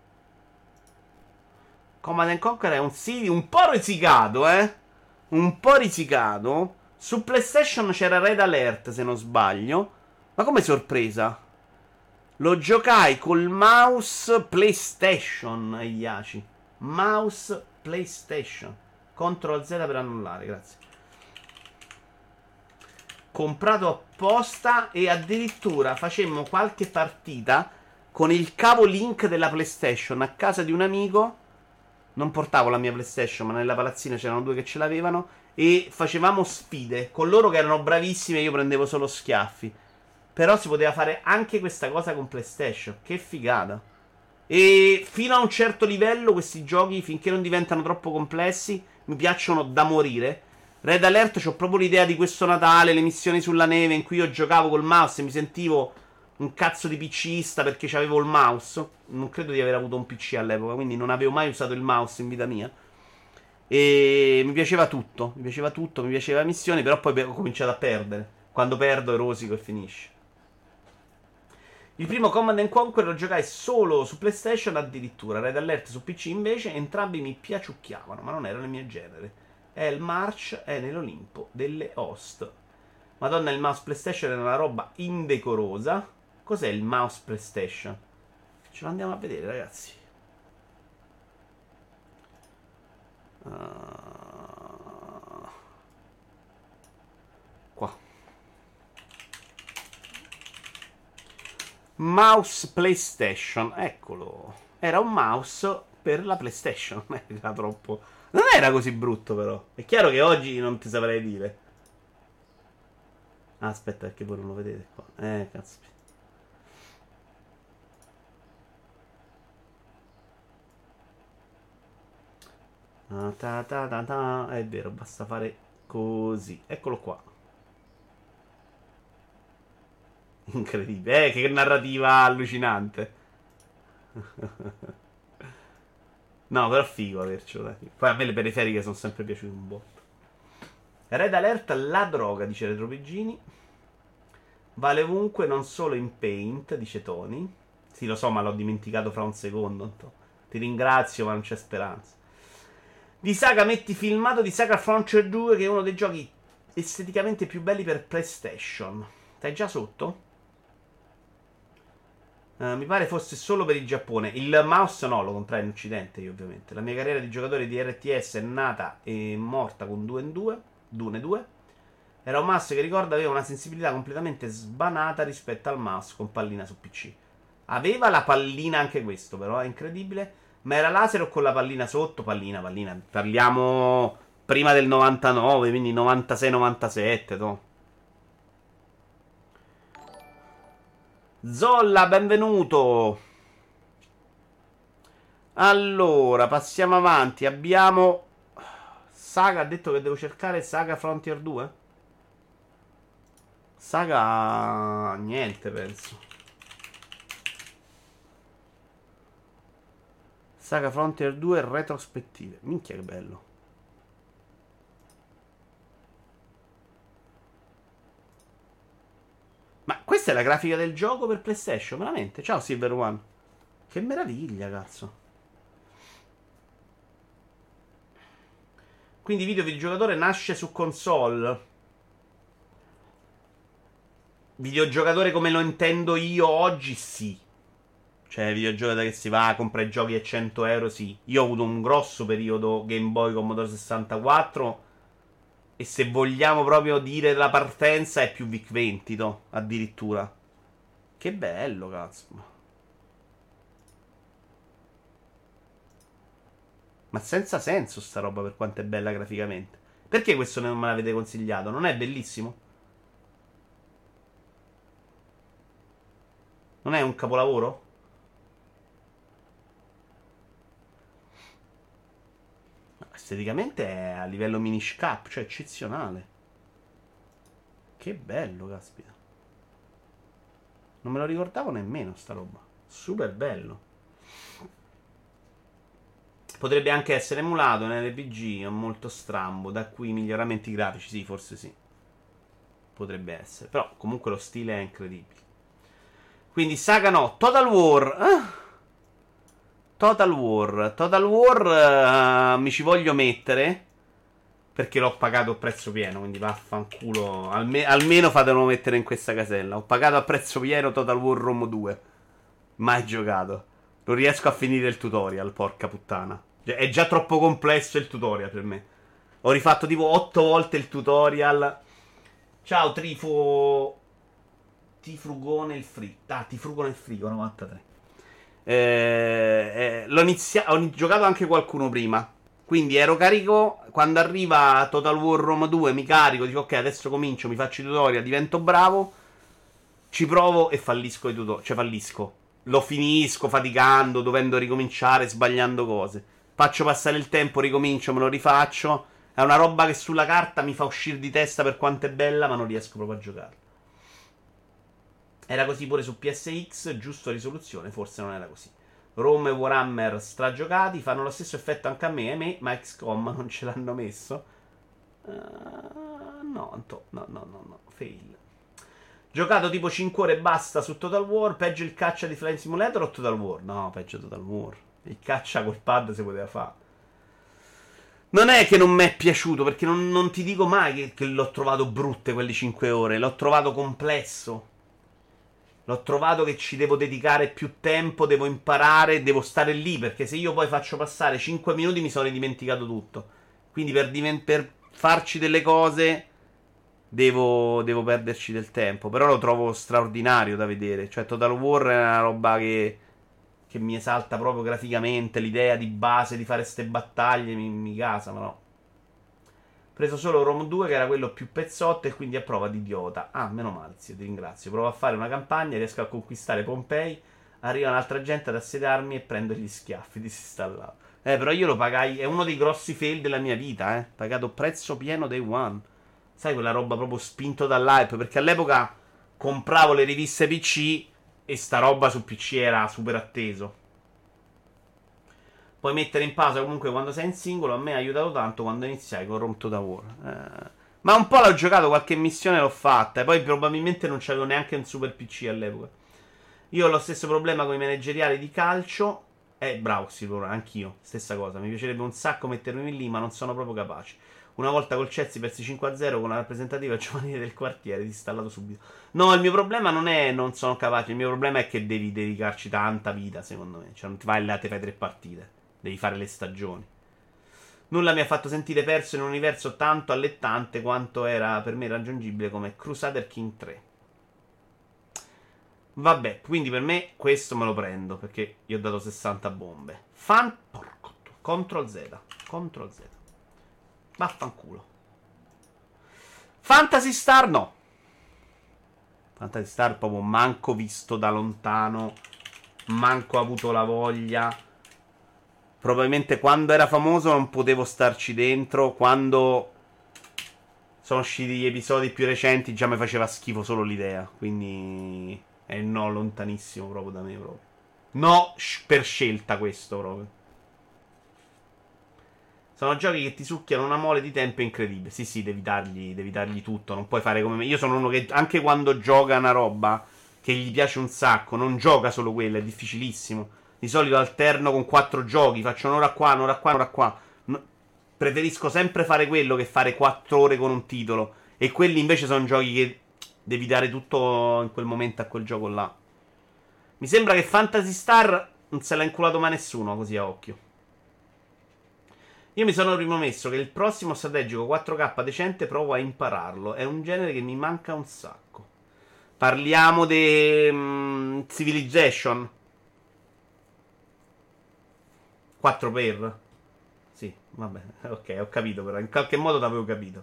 Command & Conquer è un sì, un po' risicato, un po' risicato. Su PlayStation c'era Red Alert, se non sbaglio. Ma come sorpresa? Lo giocai col mouse PlayStation, Iaci. Mouse PlayStation. Ctrl Z per annullare, grazie. Comprato apposta e addirittura facemmo qualche partita con il cavo Link della PlayStation a casa di un amico. Non portavo la mia PlayStation, ma nella palazzina c'erano 2 che ce l'avevano. E facevamo sfide con loro che erano bravissimi e io prendevo solo schiaffi. Però si poteva fare anche questa cosa con PlayStation. Che figata. E fino a un certo livello questi giochi, finché non diventano troppo complessi, mi piacciono da morire. Red Alert c'ho proprio l'idea di questo Natale, le missioni sulla neve in cui io giocavo col mouse e mi sentivo un cazzo di PCista perché c'avevo il mouse. Non credo di aver avuto un PC all'epoca, quindi non avevo mai usato il mouse in vita mia. E mi piaceva tutto, mi piaceva la missione, però poi ho cominciato a perdere. Quando perdo rosico e finisce. Il primo Command and Conquer lo giocai solo su PlayStation addirittura. Red Alert su PC invece entrambi mi piaciucchiavano, ma non erano il mio genere. Il March è nell'Olimpo delle host. Madonna, il mouse PlayStation è una roba indecorosa. Cos'è il mouse PlayStation? Ce lo andiamo a vedere, ragazzi. Qua. Mouse PlayStation, eccolo. Era un mouse per la PlayStation. Non era troppo. Non era così brutto, però. È chiaro che oggi non ti saprei dire. Ah, aspetta, perché voi non lo vedete qua. Cazzo. È vero, basta fare così. Eccolo qua. Incredibile. Che narrativa allucinante. No, però figo avercelo. Dai. Poi a me le periferiche sono sempre piaciute un botto. Red Alert, la droga, dice Retropigini. Vale ovunque, non solo in Paint, dice Tony. Sì, lo so, ma l'ho dimenticato fra un secondo. Ti ringrazio, ma non c'è speranza. Di Saga metti filmato di Saga Frontier 2, che è uno dei giochi esteticamente più belli per PlayStation. Stai già sotto? Mi pare fosse solo per il Giappone. Il mouse no, lo comprai in Occidente io ovviamente. La mia carriera di giocatore di RTS è nata e morta con Dune 2. Era un mouse che ricordo aveva una sensibilità completamente sbanata rispetto al mouse con pallina su PC. Aveva la pallina anche questo, però è incredibile. Ma era laser o con la pallina sotto? Pallina. Parliamo prima del 99, quindi 96-97, no? Zolla, benvenuto. Allora, passiamo avanti. Abbiamo Saga, ha detto che devo cercare Saga Frontier 2? Saga niente, penso. Saga Frontier 2 retrospettive. Minchia che bello. Ma questa è la grafica del gioco per PlayStation, veramente? Ciao Silver One. Che meraviglia, cazzo. Quindi videogiocatore nasce su console. Videogiocatore come lo intendo io oggi, sì. Cioè, videogiocatore che si va a comprare giochi a 100 euro, sì. Io ho avuto un grosso periodo Game Boy Commodore 64. E se vogliamo proprio dire la partenza è più VIC 20, no? Addirittura. Che bello, cazzo. Ma senza senso sta roba per quanto è bella graficamente. Perché questo non me l'avete consigliato? Non è bellissimo? Non è un capolavoro? Esteticamente è a livello Minish Cap, cioè eccezionale. Che bello, caspita. Non me lo ricordavo nemmeno sta roba. Super bello. Potrebbe anche essere emulato nell'RPG, è molto strambo. Da qui i miglioramenti grafici, sì, forse sì. Potrebbe essere. Però comunque lo stile è incredibile. Quindi Saga no. Total War. Total War mi ci voglio mettere. Perché l'ho pagato a prezzo pieno. Quindi vaffanculo. Almeno fatemelo mettere in questa casella. Ho pagato a prezzo pieno Total War Rome 2. Mai giocato. Non riesco a finire il tutorial, porca puttana. È già troppo complesso il tutorial per me. Ho rifatto tipo 8 volte il tutorial. Ciao Tifrugone il frigo. Tifrugone il frigo 93. Ho giocato anche qualcuno prima. Quindi ero carico. Quando arriva Total War Rome 2 mi carico. Dico ok, adesso comincio, mi faccio i tutorial, divento bravo. Ci provo e fallisco i tutorial. Cioè fallisco. lo finisco faticando, dovendo ricominciare, sbagliando cose. Faccio passare il tempo, ricomincio, me lo rifaccio. È una roba che sulla carta mi fa uscire di testa per quanto è bella, ma non riesco proprio a giocare. Era così pure su PSX, giusto risoluzione, forse non era così. Rome e Warhammer stragiocati, fanno lo stesso effetto anche a me, ma XCOM non ce l'hanno messo. No, fail. Giocato tipo 5 ore e basta su Total War, peggio il caccia di Flying Simulator o Total War? No, peggio Total War. Il caccia col pad si poteva fare. Non è che non mi è piaciuto, perché non ti dico mai che l'ho trovato brutte quelle 5 ore, l'ho trovato complesso. L'ho trovato che ci devo dedicare più tempo, devo imparare, devo stare lì, perché se io poi faccio passare 5 minuti mi sono dimenticato tutto. Quindi per farci delle cose devo perderci del tempo. Però lo trovo straordinario da vedere. Cioè Total War è una roba che mi esalta proprio graficamente. L'idea di base di fare ste battaglie mi gasa, ma no. Preso solo Rome 2 che era quello più pezzotto e quindi a prova di idiota. Ah, meno male, zio, ti ringrazio. Provo a fare una campagna, riesco a conquistare Pompei, arriva un'altra gente ad assediarmi e prendo gli schiaffi, disinstallato. Però io lo pagai, è uno dei grossi fail della mia vita, pagato prezzo pieno day one. Sai, quella roba proprio spinto dall'hype, perché all'epoca compravo le riviste PC e sta roba su PC era super atteso. Puoi mettere in pausa comunque quando sei in singolo. A me ha aiutato tanto quando iniziai con Rome Total War. Ma un po' l'ho giocato, qualche missione l'ho fatta. E poi probabilmente non c'avevo neanche un super PC all'epoca. Io ho lo stesso problema con i manageriali di calcio. Bravo, sicuro, anch'io. Stessa cosa. Mi piacerebbe un sacco mettermi lì, ma non sono proprio capace. Una volta col Chelsea persi 5-0 con la rappresentativa giovanile del quartiere, disinstallato subito. No, il mio problema non è non sono capace. Il mio problema è che devi dedicarci tanta vita, secondo me. Cioè, non ti vai là, ti fai 3 partite. Devi fare le stagioni. Nulla mi ha fatto sentire perso in un universo tanto allettante quanto era per me raggiungibile come Crusader King 3. Vabbè, quindi per me questo me lo prendo perché gli ho dato 60 bombe. Porco. Ctrl Z. Ctrl Z. Vaffanculo. Fantasy Star no. Fantasy Star proprio manco visto da lontano. Manco avuto la voglia. Probabilmente quando era famoso non potevo starci dentro. Quando sono usciti gli episodi più recenti già mi faceva schifo solo l'idea. Quindi è no, lontanissimo proprio da me proprio. No, per scelta questo proprio. Sono giochi che ti succhiano una mole di tempo incredibile. Sì, devi dargli tutto. Non puoi fare come me. Io sono uno che anche quando gioca una roba che gli piace un sacco, non gioca solo quella, è difficilissimo. Di solito alterno con 4 giochi, faccio un'ora qua, un'ora qua, un'ora qua. Preferisco sempre fare quello che fare 4 ore con un titolo. E quelli invece sono giochi che devi dare tutto in quel momento a quel gioco là. Mi sembra che Fantasy Star non se l'ha inculato mai nessuno così a occhio. Io mi sono ripromesso che il prossimo strategico 4K decente provo a impararlo. È un genere che mi manca un sacco. Parliamo di Civilization 4 per. Sì, vabbè, ok, ho capito però. In qualche modo l'avevo capito.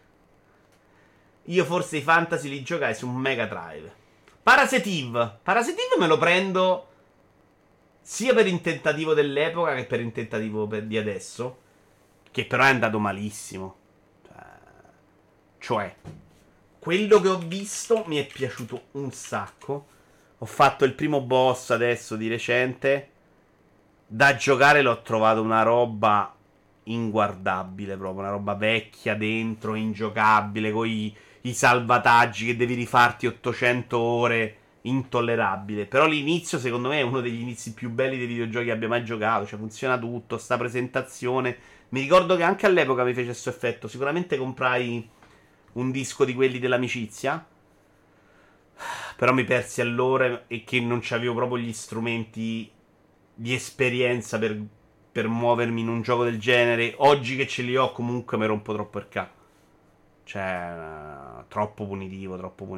Io forse i fantasy li giocai su Mega Drive. Parasitive me lo prendo sia per il tentativo dell'epoca che per il tentativo di adesso. Che però è andato malissimo. Cioè, quello che ho visto mi è piaciuto un sacco. Ho fatto il primo boss adesso di recente. Da giocare l'ho trovato una roba inguardabile proprio. Una roba vecchia dentro, ingiocabile, con i salvataggi che devi rifarti 800 ore. Intollerabile. Però l'inizio secondo me è uno degli inizi più belli dei videogiochi che abbia mai giocato. Cioè funziona tutto, sta presentazione. Mi ricordo che anche all'epoca mi fece questo effetto. Sicuramente comprai un disco di quelli dell'amicizia. Però mi persi allora e che non c'avevo proprio gli strumenti di esperienza per muovermi in un gioco del genere. Oggi che ce li ho comunque mi rompo troppo il cazzo. Cioè, troppo punitivo.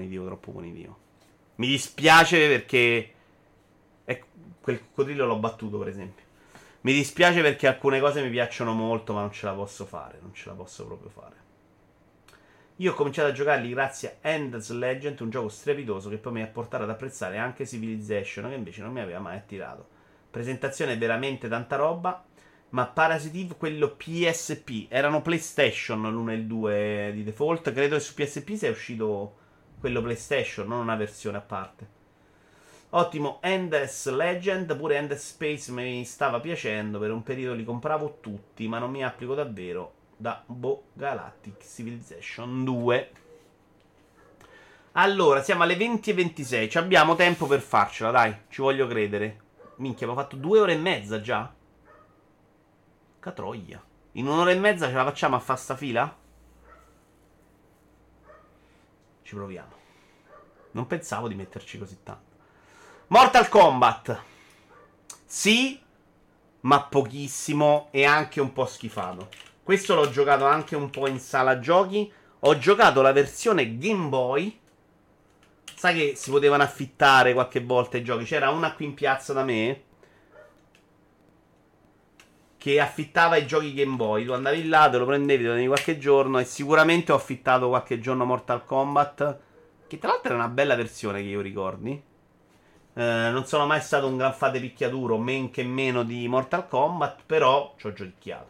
Mi dispiace perché quel coccodrillo l'ho battuto, per esempio. Mi dispiace perché alcune cose mi piacciono molto, ma non ce la posso fare. Non ce la posso proprio fare. Io ho cominciato a giocarli grazie a Endless Legend, un gioco strepitoso che poi mi ha portato ad apprezzare anche Civilization, che invece non mi aveva mai attirato. Presentazione veramente tanta roba. Ma Parasite Eve, quello PSP, erano PlayStation l'1 e il 2 di default. Credo che su PSP sia uscito quello PlayStation, non una versione a parte. Ottimo Endless Legend, pure Endless Space mi stava piacendo. Per un periodo li compravo tutti, ma non mi applico davvero da Galactic Civilization 2. Allora, siamo alle 20:26. Ci abbiamo tempo per farcela, dai, ci voglio credere. Minchia, abbiamo fatto 2 ore e mezza già? Catroia. In un'ora e mezza ce la facciamo a fare sta fila? Ci proviamo. Non pensavo di metterci così tanto. Mortal Kombat. Sì, ma pochissimo e anche un po' schifato. Questo l'ho giocato anche un po' in sala giochi. Ho giocato la versione Game Boy. Sai che si potevano affittare qualche volta i giochi? C'era una qui in piazza da me che affittava i giochi Game Boy. Tu andavi là, te lo prendevi, te lo tenevi qualche giorno. E sicuramente ho affittato qualche giorno Mortal Kombat, che tra l'altro era una bella versione, che io ricordi. Non sono mai stato un gran fate picchiaduro, men che meno di Mortal Kombat, però ci ho giochicchiato.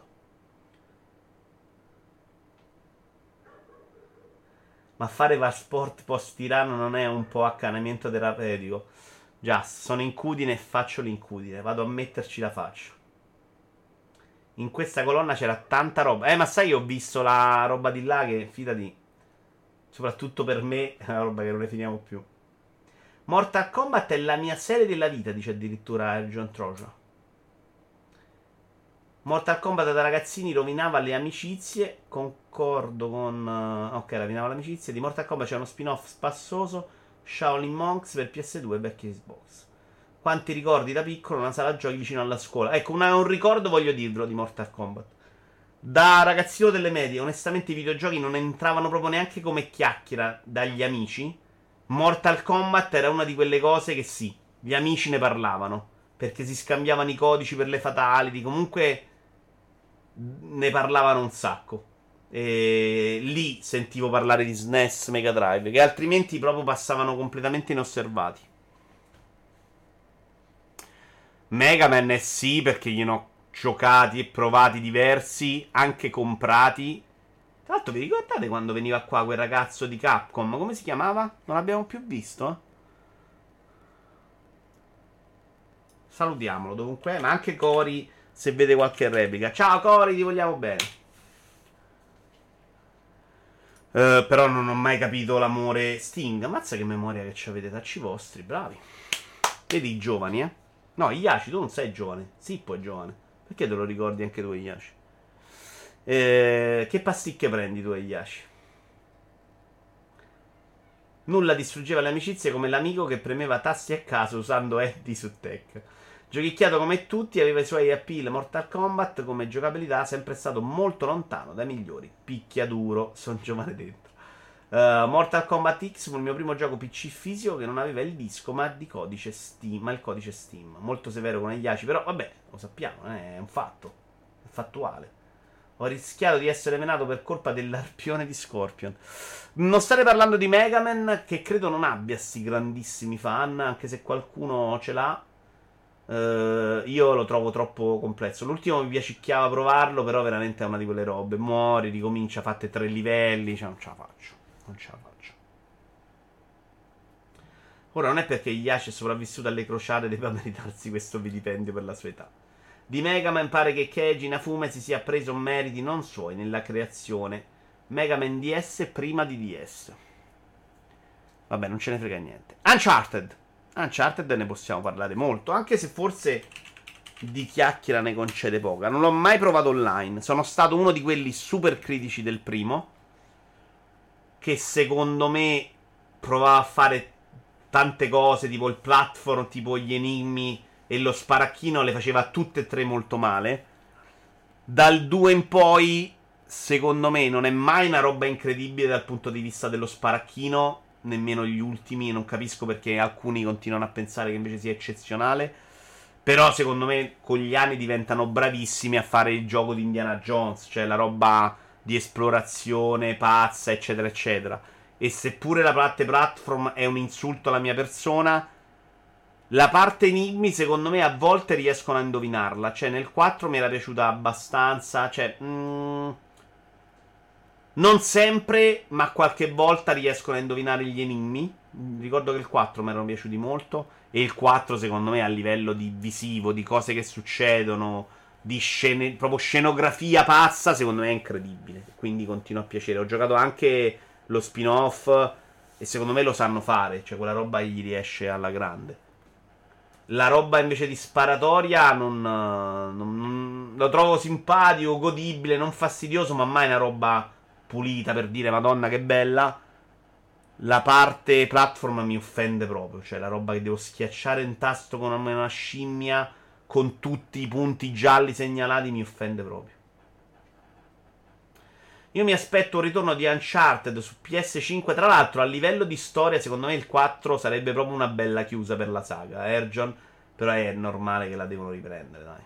Ma fare Varsport post tirano non è un po' accanimento terapeutico? Just, sono incudine e faccio l'incudine. Vado a metterci la faccia. In questa colonna c'era tanta roba. Ma sai, io ho visto la roba di là che, fidati, soprattutto per me, è una roba che non ne finiamo più. Mortal Kombat è la mia serie della vita, dice addirittura John Troja. Mortal Kombat da ragazzini rovinava le amicizie. Concordo con... ok, rovinava le amicizie. Di Mortal Kombat c'è uno spin-off spassoso, Shaolin Monks per PS2 e vecchia Xbox. Quanti ricordi da piccolo, una sala giochi vicino alla scuola. Ecco, un ricordo voglio dirlo di Mortal Kombat. Da ragazzino delle medie, onestamente i videogiochi non entravano proprio neanche come chiacchiera dagli amici. Mortal Kombat era una di quelle cose che sì, gli amici ne parlavano, perché si scambiavano i codici per le fatality, comunque ne parlavano un sacco. E lì sentivo parlare di SNES Mega Drive, che altrimenti proprio passavano completamente inosservati. Mega Man sì, perché gliene ho giocati e provati diversi, anche comprati. Tra l'altro, vi ricordate quando veniva qua quel ragazzo di Capcom? Come si chiamava? Non l'abbiamo più visto? Salutiamolo dovunque è, ma anche Cori, se vede qualche replica. Ciao Cori, ti vogliamo bene. Però non ho mai capito l'amore Sting. Ammazza che memoria che ci avete, tacci vostri, bravi. Vedi i giovani, eh? No, Iaci, tu non sei giovane. Sippo è giovane. Perché te lo ricordi anche tu, Iaci? Che pasticche prendi tu, Iaci? Nulla distruggeva le amicizie come l'amico che premeva tasti a caso usando Eddie su Tech. Giochicchiato come tutti, aveva i suoi appeal. Mortal Kombat come giocabilità sempre stato molto lontano dai migliori. Picchiaduro, son giovane dentro. Mortal Kombat X fu il mio primo gioco PC fisico che non aveva il disco ma il codice Steam. Molto severo con Iaci, però vabbè, lo sappiamo, è un fatto. È fattuale. Ho rischiato di essere menato per colpa dell'arpione di Scorpion. Non state parlando di Mega Man, che credo non abbia sti grandissimi fan, anche se qualcuno ce l'ha. Io lo trovo troppo complesso. L'ultimo mi piacicchiava provarlo, però veramente è una di quelle robe. Muori, ricomincia, fate 3 livelli. Cioè, non ce la faccio. Non ce la faccio. Ora non è perché Yashi è sopravvissuto alle crociate deve meritarsi questo vilipendio per la sua età. Di Mega Man pare che Keiji Inafune si sia preso meriti non suoi nella creazione Mega Man DS prima di DS. Vabbè, non ce ne frega niente. Uncharted ne possiamo parlare molto, anche se forse di chiacchiera ne concede poca. Non l'ho mai provato online. Sono stato uno di quelli super critici del primo, che secondo me provava a fare tante cose, tipo il platform, tipo gli enigmi e lo sparacchino, le faceva tutte e tre molto male. Dal 2 in poi, secondo me, non è mai una roba incredibile dal punto di vista dello sparacchino, nemmeno gli ultimi. Non capisco perché alcuni continuano a pensare che invece sia eccezionale. Però secondo me con gli anni diventano bravissimi a fare il gioco di Indiana Jones, cioè la roba di esplorazione pazza, eccetera, eccetera. E seppure la parte platform è un insulto alla mia persona, la parte enigmi, secondo me, a volte riescono a indovinarla. Cioè, nel 4 mi era piaciuta abbastanza. Cioè, non sempre, ma qualche volta riescono a indovinare gli enigmi. Ricordo che il 4 mi erano piaciuti molto. E il 4, secondo me, a livello di visivo, di cose che succedono, di scene, proprio scenografia pazza, secondo me è incredibile. Quindi continua a piacere. Ho giocato anche lo spin-off e secondo me lo sanno fare. Cioè, quella roba gli riesce alla grande. La roba invece di sparatoria lo trovo simpatico, godibile, non fastidioso, ma mai una roba pulita per dire Madonna che bella. La parte platform mi offende proprio, cioè la roba che devo schiacciare un tasto con una scimmia con tutti i punti gialli segnalati mi offende proprio. Io mi aspetto un ritorno di Uncharted su PS5. Tra l'altro, a livello di storia, secondo me il 4 sarebbe proprio una bella chiusa per la saga. Erjon, però è normale che la devono riprendere, dai.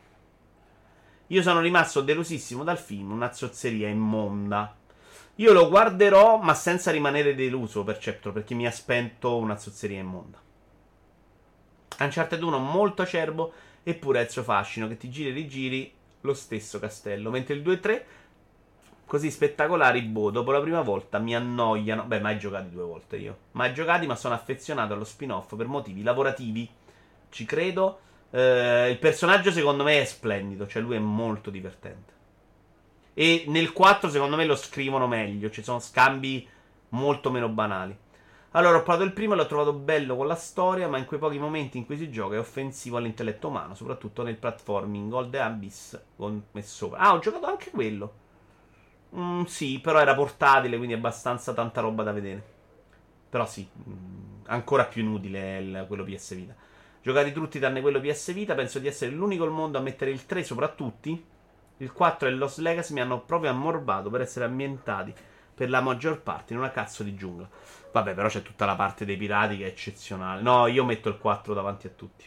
Io sono rimasto delusissimo dal film, una zozzeria immonda. Io lo guarderò, ma senza rimanere deluso, Perceptor, perché mi aspetto una zozzeria immonda. Uncharted 1 molto acerbo, eppure ha il suo fascino, che ti giri e rigiri lo stesso castello. Mentre il 2 e 3... così spettacolari, boh, dopo la prima volta mi annoiano. Beh, mai giocati 2 volte io. Mai giocati, ma sono affezionato allo spin-off per motivi lavorativi. Ci credo. Il personaggio secondo me è splendido, cioè lui è molto divertente. E nel 4 secondo me lo scrivono meglio, ci sono scambi molto meno banali. Allora, ho provato il primo e l'ho trovato bello con la storia, ma in quei pochi momenti in cui si gioca è offensivo all'intelletto umano, soprattutto nel platforming. Gold Abyss con me sopra. Ah, ho giocato anche quello. Sì, però era portatile, quindi abbastanza tanta roba da vedere. Però sì, ancora più inutile quello PS Vita. Giocati tutti tranne quello PS Vita, penso di essere l'unico al mondo a mettere il 3 sopra tutti. Il 4 e Lost Legacy mi hanno proprio ammorbato per essere ambientati per la maggior parte in una cazzo di giungla. Vabbè, però c'è tutta la parte dei pirati che è eccezionale. No, io metto il 4 davanti a tutti.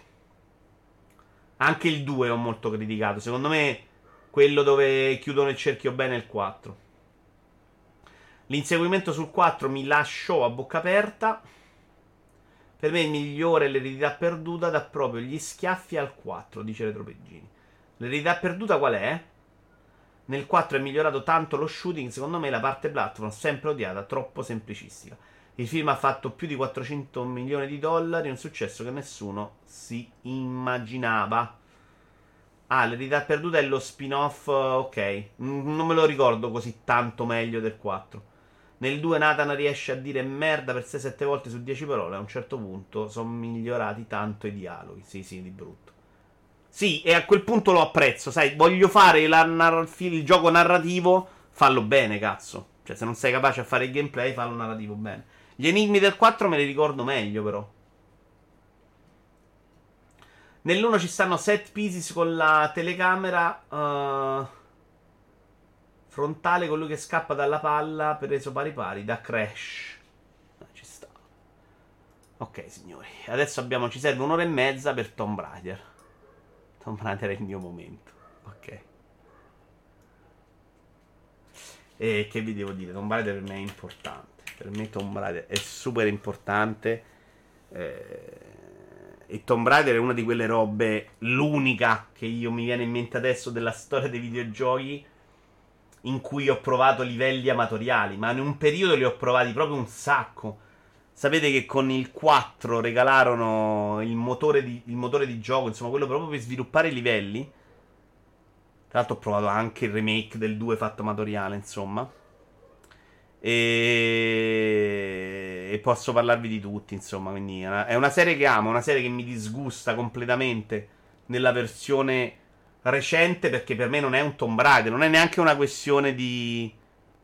Anche il 2 ho molto criticato. Secondo me quello dove chiudono il cerchio bene è il 4. L'inseguimento sul 4 mi lasciò a bocca aperta. Per me il migliore è l'eredità perduta, dà proprio gli schiaffi al 4, dice Retropeggini. L'eredità perduta qual è? Nel 4 è migliorato tanto lo shooting, secondo me la parte platform sempre odiata, troppo semplicistica. Il film ha fatto più di 400 milioni di dollari, un successo che nessuno si immaginava. Ah, l'eredità perduta è lo spin-off, ok. Non me lo ricordo così tanto meglio del 4. Nel 2 Nathan riesce a dire merda per 6-7 volte su 10 parole. A un certo punto sono migliorati tanto i dialoghi. Sì, sì, di brutto. Sì, e a quel punto lo apprezzo, sai, voglio fare il gioco narrativo, fallo bene, cazzo. Cioè, se non sei capace a fare il gameplay, fallo narrativo bene. Gli enigmi del 4 me li ricordo meglio, però. Nell'1 ci stanno set pieces con la telecamera frontale, colui che scappa dalla palla preso pari pari da Crash. Ci sta. Ok, signori, adesso ci serve un'ora e mezza per Tomb Raider. Tomb Raider è il mio momento. Ok. E che vi devo dire? Tomb Raider per me è importante. Per me Tomb Raider è super importante. E Tomb Raider è una di quelle robe, l'unica che io mi viene in mente adesso della storia dei videogiochi in cui ho provato livelli amatoriali. Ma in un periodo li ho provati proprio un sacco. Sapete che con il 4 regalarono il motore di gioco, insomma, quello proprio per sviluppare i livelli. Tra l'altro ho provato anche il remake del 2 fatto amatoriale, insomma. E posso parlarvi di tutti, insomma, quindi è una serie che amo, una serie che mi disgusta completamente nella versione recente, perché per me non è un Tomb Raider, non è neanche una questione di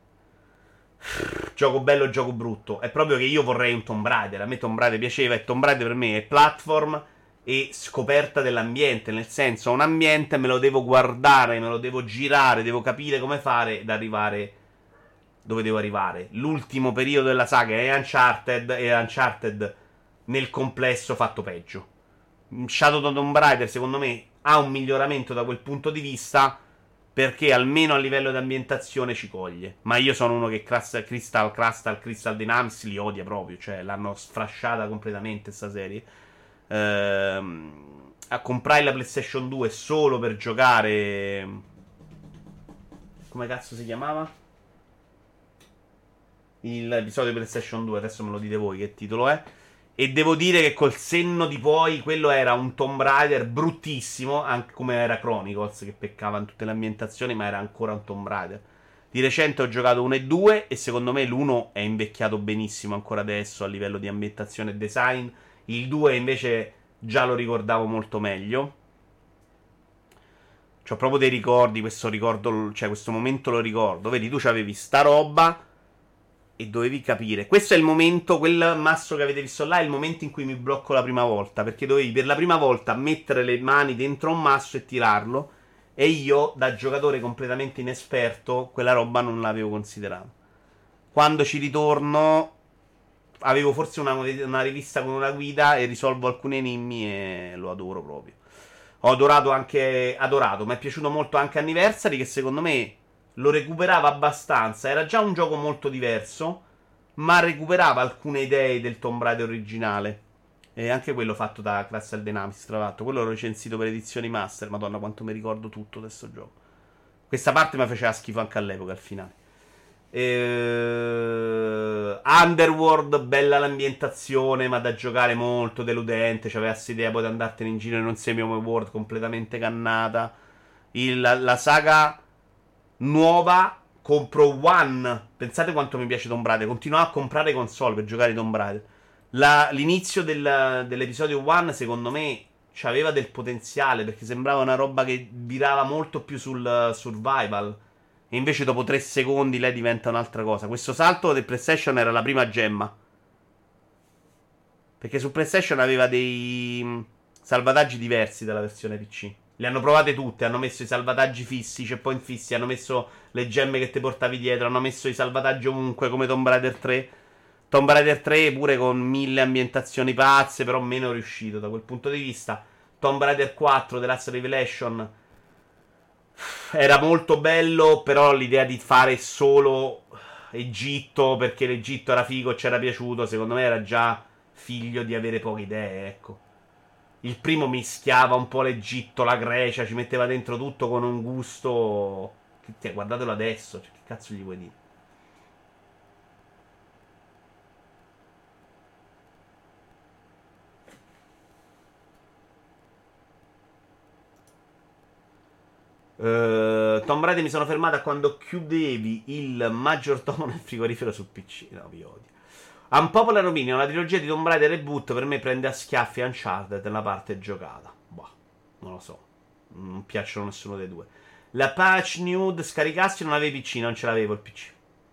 gioco bello o gioco brutto, è proprio che io vorrei un Tomb Raider. A me Tomb Raider piaceva e Tomb Raider per me è platform e scoperta dell'ambiente, nel senso, un ambiente me lo devo guardare, me lo devo girare, devo capire come fare ed arrivare dove devo arrivare. L'ultimo periodo della saga è Uncharted, e Uncharted nel complesso fatto peggio. Shadow of Tomb Raider secondo me ha un miglioramento da quel punto di vista, perché almeno a livello di ambientazione ci coglie. Ma io sono uno che Crystal Dynamics li odia proprio, cioè l'hanno sfrasciata completamente sta serie. A comprare la PlayStation 2 solo per giocare. Come cazzo si chiamava? L'episodio PlayStation 2, adesso me lo dite voi che titolo è. E devo dire che col senno di poi quello era un Tomb Raider bruttissimo, anche come era Chronicles, che peccava in tutte le ambientazioni, ma era ancora un Tomb Raider. Di recente ho giocato 1 e 2 e secondo me l'1 è invecchiato benissimo ancora adesso a livello di ambientazione e design. Il 2 invece già lo ricordavo molto meglio. C'ho proprio dei ricordi, cioè questo momento lo ricordo. Vedi, tu c'avevi sta roba e dovevi capire. Questo è il momento, quel masso che avete visto là è il momento in cui mi blocco la prima volta, perché dovevi per la prima volta mettere le mani dentro un masso e tirarlo, e io, da giocatore completamente inesperto, quella roba non l'avevo considerato. Quando ci ritorno, avevo forse una rivista con una guida e risolvo alcuni enigmi e lo adoro proprio. Ho adorato anche. Adorato, mi è piaciuto molto anche Anniversary, che secondo me lo recuperava abbastanza. Era già un gioco molto diverso, ma recuperava alcune idee del Tomb Raider originale. E anche quello fatto da Crystal Dynamics, tra l'altro. Quello l'ho recensito per edizioni master. Madonna, quanto mi ricordo tutto di sto gioco. Questa parte mi faceva schifo anche all'epoca, al finale. Underworld, bella l'ambientazione, ma da giocare molto deludente. C'aveva questa idea poi di andartene in giro in un semi-open world completamente cannata. La saga nuova, compro One. Pensate quanto mi piace Tomb Raider. Continuavo a comprare console per giocare Tomb Raider. L'inizio dell'episodio One, secondo me, c'aveva del potenziale, perché sembrava una roba che virava molto più sul survival. E invece dopo 3 secondi lei diventa un'altra cosa. Questo salto del PlayStation era la prima gemma, perché su PlayStation aveva dei salvataggi diversi dalla versione PC. Le hanno provate tutte, hanno messo i salvataggi fissi, checkpoint fissi, hanno messo le gemme che ti portavi dietro, hanno messo i salvataggi ovunque come Tomb Raider 3. Tomb Raider 3 pure con 1000 ambientazioni pazze, però meno riuscito da quel punto di vista. Tomb Raider 4 The Last Revelation era molto bello, però l'idea di fare solo Egitto perché l'Egitto era figo e ci era piaciuto, secondo me era già figlio di avere poche idee, ecco. Il primo mischiava un po' l'Egitto, la Grecia, ci metteva dentro tutto con un gusto. Guardatelo adesso, cioè, che cazzo gli vuoi dire? Tomb Raider mi sono fermato a quando chiudevi il maggiordomo nel frigorifero sul PC. No, vi odio. Unpopular opinion, la trilogia di Tomb Raider Reboot per me prende a schiaffi Uncharted nella parte giocata. Boh, non lo so. Non piacciono nessuno dei due. La patch nude scaricassi non avevi PC, non ce l'avevo il PC.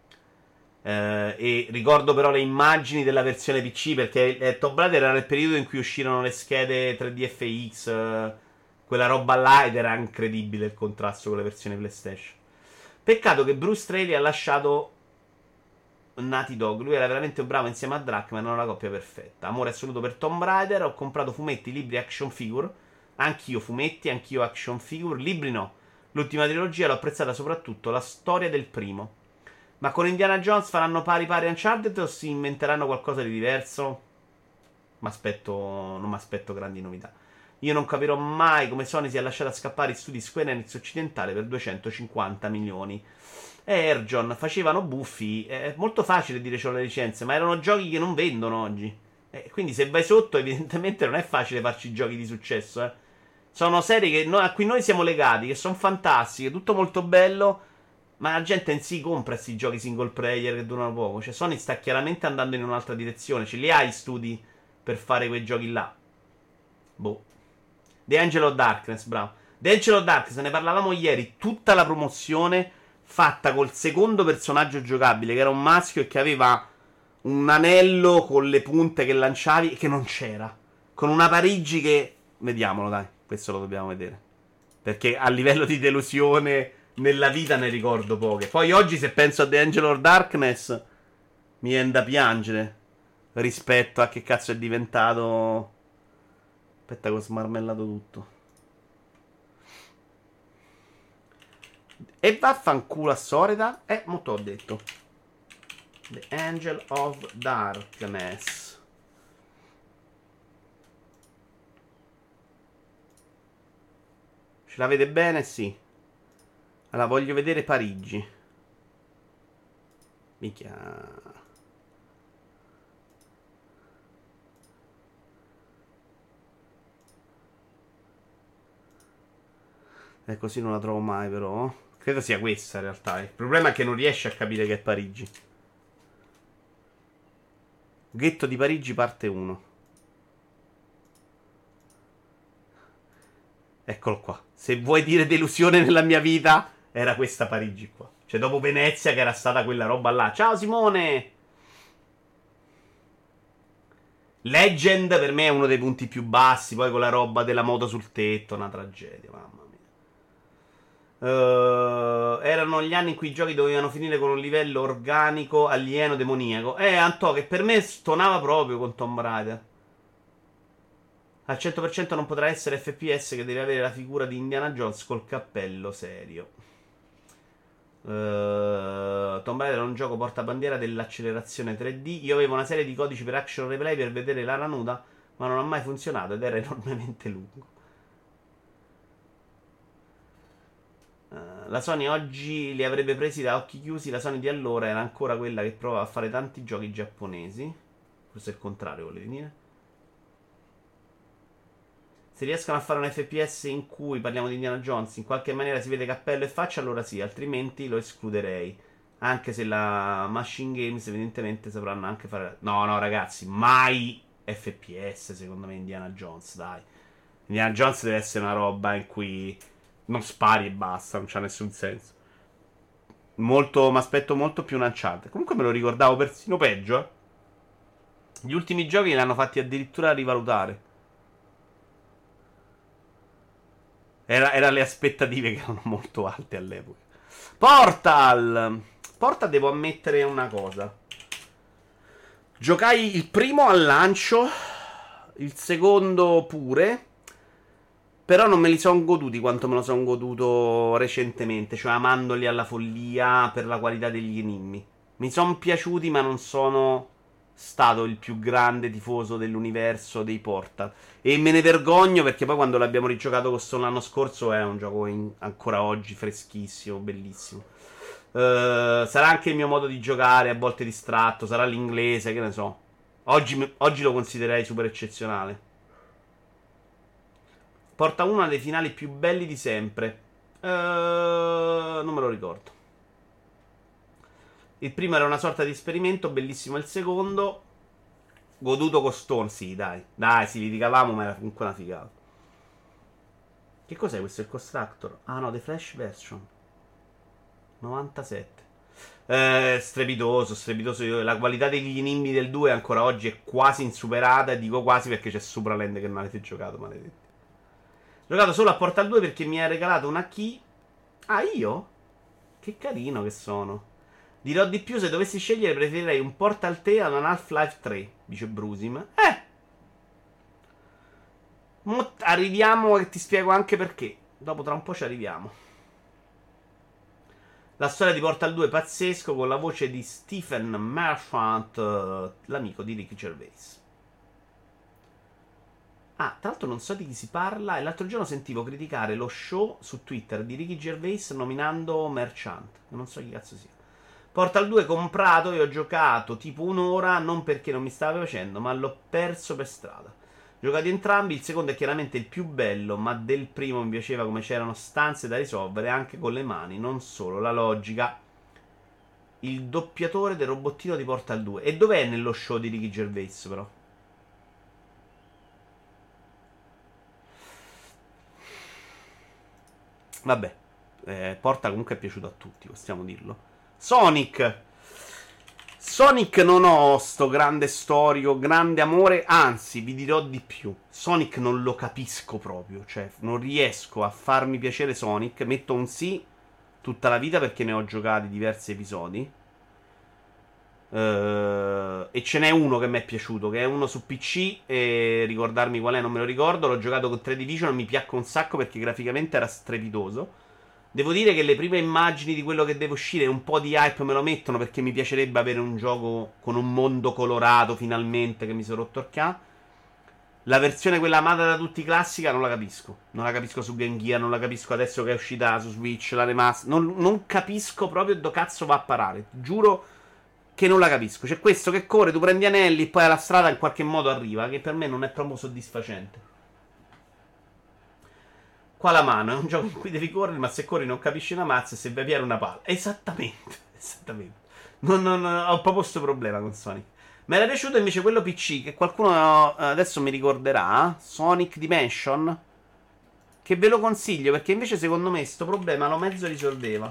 E ricordo però le immagini della versione PC, perché Tomb Raider era nel periodo in cui uscirono le schede 3D FX, quella roba là, ed era incredibile il contrasto con le versioni PlayStation. Peccato che Bruce Straley ha lasciato Naughty Dog. Lui era veramente bravo insieme a Druckmann, non la coppia perfetta. Amore assoluto per Tomb Raider. Ho comprato fumetti, libri, action figure. Anch'io fumetti, anch'io action figure. Libri no. L'ultima trilogia l'ho apprezzata soprattutto la storia del primo. Ma con Indiana Jones faranno pari pari Uncharted o si inventeranno qualcosa di diverso? Non mi aspetto grandi novità. Io non capirò mai come Sony sia lasciata scappare i studi Square Enix occidentale per 250 milioni. Erjon facevano buffi. È molto facile dire c'ho le licenze, ma erano giochi che non vendono oggi. Quindi se vai sotto, evidentemente non è facile farci giochi di successo. Sono serie a cui noi siamo legati, che sono fantastiche, tutto molto bello, ma la gente in sì compra questi giochi single player che durano poco. Cioè Sony sta chiaramente andando in un'altra direzione. Ce li ha i studi per fare quei giochi là? Boh. The Angel of Darkness, bravo. The Angel of Darkness, ne parlavamo ieri. Tutta la promozione fatta col secondo personaggio giocabile, che era un maschio e che aveva un anello con le punte che lanciavi e che non c'era. Con una Parigi che. Vediamolo, dai. Questo lo dobbiamo vedere. Perché a livello di delusione nella vita ne ricordo poche. Poi oggi, se penso a The Angel of Darkness, mi viene da piangere rispetto a che cazzo è diventato. Aspetta che ho smarmellato tutto. E vaffanculo a Soreda. Molto ho detto. The Angel of Darkness. Ce la vede bene? Sì. Allora, voglio vedere Parigi. Minchia. Così non la trovo mai, però. Credo sia questa in realtà. Il problema è che non riesce a capire che è Parigi. Ghetto di Parigi, parte 1. Eccolo qua. Se vuoi dire delusione nella mia vita, era questa Parigi qua. Cioè, dopo Venezia, che era stata quella roba là. Ciao Simone! Legend per me è uno dei punti più bassi. Poi con la roba della moto sul tetto, una tragedia, mamma mia. Erano gli anni in cui i giochi dovevano finire con un livello organico, alieno, demoniaco. Antò, che per me stonava proprio con Tomb Raider. Al 100% non potrà essere FPS che deve avere la figura di Indiana Jones col cappello serio. Tomb Raider è un gioco portabandiera dell'accelerazione 3D. Io avevo una serie di codici per action replay per vedere Lara nuda, ma non ha mai funzionato ed era enormemente lungo. La Sony oggi li avrebbe presi da occhi chiusi. La Sony di allora era ancora quella che provava a fare tanti giochi giapponesi. Forse è il contrario, volevi dire. Se riescono a fare un FPS in cui parliamo di Indiana Jones, in qualche maniera si vede cappello e faccia, allora sì, altrimenti lo escluderei. Anche se la Machine Games evidentemente sapranno anche fare... No, no, ragazzi, mai FPS secondo me Indiana Jones, dai. Indiana Jones deve essere una roba in cui non spari e basta, non c'ha nessun senso. Molto, mi aspetto molto più un Uncharted. Comunque me lo ricordavo persino peggio, eh. Gli ultimi giochi li hanno fatti addirittura rivalutare. Era le aspettative che erano molto alte all'epoca. Portal! Portal devo ammettere una cosa. Giocai il primo al lancio, il secondo pure. Però non me li sono goduti quanto me lo sono goduto recentemente. Cioè amandoli alla follia per la qualità degli enigmi. Mi sono piaciuti ma non sono stato il più grande tifoso dell'universo dei Portal. E me ne vergogno perché poi quando l'abbiamo rigiocato con l'anno scorso è un gioco ancora oggi freschissimo, bellissimo. Sarà anche il mio modo di giocare, a volte distratto, sarà l'inglese, che ne so. Oggi lo considererei super eccezionale. Porta uno dei finali più belli di sempre. Non me lo ricordo. Il primo era una sorta di esperimento, bellissimo il secondo. Goduto con Stone, sì, dai. Dai, sì, litigavamo, ma era comunque una figata. Che cos'è questo? Il Constructor? Ah no, The Flash Version 97. Strepitoso, strepitoso. La qualità degli enigmi del 2 ancora oggi è quasi insuperata. E dico quasi perché c'è Supraland che non avete giocato, maledetti. Ho giocato solo a Portal 2 perché mi ha regalato una key. Ah, io? Che carino che sono. Dirò di più, se dovessi scegliere preferirei un Portal 3 ad un Half-Life 3, dice Brusim. Arriviamo e ti spiego anche perché. Dopo tra un po' ci arriviamo. La storia di Portal 2 è pazzesco, con la voce di Stephen Marchant, l'amico di Ricky Gervais. Ah, tra l'altro non so di chi si parla. E l'altro giorno sentivo criticare lo show su Twitter di Ricky Gervais nominando Merchant. Non so chi cazzo sia. Portal 2 comprato e ho giocato tipo un'ora, non perché non mi stava piacendo, ma l'ho perso per strada. Giocati entrambi, il secondo è chiaramente il più bello, ma del primo mi piaceva come c'erano stanze da risolvere anche con le mani, non solo la logica. Il doppiatore del robottino di Portal 2. E dov'è nello show di Ricky Gervais però? Vabbè, Portal comunque è piaciuto a tutti, possiamo dirlo. Sonic non ho sto grande storico, grande amore. Anzi, vi dirò di più. Sonic non lo capisco proprio. Cioè, non riesco a farmi piacere Sonic. Metto un sì tutta la vita perché ne ho giocati diversi episodi. E ce n'è uno che mi è piaciuto, che è uno su PC. E ricordarmi qual è non me lo ricordo. L'ho giocato con 3 Division, mi piacque un sacco perché graficamente era strepitoso. Devo dire che le prime immagini di quello che deve uscire, un po' di hype me lo mettono perché mi piacerebbe avere un gioco con un mondo colorato finalmente che mi sono rotto il cazzo. La versione quella amata da tutti classica non la capisco. Non la capisco su Game Gear, non la capisco adesso che è uscita su Switch, la remaster. Non capisco proprio dove cazzo va a parare. Giuro che non la capisco. C'è questo che corre, tu prendi anelli, poi alla strada in qualche modo arriva, che per me non è proprio soddisfacente. Qua la mano è un gioco in cui devi correre, ma se corri non capisci una mazza e se vai via una palla. Esattamente, esattamente. Ho proprio questo problema con Sonic. Mi era piaciuto invece quello PC, che qualcuno adesso mi ricorderà, Sonic Dimension, che ve lo consiglio perché invece secondo me sto problema lo mezzo risolveva.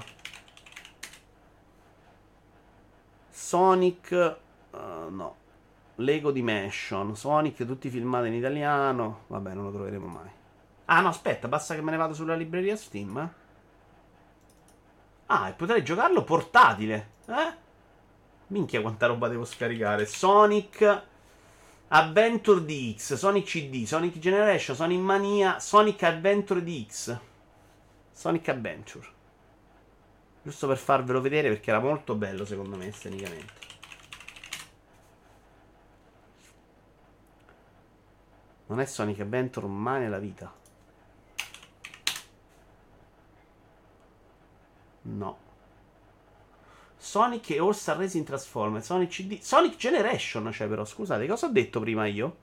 Sonic, no, Lego Dimension, Sonic tutti filmati in italiano, vabbè non lo troveremo mai. Ah no, aspetta, basta che me ne vado sulla libreria Steam. Ah, e potrei giocarlo portatile. Minchia quanta roba devo scaricare. Sonic Adventure DX, Sonic CD, Sonic Generation, Sonic Mania, Sonic Adventure DX. Sonic Adventure. Giusto per farvelo vedere perché era molto bello secondo me esteticamente. Non è Sonic Adventure mai nella vita. No. Sonic e All Star Racing Transformer, Sonic CD, Sonic Generation c'è però, scusate, cosa ho detto prima io?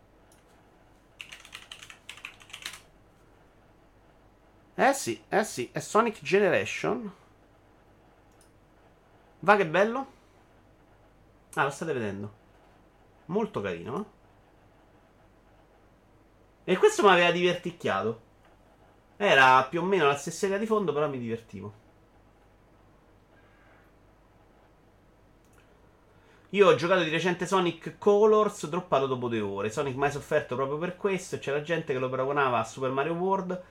Sì, è Sonic Generation. Va che bello. Ah, lo state vedendo. Molto carino, eh? E questo mi aveva diverticchiato. Era più o meno la stessa idea di fondo, però mi divertivo. Io ho giocato di recente Sonic Colors, droppato dopo 2 ore. Sonic mai sofferto proprio per questo. E c'era gente che lo paragonava a Super Mario World.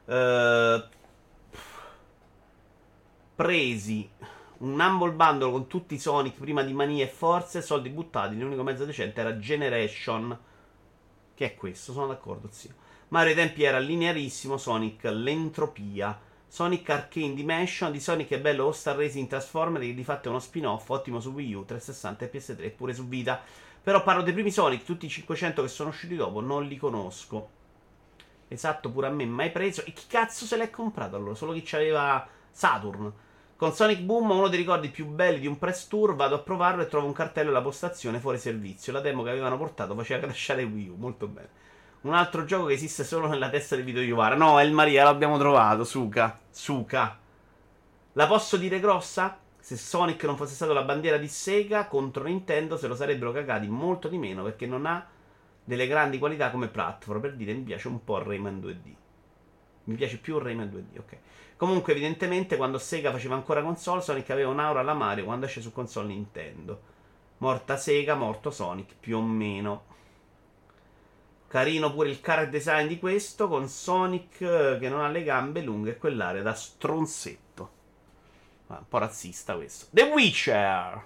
Presi un Humble Bundle con tutti i Sonic prima di Mania e Forze, soldi buttati. L'unico mezzo decente era Generation. Che è questo? Sono d'accordo, zio. Mario ai tempi era linearissimo. Sonic l'entropia. Sonic Arcane Dimension. Di Sonic è bello All Star Racing Transformer, che di fatto è uno spin-off ottimo su Wii U, 360 e PS3 e pure su Vita. Però parlo dei primi Sonic, tutti i 500 che sono usciti dopo non li conosco. Esatto, pure a me mai preso. E chi cazzo se l'è comprato allora? Solo chi c'aveva Saturn. Con Sonic Boom, uno dei ricordi più belli di un press tour, vado a provarlo e trovo un cartello alla postazione fuori servizio. La demo che avevano portato faceva crashare Wii U, molto bene. Un altro gioco che esiste solo nella testa di Vito Iovara. No, El Maria, l'abbiamo trovato, Suka. La posso dire grossa? Se Sonic non fosse stato la bandiera di Sega contro Nintendo se lo sarebbero cagati molto di meno perché non ha delle grandi qualità come platform. Per dire, mi piace un po' il Rayman 2D. Mi piace più il Rayman 2D, ok. Comunque, evidentemente, quando Sega faceva ancora console, Sonic aveva un'aura alla Mario quando esce su console Nintendo. Morta Sega, morto Sonic, più o meno. Carino pure il character design di questo, con Sonic che non ha le gambe lunghe e quell'area da stronzetto. Un po' razzista questo. The Witcher.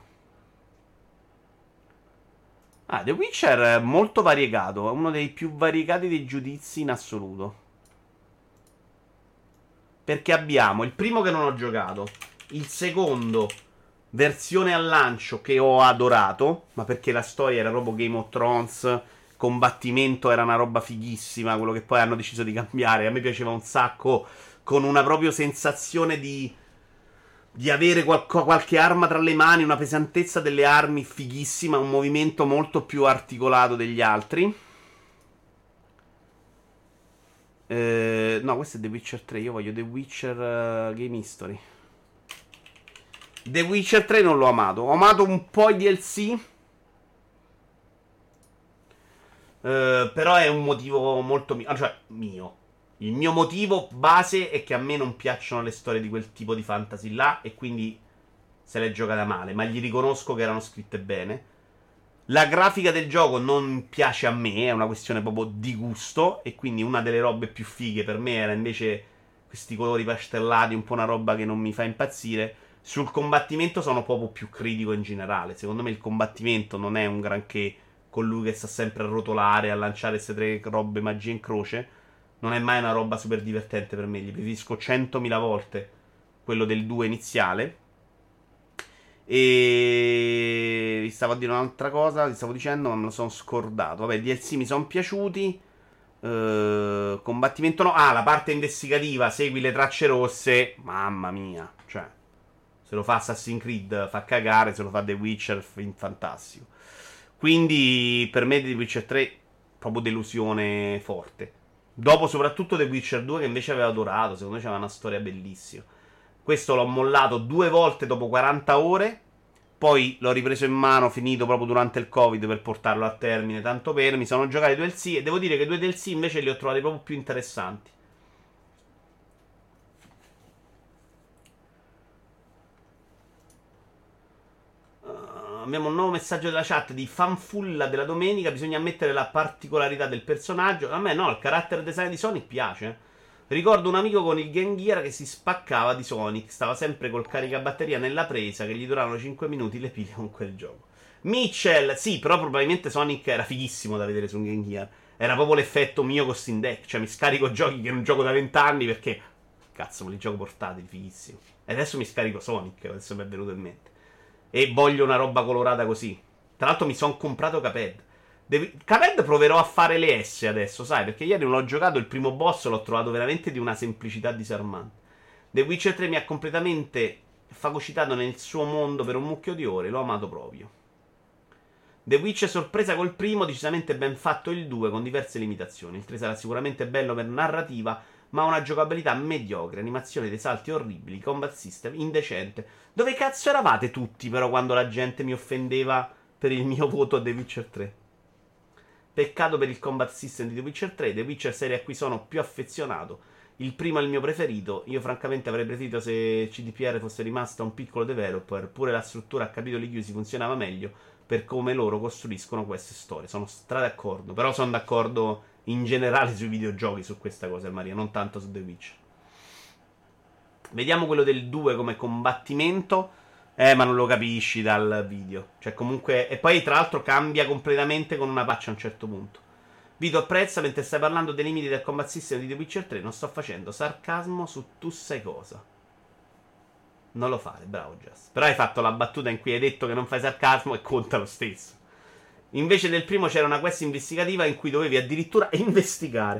The Witcher è molto variegato, è uno dei più variegati dei giudizi in assoluto. Perché abbiamo il primo che non ho giocato, il secondo, versione al lancio che ho adorato, ma perché la storia era proprio Game of Thrones, combattimento era una roba fighissima, quello che poi hanno deciso di cambiare. A me piaceva un sacco, con una proprio sensazione di avere qualche arma tra le mani, una pesantezza delle armi fighissima, un movimento molto più articolato degli altri. No, questo è The Witcher 3. Io voglio The Witcher Game History. The Witcher 3 non l'ho amato. Ho amato un po' i DLC. Però è un motivo molto mio. Cioè, mio. Il mio motivo base è che a me non piacciono le storie di quel tipo di fantasy là. E quindi se l'è giocata male. Ma gli riconosco che erano scritte bene. La grafica del gioco non piace a me, è una questione proprio di gusto. E quindi una delle robe più fighe per me era invece questi colori pastellati, un po' una roba che non mi fa impazzire. Sul combattimento sono proprio più critico in generale. Secondo me il combattimento non è un granché, con lui che sta sempre a rotolare, a lanciare queste 3 robe magie in croce. Non è mai una roba super divertente per me. Gli preferisco 100.000 volte quello del 2 iniziale. E vi stavo a dire un'altra cosa, vi stavo dicendo, ma me lo sono scordato. Vabbè, i DLC mi sono piaciuti. Combattimento no. Ah, la parte investigativa, segui le tracce rosse. Mamma mia, cioè, se lo fa Assassin's Creed fa cagare, se lo fa The Witcher fantastico. Quindi per me The Witcher 3 proprio delusione forte. Dopo soprattutto The Witcher 2 che invece avevo adorato, secondo me c'era una storia bellissima. Questo l'ho mollato 2 volte dopo 40 ore. Poi l'ho ripreso in mano, finito proprio durante il Covid per portarlo a termine. Tanto per, mi sono giocato i DLC e devo dire che i 2 DLC invece li ho trovati proprio più interessanti. Abbiamo un nuovo messaggio della chat di Fanfulla della domenica. Bisogna ammettere la particolarità del personaggio. A me no, il character design di Sonic piace. Ricordo un amico con il Game Gear che si spaccava di Sonic. Stava sempre col caricabatteria nella presa, che gli duravano 5 minuti le pile con quel gioco. Mitchell, sì, però probabilmente Sonic era fighissimo da vedere su un Game Gear. Era proprio l'effetto mio con Steam Deck. Cioè mi scarico giochi che non gioco da 20 anni perché cazzo, me li gioco portatili, fighissimo. E adesso mi scarico Sonic, adesso mi è venuto in mente. E voglio una roba colorata così. Tra l'altro mi sono comprato Cuphead. Cuphead proverò a fare le S adesso, sai? Perché ieri non l'ho giocato, il primo boss l'ho trovato veramente di una semplicità disarmante. The Witcher 3 mi ha completamente fagocitato nel suo mondo per un mucchio di ore, l'ho amato proprio. The Witcher sorpresa col primo, decisamente ben fatto il 2 con diverse limitazioni. Il 3 sarà sicuramente bello per narrativa, ma ha una giocabilità mediocre, animazioni dei salti orribili, combat system indecente. Dove cazzo eravate tutti però quando la gente mi offendeva per il mio voto a The Witcher 3? Peccato per il combat system di The Witcher 3, The Witcher serie a cui sono più affezionato. Il primo è il mio preferito. Io francamente avrei preferito se CDPR fosse rimasta un piccolo developer. Pure la struttura a capitoli chiusi funzionava meglio per come loro costruiscono queste storie. Sono stra d'accordo. Però sono d'accordo in generale sui videogiochi su questa cosa, Maria, non tanto su The Witcher. Vediamo quello del 2 come combattimento. Ma non lo capisci dal video. Cioè comunque. E poi tra l'altro cambia completamente con una patch a un certo punto. Vito apprezza mentre stai parlando dei limiti del combat system di The Witcher 3. Non sto facendo sarcasmo su tu sai cosa. Non lo fare, bravo Jess. Però hai fatto la battuta in cui hai detto che non fai sarcasmo e conta lo stesso. Invece del primo c'era una quest investigativa in cui dovevi addirittura investigare.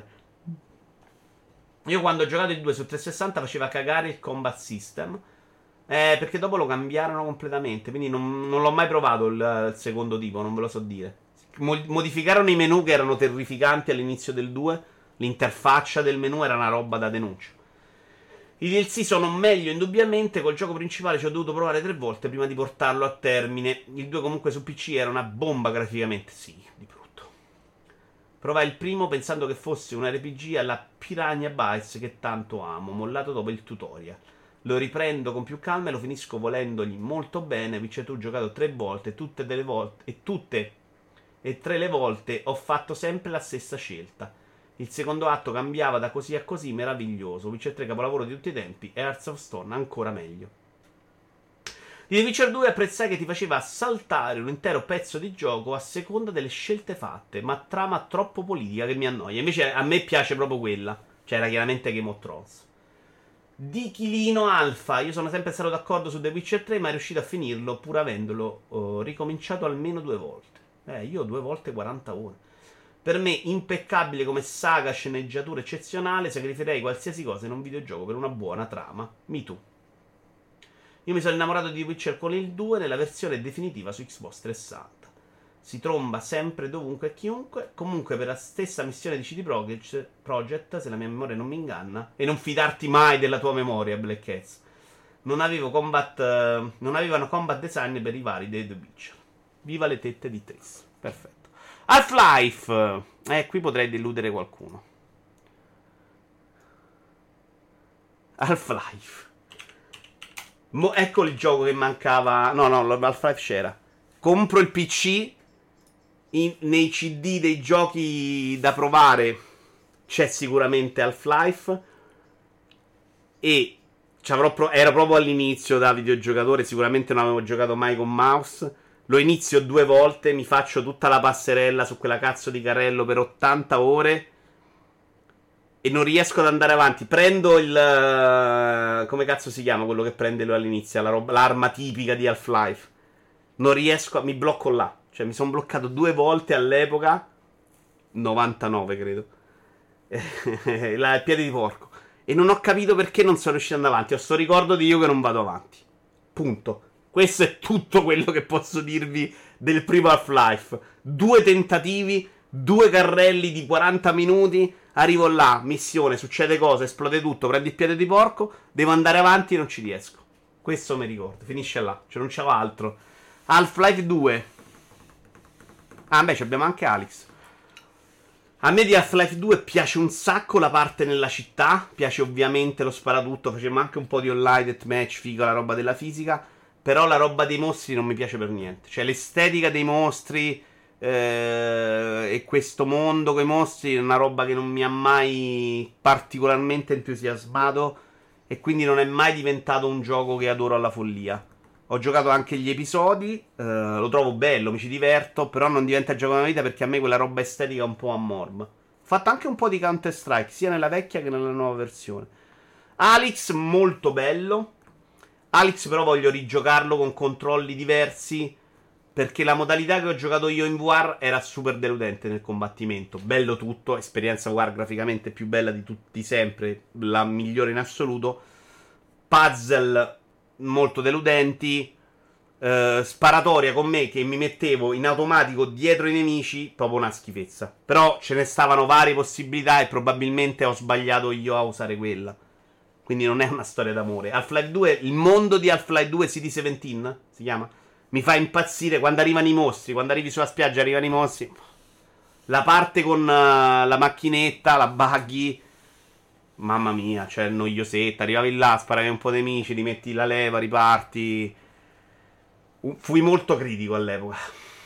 Io quando ho giocato il 2 su 360 faceva cagare il combat system. Perché dopo lo cambiarono completamente. Quindi non l'ho mai provato il secondo tipo, non ve lo so dire. Modificarono i menu che erano terrificanti all'inizio del 2. L'interfaccia del menu era una roba da denuncia. I DLC sono meglio indubbiamente. Col gioco principale ci ho dovuto provare 3 volte prima di portarlo a termine. Il 2 comunque su PC era una bomba graficamente. Sì, di brutto. Provai il primo pensando che fosse un RPG alla Piranha Bytes che tanto amo, mollato dopo il tutorial. Lo riprendo con più calma e lo finisco volendogli molto bene. Witcher 2 ho giocato 3 volte, tutte e 3 le volte ho fatto sempre la stessa scelta. Il secondo atto cambiava da così a così, meraviglioso. Witcher 3 capolavoro di tutti i tempi e Hearts of Stone ancora meglio. Di The Witcher 2 apprezzai che ti faceva saltare un intero pezzo di gioco a seconda delle scelte fatte, ma trama troppo politica che mi annoia. Invece a me piace proprio quella. Cioè era chiaramente Game of Thrones. Di Chilino Alfa, io sono sempre stato d'accordo su The Witcher 3, ma è riuscito a finirlo pur avendolo ricominciato almeno 2 volte. Io 2 volte 40 ore. Per me impeccabile come saga, sceneggiatura eccezionale, sacrificherei qualsiasi cosa in un videogioco per una buona trama. Me too. Io mi sono innamorato di The Witcher con il 2 nella versione definitiva su Xbox 360. Si tromba sempre dovunque e chiunque. Comunque per la stessa missione di CD Projekt, se la mia memoria non mi inganna, e non fidarti mai della tua memoria, Black Cats, non avevano combat design per i vari dei The Witcher. Viva le tette di Triss. Perfetto. Half-Life. Qui potrei deludere qualcuno. Half-Life. Ecco il gioco che mancava. No, Half-Life c'era. Compro il PC. Nei CD dei giochi da provare c'è sicuramente Half-Life. E ero proprio all'inizio da videogiocatore. Sicuramente non avevo giocato mai con mouse. Lo inizio 2 volte. Mi faccio tutta la passerella su quella cazzo di carrello per 80 ore. e non riesco ad andare avanti. Prendo il... come cazzo si chiama quello che prende lui all'inizio? L'arma tipica di Half-Life. Non riesco, mi blocco là. Cioè mi sono bloccato 2 volte all'epoca. 99 credo. Il piede di porco. E non ho capito perché non sono riuscito ad andare avanti. Ho sto ricordo di io che non vado avanti. Punto. Questo è tutto quello che posso dirvi del primo Half-Life. 2 tentativi, 2 carrelli di 40 minuti. Arrivo là, missione, succede cosa, esplode tutto, prendo il piede di porco, devo andare avanti e non ci riesco. Questo mi ricordo, finisce là, cioè non c'avevo altro. Half-Life 2. Ah, beh, abbiamo anche Alex. A me di Half-Life 2 piace un sacco la parte nella città. Piace ovviamente lo sparatutto. Facciamo anche un po' di online deathmatch, figo la roba della fisica. Però la roba dei mostri non mi piace per niente. Cioè l'estetica dei mostri e questo mondo con i mostri è una roba che non mi ha mai particolarmente entusiasmato. E quindi non è mai diventato un gioco che adoro alla follia. Ho giocato anche gli episodi, lo trovo bello, mi ci diverto, però non diventa il gioco della vita perché a me quella roba estetica è un po' a morb. Ho fatto anche un po' di Counter Strike, sia nella vecchia che nella nuova versione. Alex, molto bello. Alex però voglio rigiocarlo con controlli diversi, perché la modalità che ho giocato io in VR era super deludente nel combattimento. Bello tutto, esperienza VR graficamente più bella di tutti sempre, la migliore in assoluto. Puzzle molto deludenti. Sparatoria con me che mi mettevo in automatico dietro i nemici, proprio una schifezza. Però ce ne stavano varie possibilità e probabilmente ho sbagliato io a usare quella. Quindi non è una storia d'amore. Half-Life 2, il mondo di Half-Life 2 City 17 si chiama, mi fa impazzire quando arrivano i mostri. Quando arrivi sulla spiaggia arrivano i mostri. La parte con la macchinetta, la buggy, mamma mia, cioè noiosetta. Arrivavi là, sparavi un po' di nemici, ti metti la leva, riparti. Fui molto critico all'epoca.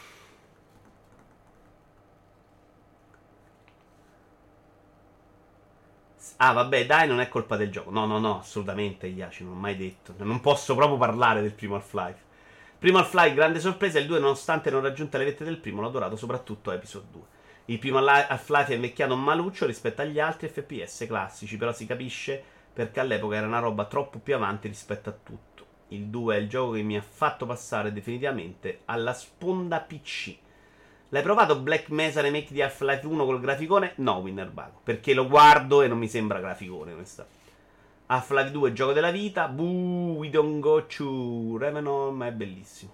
Ah, vabbè, dai, non è colpa del gioco. No, no, no, assolutamente, Iaci, non ho mai detto. Non posso proprio parlare del primo Half-Life. Primo Half-Life, grande sorpresa. Il 2, nonostante non raggiunta le vette del primo, l'ho adorato soprattutto a Episode 2. Il primo Half-Life è invecchiato maluccio rispetto agli altri FPS classici, però si capisce perché all'epoca era una roba troppo più avanti rispetto a tutto. Il 2 è il gioco che mi ha fatto passare definitivamente alla sponda PC. L'hai provato Black Mesa Remake di Half-Life 1 col graficone? No, Winnerbago, perché lo guardo e non mi sembra graficone questa. Half-Life 2 gioco della vita. Boo, we don't go to Revenant, ma è bellissimo.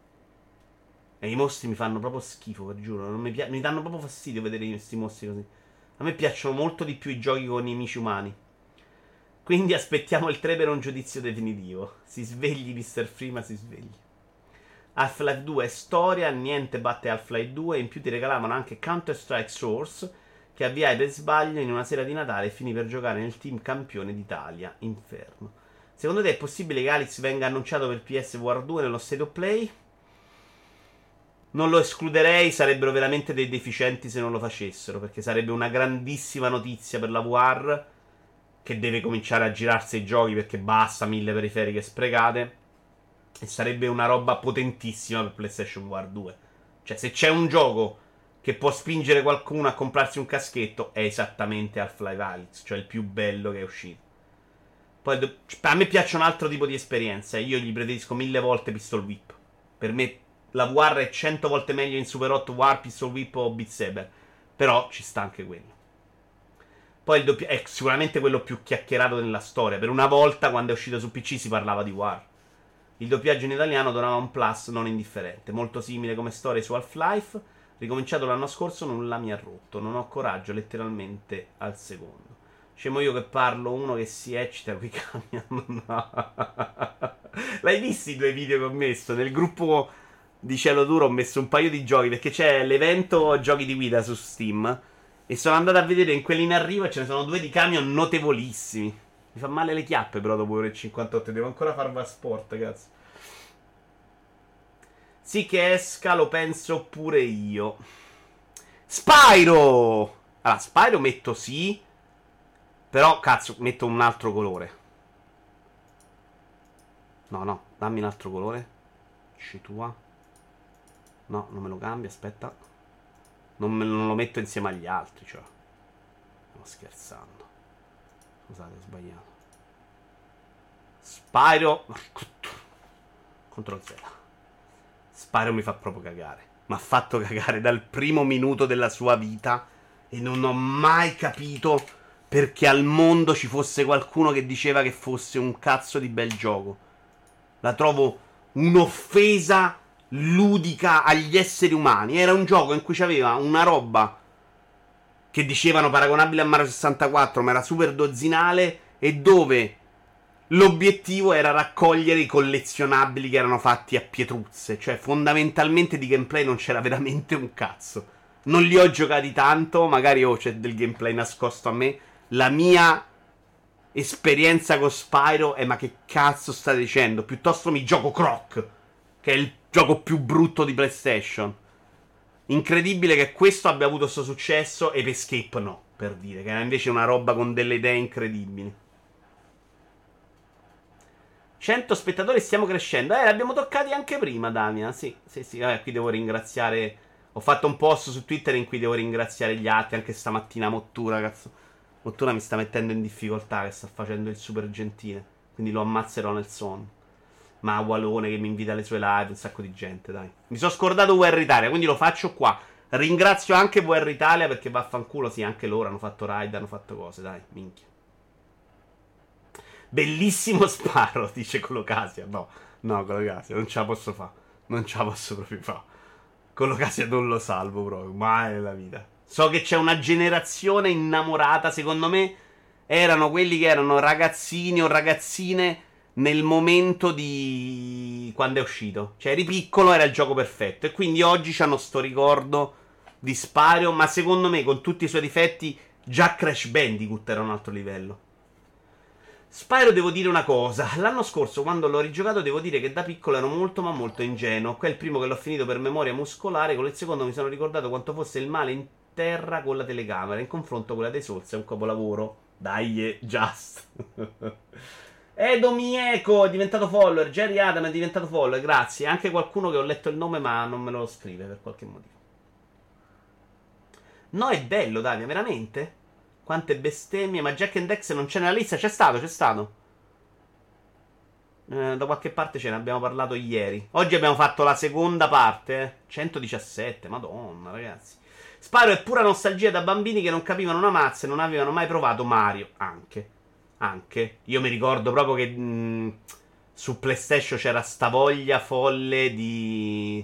E i mostri mi fanno proprio schifo, vi giuro. Non mi danno proprio fastidio vedere questi mostri così. A me piacciono molto di più i giochi con i nemici umani. Quindi aspettiamo il 3 per un giudizio definitivo. Si svegli, Mr. Freema, si svegli. Half-Life 2 è storia, niente batte Half-Life 2. In più ti regalavano anche Counter-Strike Source, che avviai per sbaglio in una sera di Natale e finì per giocare nel team campione d'Italia. Inferno. Secondo te è possibile che Alex venga annunciato per PS War 2 nello State of Play? Non lo escluderei, sarebbero veramente dei deficienti se non lo facessero, perché sarebbe una grandissima notizia per la VR, che deve cominciare a girarsi i giochi perché basta 1000 periferiche sprecate. E sarebbe una roba potentissima per PlayStation VR 2. Cioè, se c'è un gioco che può spingere qualcuno a comprarsi un caschetto, è esattamente Half-Life Alyx, cioè il più bello che è uscito. Poi a me piace un altro tipo di esperienza. Io gli preferisco 1000 volte Pistol Whip. Per me la VR è 100 volte meglio in Super Hot War, Pistol Whip o Beat Saber. Però ci sta anche quello. Poi è sicuramente quello più chiacchierato nella storia. Per una volta, quando è uscito su PC, si parlava di War. Il doppiaggio in italiano donava un plus non indifferente. Molto simile come storia su Half-Life. Ricominciato l'anno scorso, nulla mi ha rotto. Non ho coraggio, letteralmente, al secondo. Scemo io che parlo, uno che si eccita qui camion. No. L'hai visto i 2 video che ho messo? Nel gruppo di Cielo Duro ho messo un paio di giochi, perché c'è l'evento giochi di guida su Steam. E sono andato a vedere in quelli in arrivo e ce ne sono 2 di camion notevolissimi. Mi fa male le chiappe però dopo ore 58. Devo ancora far sport, cazzo. Sì che esca, lo penso pure io. Spyro! Allora, Spyro metto sì. Però, cazzo, metto un altro colore. No, no, dammi un altro colore. Citua. No, non me lo cambia, aspetta. Non lo metto insieme agli altri, cioè. Stiamo scherzando. Scusate, ho sbagliato. Spyro. Ctrl Z. Spyro mi fa proprio cagare. Mi ha fatto cagare dal primo minuto della sua vita. E non ho mai capito perché al mondo ci fosse qualcuno che diceva che fosse un cazzo di bel gioco. La trovo un'offesa ludica agli esseri umani. Era un gioco in cui c'aveva una roba che dicevano paragonabile a Mario 64, ma era super dozzinale, e dove l'obiettivo era raccogliere i collezionabili che erano fatti a pietruzze. Cioè, fondamentalmente di gameplay non c'era veramente un cazzo. Non li ho giocati tanto, magari c'è del gameplay nascosto a me. La mia esperienza con Spyro è: ma che cazzo state dicendo? Piuttosto mi gioco Croc, che è il gioco più brutto di PlayStation. Incredibile che questo abbia avuto questo successo e Escape no, per dire, che era invece una roba con delle idee incredibili. 100 spettatori, stiamo crescendo. L'abbiamo toccati anche prima, Damian. Sì. Vabbè, qui devo ringraziare. Ho fatto un post su Twitter in cui devo ringraziare gli altri. Anche stamattina Mottura, cazzo. Mottura mi sta mettendo in difficoltà, che sta facendo il super gentile. Quindi lo ammazzerò nel sonno. Ma Walone che mi invita alle sue live, un sacco di gente, dai. Mi sono scordato VR Italia, quindi lo faccio qua. Ringrazio anche VR Italia, perché vaffanculo, sì, anche loro hanno fatto ride, hanno fatto cose, dai, minchia. Bellissimo Sparo, dice Colocasia. No, Colocasia, non ce la posso fare. Non ce la posso proprio fare. Colocasia non lo salvo proprio, mai nella vita. So che c'è una generazione innamorata, secondo me erano quelli che erano ragazzini o ragazzine nel momento di quando è uscito. Cioè, eri piccolo, era il gioco perfetto. E quindi oggi c'hanno sto ricordo di Spyro. Ma secondo me, con tutti i suoi difetti, già Crash Bandicoot era un altro livello. Spyro, devo dire una cosa. L'anno scorso, quando l'ho rigiocato, devo dire che da piccolo ero molto ma molto ingenuo. Qua è il primo che l'ho finito per memoria muscolare. Con il secondo mi sono ricordato quanto fosse il male in terra con la telecamera. In confronto con quella dei Souls è un capolavoro. Dai, just. Edo Mieco è diventato follower. Jerry Adam è diventato follower. Grazie. Anche qualcuno che ho letto il nome ma non me lo scrive per qualche motivo. No, è bello, Davide, veramente? Quante bestemmie. Ma Jack and Dex non c'è nella lista? C'è stato. Da qualche parte ce ne abbiamo parlato ieri. Oggi abbiamo fatto la seconda parte. 117, madonna, ragazzi. Spyro è pura nostalgia da bambini che non capivano una mazza e non avevano mai provato Mario. Anche. Io mi ricordo proprio che su PlayStation c'era sta voglia folle di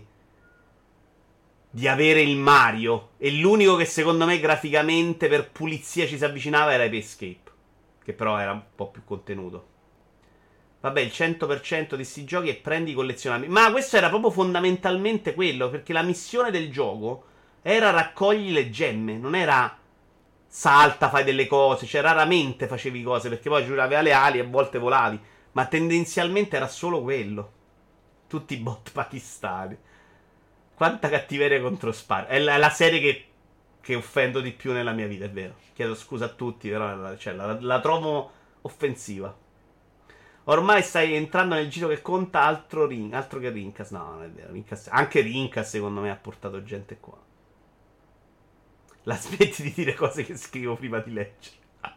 avere il Mario. E l'unico che secondo me graficamente per pulizia ci si avvicinava era Ape Escape, che però era un po' più contenuto. Vabbè, il 100% di sti giochi è prendi i collezionabili. Ma questo era proprio fondamentalmente quello, perché la missione del gioco era raccogli le gemme, non era salta, fai delle cose. Cioè raramente facevi cose, perché poi aveva le ali e a volte volavi. Ma tendenzialmente era solo quello. Tutti i bot pakistani. Quanta cattiveria contro Spyro. È la serie che offendo di più nella mia vita, è vero. Chiedo scusa a tutti, però la trovo offensiva. Ormai stai entrando nel giro che conta altro che Rincas. No, non è vero. Anche Rincas secondo me ha portato gente qua. La smetti di dire cose che scrivo prima di leggere.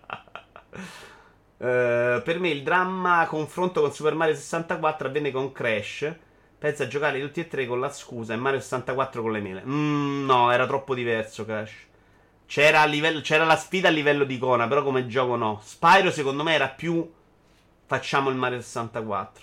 Per me il dramma confronto con Super Mario 64 avvenne con Crash. Pensa a giocare tutti e tre con la scusa e Mario 64 con le mele. No, era troppo diverso Crash. C'era la sfida a livello di icona, però come gioco no. Spyro secondo me era più facciamo il Mario 64.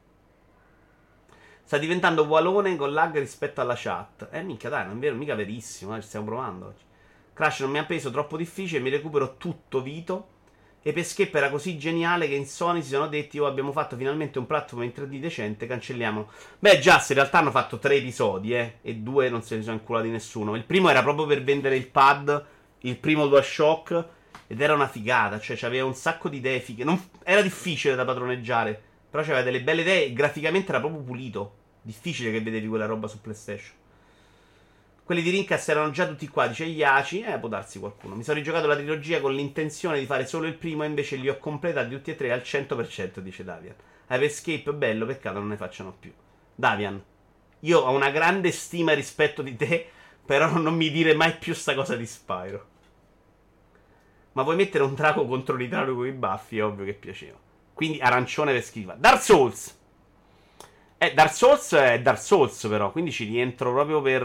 Sta diventando Walone con lag rispetto alla chat. Minchia dai, non è vero, mica verissimo, ci stiamo provando oggi. Crash non mi ha preso, troppo difficile, mi recupero tutto Vito. E Escape era così geniale che in Sony si sono detti: oh, abbiamo fatto finalmente un platform in 3D decente, cancelliamolo. Beh, già, se in realtà hanno fatto 3 episodi, e 2 non se ne sono inculati nessuno. Il primo era proprio per vendere il pad, il primo DualShock, ed era una figata. Cioè, c'aveva un sacco di idee fighe. Era difficile da padroneggiare, però c'aveva delle belle idee e graficamente era proprio pulito. Difficile che vedevi quella roba su PlayStation. Quelli di Rincas erano già tutti qua, dice Iaci. Può darsi qualcuno. Mi sono rigiocato la trilogia con l'intenzione di fare solo il primo, e invece li ho completati tutti e tre al 100%, dice Davian. Hyper Escape bello, peccato non ne facciano più. Davian, io ho una grande stima e rispetto di te, però non mi dire mai più sta cosa di Spyro. Ma vuoi mettere un drago contro l'idraulico con i baffi? È ovvio che piaceva. Quindi arancione per schifa. Dark Souls. Dark Souls è Dark Souls però. Quindi ci rientro proprio per...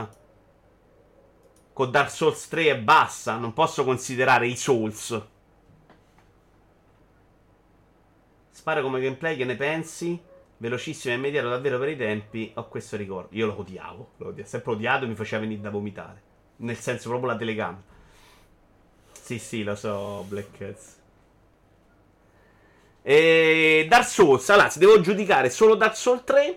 con Dark Souls 3 e basta. Non posso considerare i Souls. Spara come gameplay, che ne pensi? Velocissimo e immediato davvero per i tempi. Ho questo ricordo. Io lo odiavo. L'ho sempre odiato e mi faceva venire da vomitare. Nel senso proprio la telecamera. Sì, lo so, Black Cats. E Dark Souls, allora, se devo giudicare solo Dark Souls 3,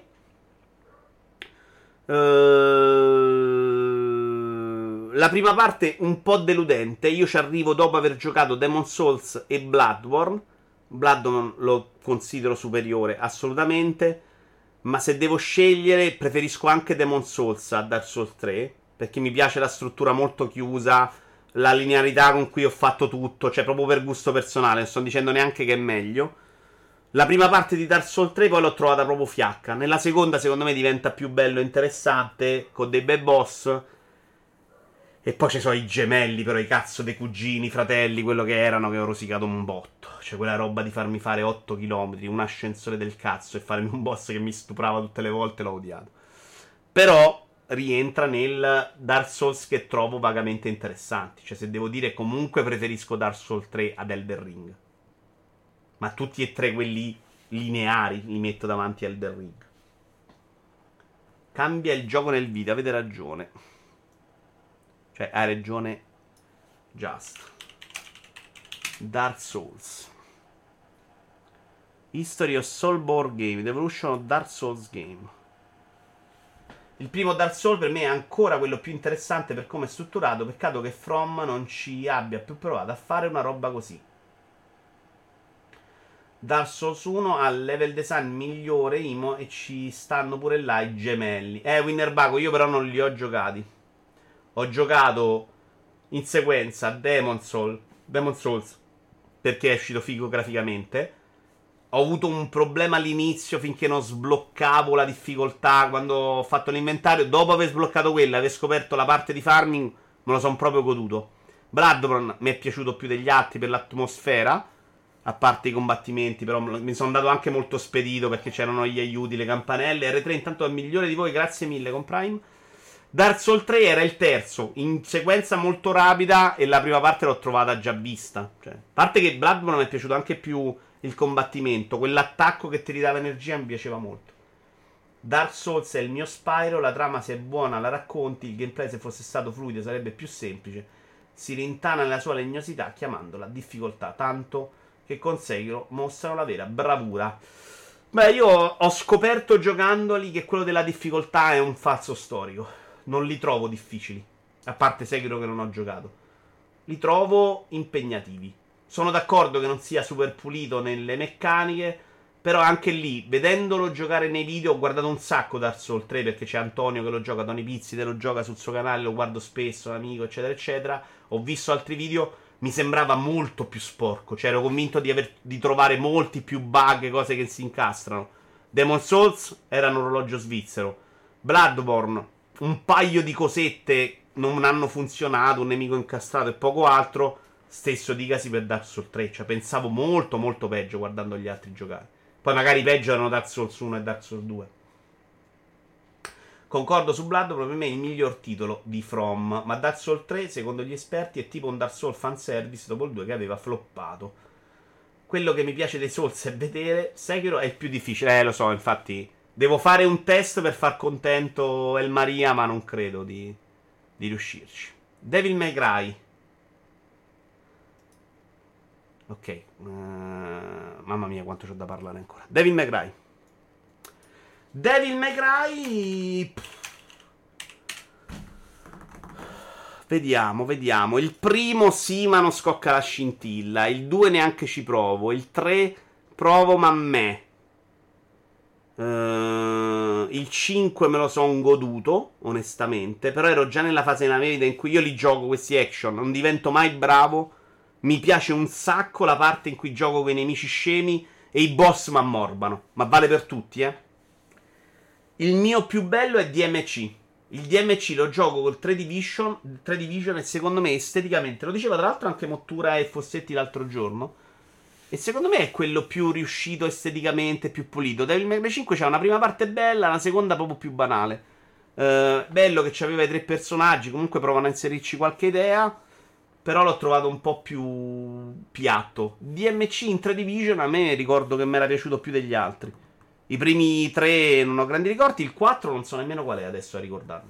la prima parte un po' deludente. Io ci arrivo dopo aver giocato Demon Souls e Bloodborne. Bloodborne lo considero superiore, assolutamente. Ma se devo scegliere, preferisco anche Demon Souls a Dark Souls 3, perché mi piace la struttura molto chiusa, la linearità con cui ho fatto tutto, cioè proprio per gusto personale, non sto dicendo neanche che è meglio. La prima parte di Dark Souls 3 poi l'ho trovata proprio fiacca. Nella seconda secondo me diventa più bello e interessante, con dei bei boss. E poi ci sono i gemelli, però i cazzo dei cugini, fratelli, quello che erano, che ho rosicato un botto. Cioè quella roba di farmi fare 8 km, un ascensore del cazzo e farmi un boss che mi stuprava tutte le volte, l'ho odiato. Però rientra nel Dark Souls che trovo vagamente interessanti. Cioè se devo dire, comunque preferisco Dark Souls 3 ad Elden Ring. Ma tutti e tre quelli lineari li metto davanti a Elden Ring. Cambia il gioco nel video, avete ragione. Cioè, hai ragione. Just. Dark Souls. History of Soulborn Game. The Evolution of Dark Souls Game. Il primo Dark Souls per me è ancora quello più interessante per come è strutturato. Peccato che From non ci abbia più provato a fare una roba così. Dark Souls 1 ha il level design migliore, Imo, e ci stanno pure là i gemelli. Winnerbago, io però non li ho giocati. Ho giocato in sequenza Demon Souls perché è uscito figo graficamente. Ho avuto un problema all'inizio finché non sbloccavo la difficoltà quando ho fatto l'inventario. Dopo aver sbloccato quella, aver scoperto la parte di farming, me lo sono proprio goduto. Bloodborne mi è piaciuto più degli altri per l'atmosfera, a parte i combattimenti, però mi sono andato anche molto spedito perché c'erano gli aiuti, le campanelle. R3 intanto è il migliore di voi, grazie mille con Prime. Dark Souls 3 era il terzo, in sequenza molto rapida, e la prima parte l'ho trovata già vista. Cioè, a parte che Bloodborne mi è piaciuto anche più il combattimento, quell'attacco che ti ridava energia mi piaceva molto. Dark Souls è il mio Spyro, la trama se è buona la racconti, il gameplay se fosse stato fluido sarebbe più semplice. Si rintana nella sua legnosità chiamandola difficoltà, tanto che con Sekiro mostrano la vera bravura. Beh, io ho scoperto giocandoli che quello della difficoltà è un falso storico. Non li trovo difficili, a parte Sekiro che non ho giocato. Li trovo impegnativi. Sono d'accordo che non sia super pulito nelle meccaniche, però anche lì, vedendolo giocare nei video, ho guardato un sacco Dark Souls 3 perché c'è Antonio che lo gioca, Tony Pizzi che lo gioca sul suo canale, lo guardo spesso, un amico, eccetera, eccetera. Ho visto altri video, mi sembrava molto più sporco. Cioè ero convinto di trovare molti più bug, cose che si incastrano. Demon Souls era un orologio svizzero. Bloodborne, un paio di cosette non hanno funzionato, un nemico incastrato e poco altro. Stesso dicasi per Dark Souls 3. Cioè pensavo molto molto peggio guardando gli altri giocare. Poi magari peggio erano Dark Souls 1 e Dark Souls 2. Concordo su Bloodborne, per me è il miglior titolo di From. Ma Dark Souls 3, secondo gli esperti, è tipo un Dark Souls fanservice dopo il 2 che aveva floppato. Quello che mi piace dei Souls è vedere. Sekiro è il più difficile, lo so, infatti devo fare un test per far contento El Maria, ma non credo di riuscirci. Devil May Cry. Ok, mamma mia quanto c'ho da parlare ancora. Devil May Cry. Devil May Cry. Vediamo. Il primo sì, ma non scocca la scintilla. Il 2 neanche ci provo. Il 3 provo, ma me. Il 5 me lo son goduto, onestamente. Però ero già nella fase della mia vita in cui io li gioco questi action. Non divento mai bravo. Mi piace un sacco la parte in cui gioco con i nemici scemi e i boss m'ammorbano. Ma vale per tutti, eh. Il mio più bello è DMC. Il DMC lo gioco col 3 Division e secondo me esteticamente, lo diceva tra l'altro anche Mottura e Fossetti l'altro giorno, e secondo me è quello più riuscito esteticamente, più pulito. Devil May Cry 5 c'ha una prima parte bella, una seconda proprio più banale. Bello che c'aveva i tre personaggi, comunque provano a inserirci qualche idea, però l'ho trovato un po' più piatto. DMC in 3 Division a me ricordo che mi era piaciuto più degli altri. I primi tre non ho grandi ricordi, il 4 non so nemmeno qual è adesso a ricordarlo.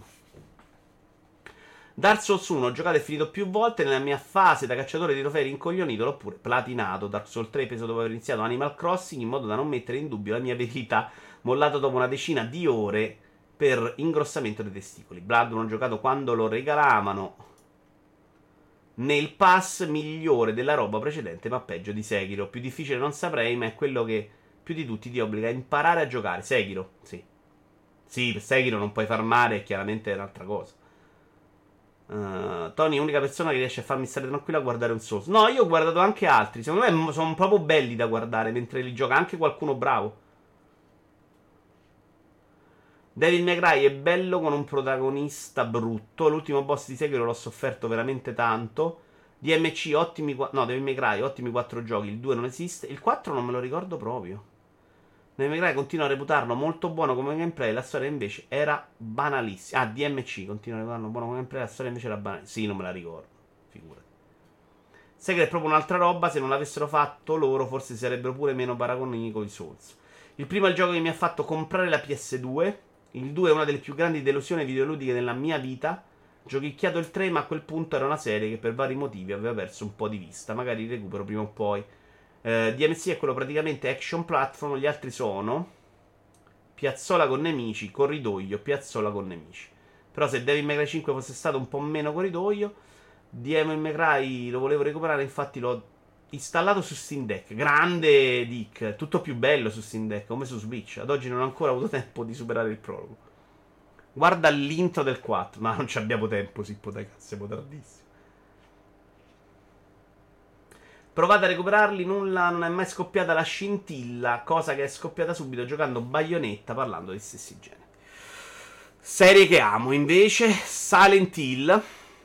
Dark Souls 1 ho giocato e finito più volte. Nella mia fase da cacciatore di trofei rincoglionito l'ho pure platinato. Dark Souls 3 peso dopo aver iniziato Animal Crossing in modo da non mettere in dubbio la mia abilità, mollato dopo una decina di ore per ingrossamento dei testicoli. Bloodborne ho giocato quando lo regalavano nel pass, migliore della roba precedente ma peggio di Sekiro. Più difficile non saprei, ma è quello che più di tutti ti obbliga a imparare a giocare. Sekiro, sì. Sì, per Sekiro non puoi farmare, chiaramente è un'altra cosa. Tony è l'unica persona che riesce a farmi stare tranquillo a guardare un Souls. No, io ho guardato anche altri. Secondo me sono proprio belli da guardare mentre li gioca. Anche qualcuno bravo. Devil May Cry è bello con un protagonista brutto. L'ultimo boss di Sekiro l'ho sofferto veramente tanto. DMC ottimi. No, Devil May Cry ottimi 4 giochi. Il 2 non esiste. Il 4 non me lo ricordo proprio. Devil May Cry continua a reputarlo molto buono come gameplay. La storia invece era banalissima. Ah, DMC continua a reputarlo buono come gameplay. La storia invece era banalissima. Sì, non me la ricordo. Figurati. Sekiro è proprio un'altra roba. Se non l'avessero fatto loro, forse si sarebbero pure meno paragoni con i Souls. Il primo è il gioco che mi ha fatto comprare la PS2. Il 2 è una delle più grandi delusioni videoludiche della mia vita. Giochicchiato il 3, ma a quel punto era una serie che per vari motivi aveva perso un po' di vista. Magari recupero prima o poi. DMC è quello praticamente action platform. Gli altri sono piazzola con nemici, corridoio, piazzola con nemici. Però se Devil May Cry 5 fosse stato un po' meno corridoio, Devil May Cry lo volevo recuperare. Infatti l'ho installato su Steam Deck. Grande Dick, tutto più bello su Steam Deck, come su Switch. Ad oggi non ho ancora avuto tempo di superare il prologo. Guarda l'intro del 4. Ma non ci abbiamo tempo, Sippo, dai cazzo, siamo tardissimi. Provate a recuperarli, nulla, non è mai scoppiata la scintilla, cosa che è scoppiata subito giocando Bayonetta, parlando dei stessi generi. Serie che amo, invece, Silent Hill.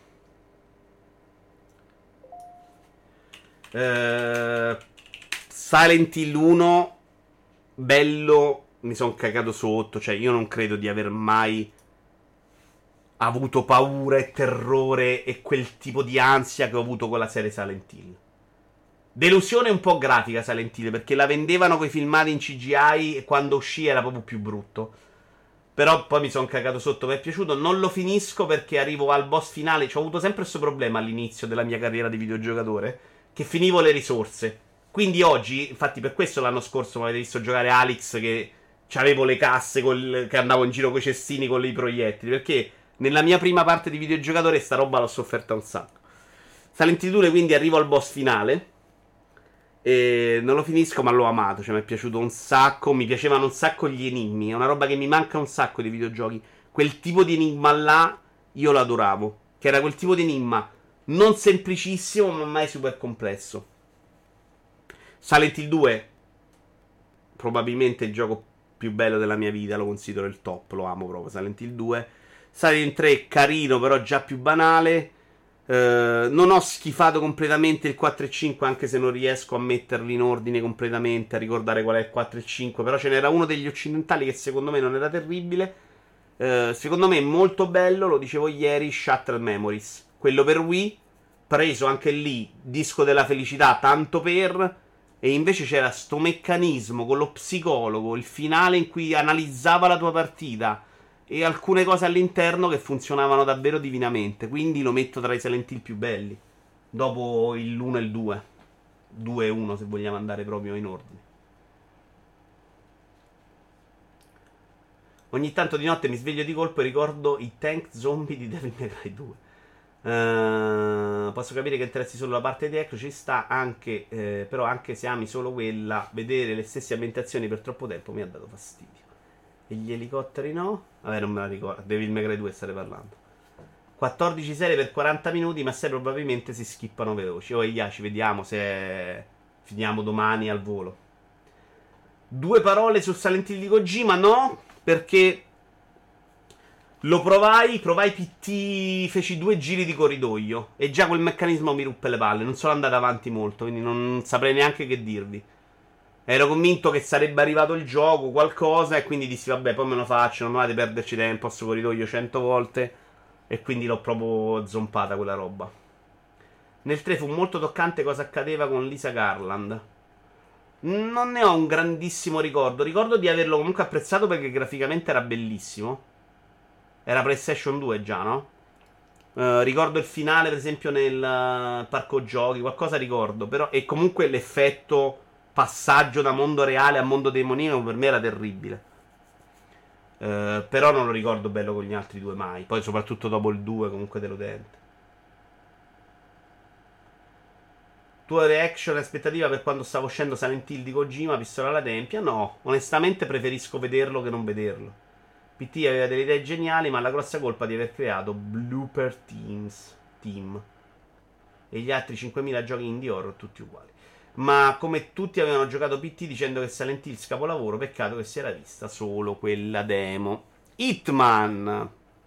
Silent Hill 1, bello, mi sono cagato sotto, cioè io non credo di aver mai avuto paura e terrore e quel tipo di ansia che ho avuto con la serie Silent Hill. Delusione un po' grafica Silent Hill, perché la vendevano coi filmati in CGI e quando uscì era proprio più brutto. Però poi mi sono cagato sotto, mi è piaciuto. Non lo finisco perché arrivo al boss finale. C'ho avuto sempre questo problema all'inizio della mia carriera di videogiocatore, che finivo le risorse. Quindi oggi, infatti per questo l'anno scorso mi avete visto giocare Alex, che c'avevo le casse che andavo in giro coi cestini con i proiettili, perché nella mia prima parte di videogiocatore sta roba l'ho sofferta un sacco. Silent Hill 2, quindi arrivo al boss finale e non lo finisco, ma l'ho amato. Cioè mi è piaciuto un sacco. Mi piacevano un sacco gli enigmi. È una roba che mi manca un sacco dei videogiochi. Quel tipo di enigma là io lo adoravo. Che era quel tipo di enigma non semplicissimo, ma mai super complesso. Silent Hill 2 probabilmente il gioco più bello della mia vita. Lo considero il top, lo amo proprio Silent Hill 2. Silent 3 carino, però già più banale. Non ho schifato completamente il 4 e 5, anche se non riesco a metterli in ordine completamente, a ricordare qual è il 4 e 5. Però ce n'era uno degli occidentali che secondo me non era terribile. Secondo me molto bello, lo dicevo ieri, Shattered Memories. Quello per Wii, preso anche lì, disco della felicità, tanto per... E invece c'era sto meccanismo con lo psicologo, il finale in cui analizzava la tua partita e alcune cose all'interno che funzionavano davvero divinamente. Quindi lo metto tra i Silent Hill più belli, dopo l'1 e il 2. 2 e 1 se vogliamo andare proprio in ordine. Ogni tanto di notte mi sveglio di colpo e ricordo i tank zombie di Devil May Cry 2. Posso capire che interessi solo la parte di Ecco, ci sta anche, però anche se ami solo quella, vedere le stesse ambientazioni per troppo tempo mi ha dato fastidio. E gli elicotteri no? Vabbè, non me la ricordo. Devil May Cry 2 state parlando. 14 serie per 40 minuti, ma 6 probabilmente si skippano veloci. Oh, yeah, ci vediamo se finiamo domani al volo. 2 parole su Silent Hill di Kojima, no? Perché Lo provai PT, feci 2 giri di corridoio e già quel meccanismo mi ruppe le palle, non sono andato avanti molto, quindi non saprei neanche che dirvi. Ero convinto che sarebbe arrivato il gioco, qualcosa, e quindi dissi vabbè, poi me lo faccio, non mi fate perderci tempo, sto corridoio 100 volte, e quindi l'ho proprio zompata quella roba. Nel 3 fu molto toccante cosa accadeva con Lisa Garland. Non ne ho un grandissimo ricordo. Ricordo di averlo comunque apprezzato perché graficamente era bellissimo. Era PlayStation 2 già, no? Ricordo il finale, per esempio, nel parco giochi. Qualcosa ricordo. Però, e comunque l'effetto passaggio da mondo reale a mondo demonico per me era terribile. Però non lo ricordo bello con gli altri due mai. Poi, soprattutto dopo il 2, comunque deludente. Tua reaction e aspettativa per quando stavo uscendo Silent Hill di Kojima, pistola alla tempia? No, onestamente preferisco vederlo che non vederlo. PT aveva delle idee geniali, ma la grossa colpa di aver creato Blooper Team e gli altri 5000 giochi indie horror tutti uguali. Ma come tutti avevano giocato PT dicendo che Silent Hill capolavoro, peccato che si era vista solo quella demo. Hitman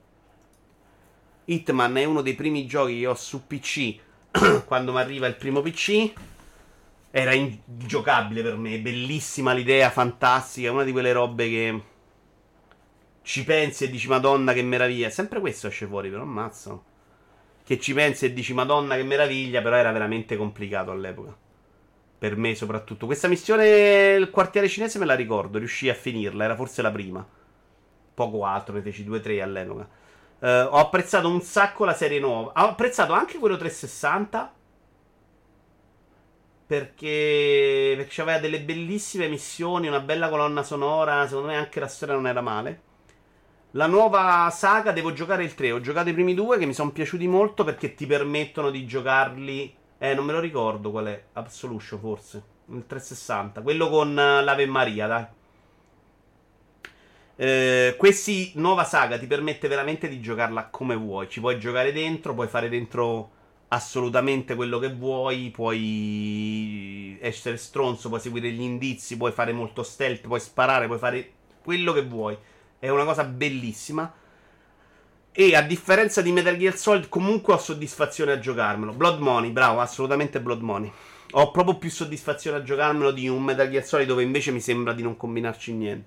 è uno dei primi giochi che ho su PC quando mi arriva il primo PC. Era ingiocabile per me, bellissima l'idea, fantastica, una di quelle robe che ci pensi e dici Madonna che meraviglia. Sempre questo esce fuori, però ammazza. Che ci pensi e dici Madonna che meraviglia, però era veramente complicato all'epoca. Per me soprattutto. Questa missione, il quartiere cinese me la ricordo, riuscii a finirla, era forse la prima. Poco altro, ne feci 2-3 all'epoca. Ho apprezzato un sacco la serie nuova. Ho apprezzato anche quello 360. Perché aveva delle bellissime missioni, una bella colonna sonora. Secondo me anche la storia non era male. La nuova saga devo giocare il 3. Ho giocato i primi due che mi sono piaciuti molto perché ti permettono di giocarli. Non me lo ricordo qual è. Absolution forse. Il 360. Quello con l'Ave Maria, dai. Questi nuova saga ti permette veramente di giocarla come vuoi. Ci puoi giocare dentro, puoi fare dentro assolutamente quello che vuoi. Puoi essere stronzo, puoi seguire gli indizi, puoi fare molto stealth, puoi sparare, puoi fare quello che vuoi. È una cosa bellissima. E a differenza di Metal Gear Solid, comunque ho soddisfazione a giocarmelo. Blood Money, bravo, assolutamente Blood Money. Ho proprio più soddisfazione a giocarmelo di un Metal Gear Solid dove invece mi sembra di non combinarci niente.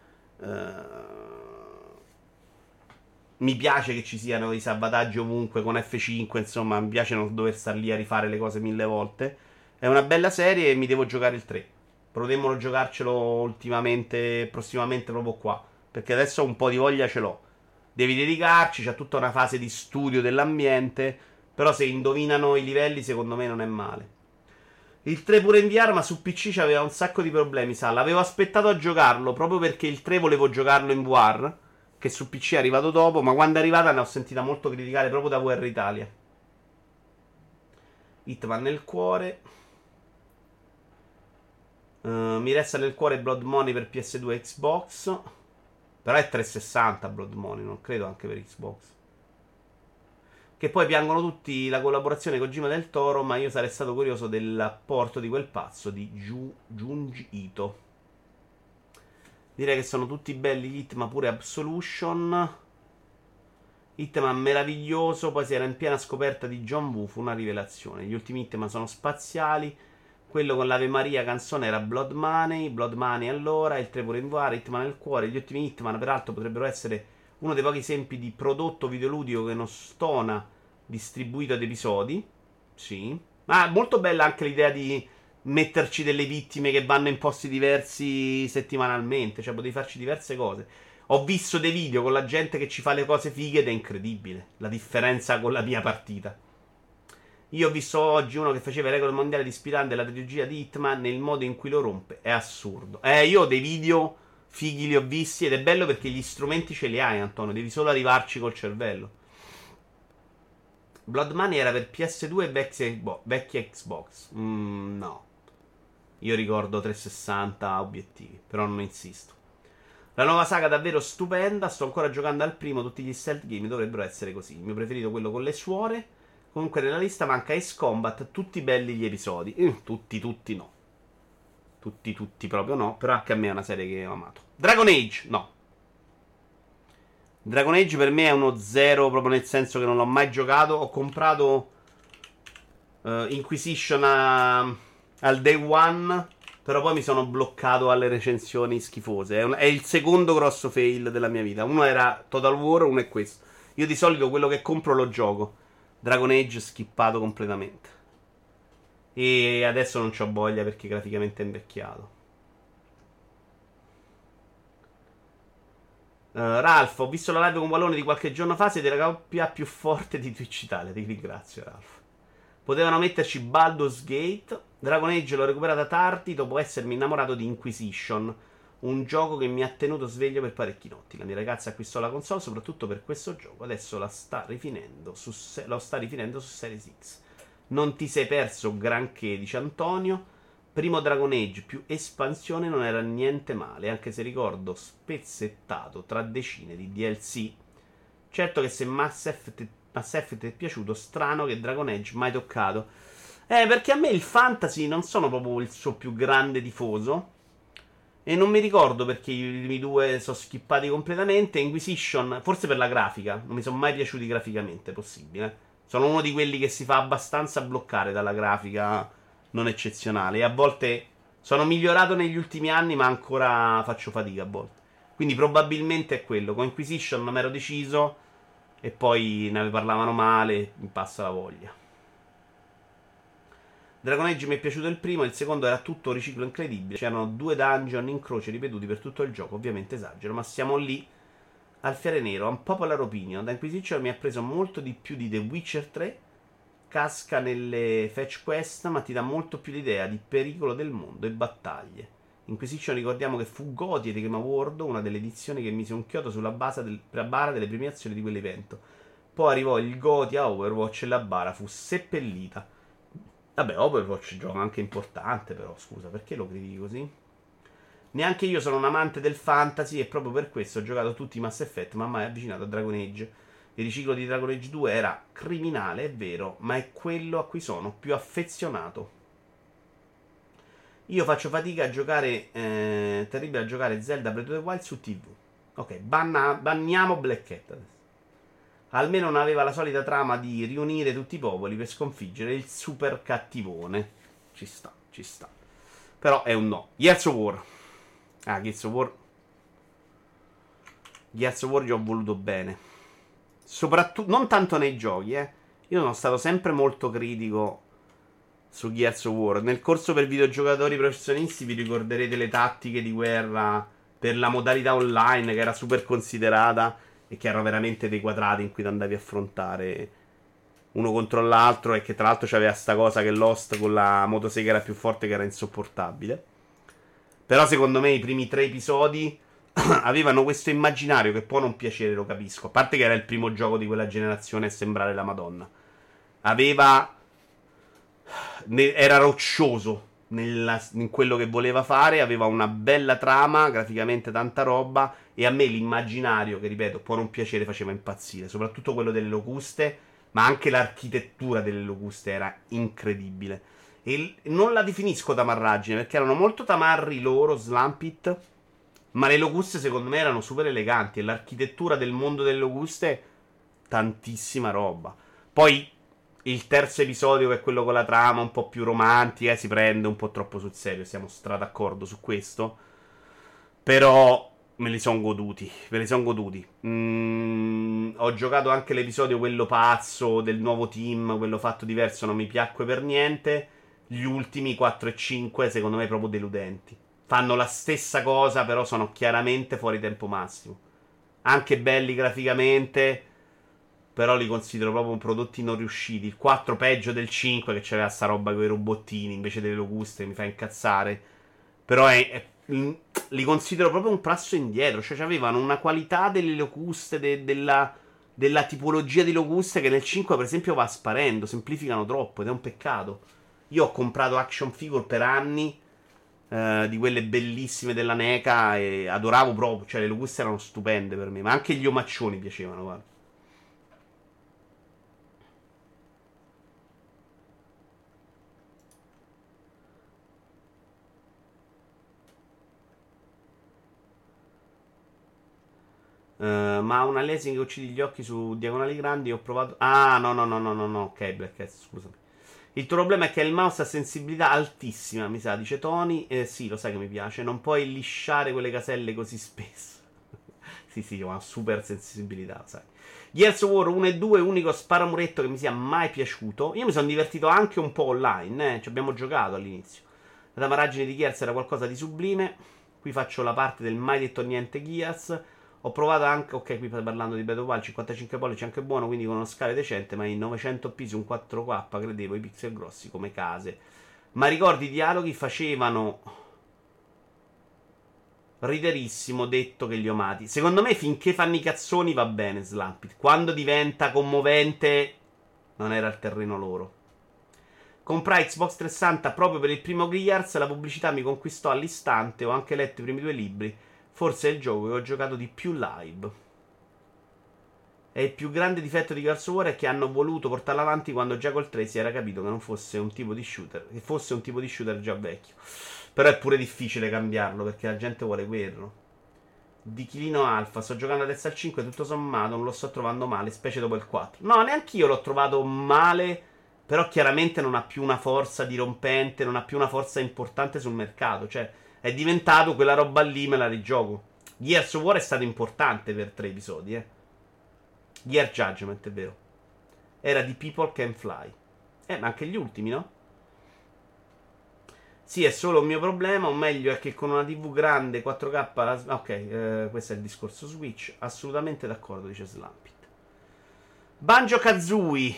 Mi piace che ci siano i salvataggi ovunque con F5, insomma, mi piace non dover star lì a rifare le cose 1000 volte. È una bella serie e mi devo giocare il 3. Potremmo giocarcelo ultimamente, prossimamente proprio qua, perché adesso un po' di voglia ce l'ho. Devi dedicarci, c'è tutta una fase di studio dell'ambiente, però se indovinano i livelli secondo me non è male. Il 3 pure in VR, ma su PC c'aveva un sacco di problemi, sa. L'avevo aspettato a giocarlo proprio perché il 3 volevo giocarlo in VR, che su PC è arrivato dopo, ma quando è arrivata ne ho sentita molto criticare proprio da VR Italia. Hitman nel cuore. Mi resta nel cuore Blood Money per PS2 e Xbox. Però è 360 Blood Money, non credo anche per Xbox. Che poi piangono tutti la collaborazione con Kojima del Toro, ma io sarei stato curioso dell'apporto di quel pazzo di Junji Ito. Direi che sono tutti belli gli Hitman, pure Absolution. Hitman meraviglioso, poi si era in piena scoperta di John Woo, fu una rivelazione. Gli ultimi Hitman sono spaziali. Quello con l'Ave Maria canzone era Blood Money allora, il 3 pure in VR, Hitman nel cuore. Gli ultimi Hitman peraltro potrebbero essere uno dei pochi esempi di prodotto videoludico che non stona distribuito ad episodi. Sì. Ma molto bella anche l'idea di metterci delle vittime che vanno in posti diversi settimanalmente. Cioè potevi farci diverse cose. Ho visto dei video con la gente che ci fa le cose fighe ed è incredibile la differenza con la mia partita. Io ho visto oggi uno che faceva il record mondiale di speedrun della trilogia di Hitman nel modo in cui lo rompe. È assurdo. Io ho dei video fighi li ho visti ed è bello perché gli strumenti ce li hai, Antonio. Devi solo arrivarci col cervello. Blood Money era per PS2 e vecchia Xbox. No. Io ricordo 360 obiettivi, però non insisto. La nuova saga davvero stupenda. Sto ancora giocando al primo. Tutti gli stealth game dovrebbero essere così. Il mio preferito è quello con le suore. Comunque nella lista manca Ace Combat. Tutti belli gli episodi. Tutti no. Tutti proprio no. Però anche a me è una serie che ho amato. Dragon Age no. Dragon Age per me è uno zero, proprio nel senso che non l'ho mai giocato. Ho comprato Inquisition al day one, però poi mi sono bloccato alle recensioni schifose. È il secondo grosso fail della mia vita. Uno era Total War, uno è questo. Io di solito quello che compro lo gioco. Dragon Age skippato completamente. E adesso non c'ho voglia perché graficamente è invecchiato. Ralph, ho visto la live con Wallone di qualche giorno fa. Siete la coppia più forte di Twitch Italia. Ti ringrazio, Ralph. Potevano metterci Baldur's Gate. Dragon Age l'ho recuperata tardi dopo essermi innamorato di Inquisition. Un gioco che mi ha tenuto sveglio per parecchi notti. La mia ragazza acquistò la console soprattutto per questo gioco. Adesso lo sta rifinendo su Series X. Non ti sei perso granché, dice Antonio. Primo Dragon Age più espansione non era niente male, anche se ricordo spezzettato tra decine di DLC. Certo che se Mass Effect ti è piaciuto, strano che Dragon Age mai toccato. Perché a me il fantasy non sono proprio il suo più grande tifoso. E non mi ricordo perché i primi due sono skippati completamente. Inquisition, forse per la grafica, non mi sono mai piaciuti graficamente, possibile. Sono uno di quelli che si fa abbastanza bloccare dalla grafica non eccezionale. E a volte sono migliorato negli ultimi anni, ma ancora faccio fatica a volte. Quindi probabilmente è quello. Con Inquisition non mi ero deciso. E poi ne parlavano male. Mi passa la voglia. Dragon Age mi è piaciuto il primo, il secondo era tutto un riciclo incredibile. C'erano 2 dungeon in croce ripetuti per tutto il gioco, ovviamente esagero, ma siamo lì al fiare nero. Un popular opinion. Da Inquisition mi ha preso molto di più di The Witcher 3. Casca nelle fetch quest, ma ti dà molto più l'idea di pericolo del mondo e battaglie. Inquisition ricordiamo che fu Goti e The Game Award, una delle edizioni che mise un chiodo sulla bara delle premiazioni di quell'evento. Poi arrivò il Goti a Overwatch e la bara fu seppellita. Vabbè, Overwatch è un gioco anche importante, però scusa, perché lo critichi così? Neanche io sono un amante del fantasy e proprio per questo ho giocato tutti i Mass Effect, ma mai avvicinato a Dragon Age. Il riciclo di Dragon Age 2 era criminale, è vero, ma è quello a cui sono più affezionato. Io faccio fatica a giocare, terribile a giocare Zelda Breath of the Wild su TV. Ok, banniamo Black Cat adesso. Almeno non aveva la solita trama di riunire tutti i popoli per sconfiggere il super cattivone. Ci sta, ci sta. Però è un no. Gears of War. Gears of War. Gears of War gli ho voluto bene. Soprattutto, non tanto nei giochi, eh. Io sono stato sempre molto critico su Gears of War. Nel corso per videogiocatori professionisti vi ricorderete le tattiche di guerra per la modalità online che era super considerata e che erano veramente dei quadrati in cui ti andavi a affrontare uno contro l'altro e che tra l'altro c'aveva sta cosa che Lost con la motosega era più forte che era insopportabile. Però secondo me i primi 3 episodi avevano questo immaginario che può non piacere, lo capisco. A parte che era il primo gioco di quella generazione e sembrare la Madonna. Aveva era roccioso in quello che voleva fare, aveva una bella trama, graficamente tanta roba e a me l'immaginario, che ripeto può non piacere, faceva impazzire, soprattutto quello delle locuste, ma anche l'architettura delle locuste era incredibile. E non la definisco tamarraggine perché erano molto tamarri loro, Slumpit, ma le locuste secondo me erano super eleganti e l'architettura del mondo delle locuste tantissima roba. Poi il terzo episodio, che è quello con la trama un po' più romantica, si prende un po' troppo sul serio. Siamo stra d'accordo su questo. Però me li sono goduti. Me li sono goduti. Ho giocato anche l'episodio quello pazzo del nuovo team, quello fatto diverso, non mi piacque per niente. Gli ultimi 4 e 5 secondo me proprio deludenti. Fanno la stessa cosa, però sono chiaramente fuori tempo massimo. Anche belli graficamente, però li considero proprio prodotti non riusciti. Il 4 peggio del 5 che c'aveva sta roba con i robottini invece delle locuste, che mi fa incazzare. Però li considero proprio un passo indietro. Cioè avevano una qualità delle locuste, della tipologia di locuste che nel 5 per esempio va sparendo. Semplificano troppo ed è un peccato. Io ho comprato action figure per anni, di quelle bellissime della NECA, e adoravo proprio. Cioè le locuste erano stupende per me. Ma anche gli omaccioni piacevano, guarda. Ma una lesica che uccidi gli occhi su diagonali grandi. Ho provato. Ah, no, no, no, no, no, no. Ok, Black Cat, scusami. Il tuo problema è che il mouse ha sensibilità altissima, mi sa, dice Tony. Sì, lo sai che mi piace. Non puoi lisciare quelle caselle così spesso. Sì, sì, ho una super sensibilità, sai. Gears of War 1 e 2, unico sparamuretto che mi sia mai piaciuto. Io mi sono divertito anche un po' online, ci abbiamo giocato all'inizio. La tamaragine di Gears era qualcosa di sublime. Qui faccio la parte del mai detto niente Gears. Ho provato anche, ok, qui parlando di Breath of the Wild, 55 pollici anche buono, quindi con uno scale decente, ma in 900p su un 4K credevo i pixel grossi come case. Ma ricordi i dialoghi facevano riderissimo, detto che li ho amati. Secondo me finché fanno i cazzoni va bene Slampit. Quando diventa commovente non era il terreno loro. Comprai Xbox 360 proprio per il primo Gears, la pubblicità mi conquistò all'istante, ho anche letto i primi due libri. Forse è il gioco che ho giocato di più live. E il più grande difetto di Gears of War è che hanno voluto portarla avanti quando già col 3 si era capito che non fosse un tipo di shooter, che fosse un tipo di shooter già vecchio. Però è pure difficile cambiarlo perché la gente vuole quello. Di Chilino Alpha, sto giocando adesso al 5, tutto sommato non lo sto trovando male, specie dopo il 4. No, neanche io l'ho trovato male, però chiaramente non ha più una forza dirompente, non ha più una forza importante sul mercato, cioè è diventato quella roba lì, me la rigioco. Gears of War è stato importante per 3 episodi, eh. Gear Judgment, è vero. Era di People Can Fly. Ma anche gli ultimi, no? Sì, è solo un mio problema, o meglio è che con una TV grande 4K... Ok, questo è il discorso Switch. Assolutamente d'accordo, dice Slampit. Banjo-Kazooie.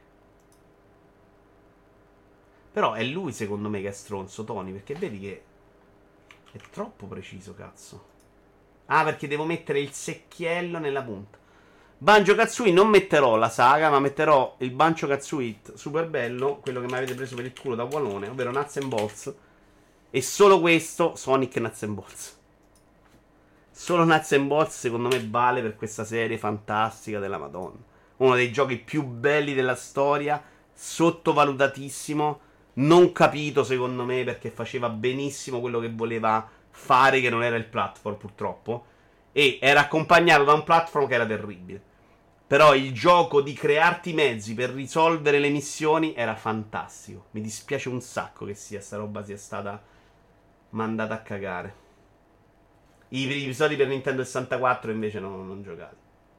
Però è lui secondo me che è stronzo, Tony, perché vedi che è troppo preciso, cazzo. Ah, perché devo mettere il secchiello nella punta. Banjo-Kazooie non metterò la saga, ma metterò il Banjo-Kazooie super bello, quello che mi avete preso per il culo da Wallone, ovvero Nuts and Bolts. E solo questo, Sonic Nuts and Bolts. Solo Nuts and Bolts secondo me vale per questa serie fantastica della Madonna. Uno dei giochi più belli della storia, sottovalutatissimo, non capito secondo me perché faceva benissimo quello che voleva fare, che non era il platform purtroppo, e era accompagnato da un platform che era terribile. Però il gioco di crearti i mezzi per risolvere le missioni era fantastico. Mi dispiace un sacco che sta roba sia stata mandata a cagare. I episodi per Nintendo 64 invece non giocati.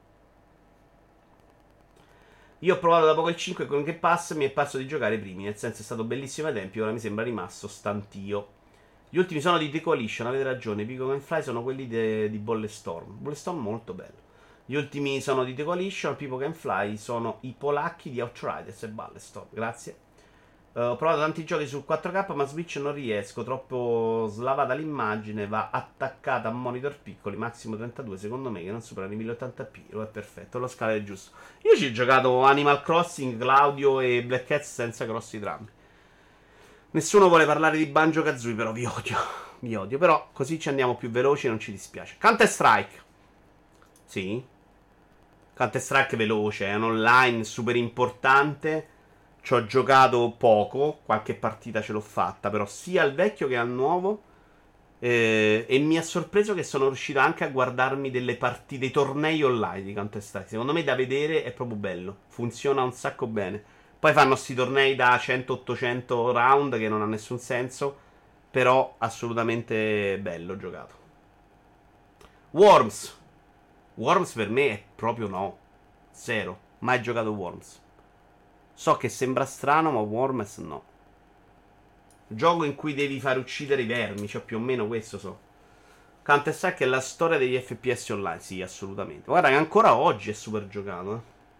Io ho provato da poco il 5 con Game Pass, mi è parso di giocare i primi, nel senso è stato bellissimo ai tempi, ora mi sembra rimasto stantio. Gli ultimi sono di The Coalition, avete ragione, Pico and Fly sono quelli di Bulletstorm. Bulletstorm molto bello. Gli ultimi sono di The Coalition, People Can Fly sono i polacchi di Outriders e Bulletstorm. Grazie. Ho provato tanti giochi sul 4K, ma Switch non riesco, troppo slavata l'immagine, va attaccata a monitor piccoli, massimo 32, secondo me, che non supera i 1080p, lo è perfetto, lo scala è giusto. Io ci ho giocato Animal Crossing, Claudio e Black Cat senza grossi drammi. Nessuno vuole parlare di Banjo-Kazooie, però vi odio. Vi odio, però così ci andiamo più veloci e non ci dispiace. Counter-Strike. Sì. Counter-Strike veloce, è un online super importante. Ci ho giocato poco, qualche partita ce l'ho fatta, però sia al vecchio che al nuovo. E mi ha sorpreso che sono riuscito anche a guardarmi delle partite, dei tornei online di Counter-Strike. Secondo me da vedere è proprio bello. Funziona un sacco bene. Poi fanno sti tornei da 100-800 round che non ha nessun senso. Però assolutamente bello giocato. Worms. Worms per me è proprio no. Zero. Mai giocato Worms. So che sembra strano, ma Worms no. Gioco in cui devi far uccidere i vermi, cioè più o meno questo so. Counter-Strike è la storia degli FPS online, sì, assolutamente. Guarda che ancora oggi è super giocato,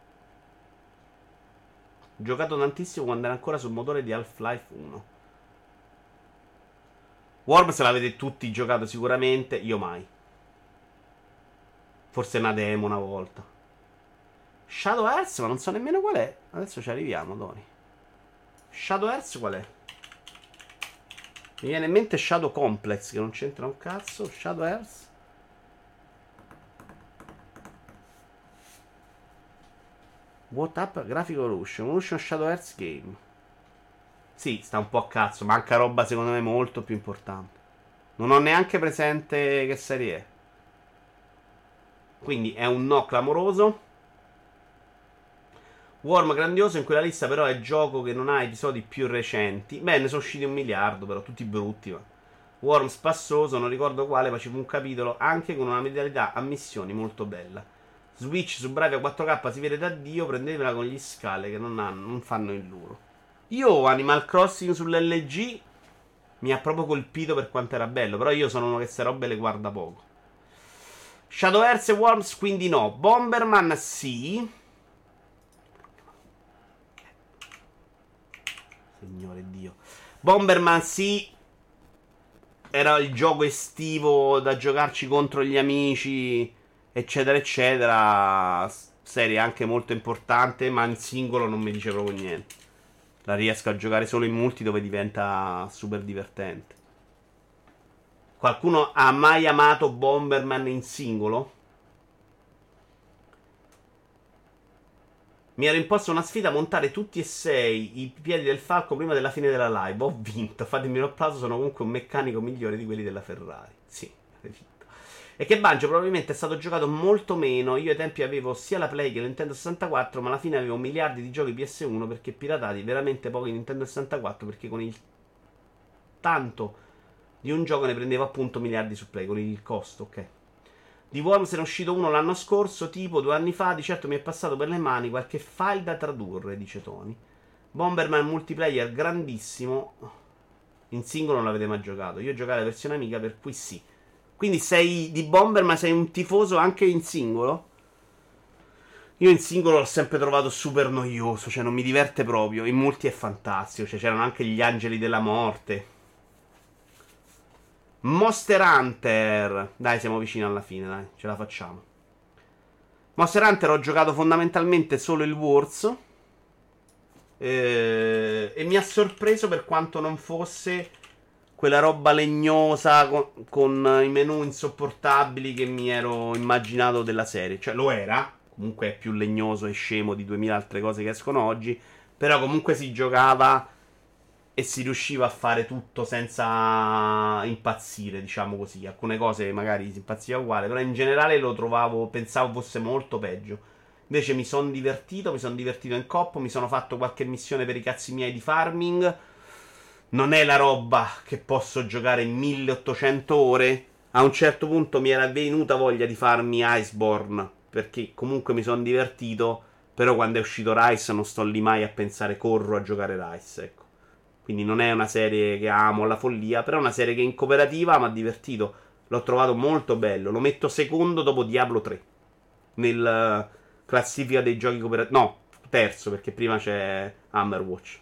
Giocato tantissimo quando era ancora sul motore di Half-Life 1. Worms l'avete tutti giocato sicuramente, io mai. Forse una demo una volta. Shadow Hearts, ma non so nemmeno qual è. Adesso ci arriviamo, Tony. Shadow Hearts qual è? Mi viene in mente Shadow Complex, che non c'entra un cazzo. Shadow Hearts. What Up Graphic Evolution Shadow Hearts Game. Sì, sta un po' a cazzo. Manca roba secondo me molto più importante. Non ho neanche presente che serie è. Quindi è un no clamoroso. Worm grandioso, in quella lista però è gioco che non ha episodi più recenti. Beh, ne sono usciti 1 miliardo, però tutti brutti, ma. Worm spassoso, non ricordo quale, ma ci fu un capitolo anche con una medialità a missioni molto bella. Switch su Bravia 4K si vede da Dio, prendetela con gli scale che non fanno il loro. Io Animal Crossing sull'LG mi ha proprio colpito per quanto era bello, però io sono uno che queste robe le guarda poco. Shadow Hearts e Worms quindi no. Bomberman sì. Signore Dio. Bomberman sì. Era il gioco estivo da giocarci contro gli amici, eccetera, eccetera. Serie anche molto importante, ma in singolo non mi dice proprio niente. La riesco a giocare solo in multi dove diventa super divertente. Qualcuno ha mai amato Bomberman in singolo? Mi ero imposto una sfida: montare tutti e 6 i piedi del falco prima della fine della live. Ho vinto, fatemi un applauso, sono comunque un meccanico migliore di quelli della Ferrari. Sì, hai vinto. E che Banjo probabilmente è stato giocato molto meno. Io ai tempi avevo sia la Play che la Nintendo 64, ma alla fine avevo miliardi di giochi PS1 perché piratati, veramente pochi Nintendo 64, perché con il tanto di un gioco ne prendevo appunto miliardi su Play, con il costo, ok. Di Worms ne è uscito uno l'anno scorso, tipo 2 anni fa. Di certo mi è passato per le mani qualche file da tradurre, dice Tony. Bomberman multiplayer grandissimo. In singolo non l'avete mai giocato. Io giocai la versione amica, per cui sì. Quindi sei di Bomberman, sei un tifoso anche in singolo? Io in singolo l'ho sempre trovato super noioso, cioè non mi diverte proprio. In multi è fantastico, cioè c'erano anche gli angeli della morte. Monster Hunter. Dai, siamo vicini alla fine, dai, ce la facciamo. Monster Hunter ho giocato fondamentalmente solo il Wars. E mi ha sorpreso per quanto non fosse quella roba legnosa con i menu insopportabili che mi ero immaginato della serie. Cioè lo era, comunque è più legnoso e scemo di 2000 altre cose che escono oggi. Però comunque si giocava e si riusciva a fare tutto senza impazzire, diciamo così. Alcune cose magari si impazziva uguale, però in generale lo trovavo, pensavo fosse molto peggio. Invece mi sono divertito in coppa, mi sono fatto qualche missione per i cazzi miei di farming. Non è la roba che posso giocare in 1800 ore. A un certo punto mi era venuta voglia di farmi Iceborne, perché comunque mi sono divertito, però quando è uscito Rise non sto lì mai a pensare corro a giocare Rise, ecco. Quindi non è una serie che amo alla follia, però è una serie che in cooperativa mi ha divertito. L'ho trovato molto bello. Lo metto secondo dopo Diablo 3 nel classifica dei giochi cooperativi. No, terzo, perché prima c'è Hammerwatch.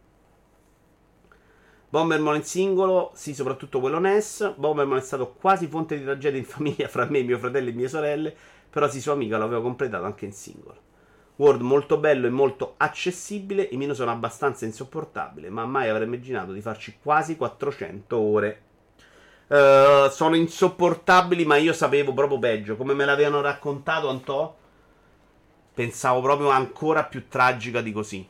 Bomberman in singolo, sì, soprattutto quello NES. Bomberman è stato quasi fonte di tragedia in famiglia fra me, mio fratello e mie sorelle. Però sì, sua amica lo aveva completato anche in singolo. World molto bello e molto accessibile. I menu sono abbastanza insopportabili, ma mai avrei immaginato di farci quasi 400 ore. Sono insopportabili, ma io sapevo proprio peggio. Come me l'avevano raccontato Antò, pensavo proprio ancora più tragica di così.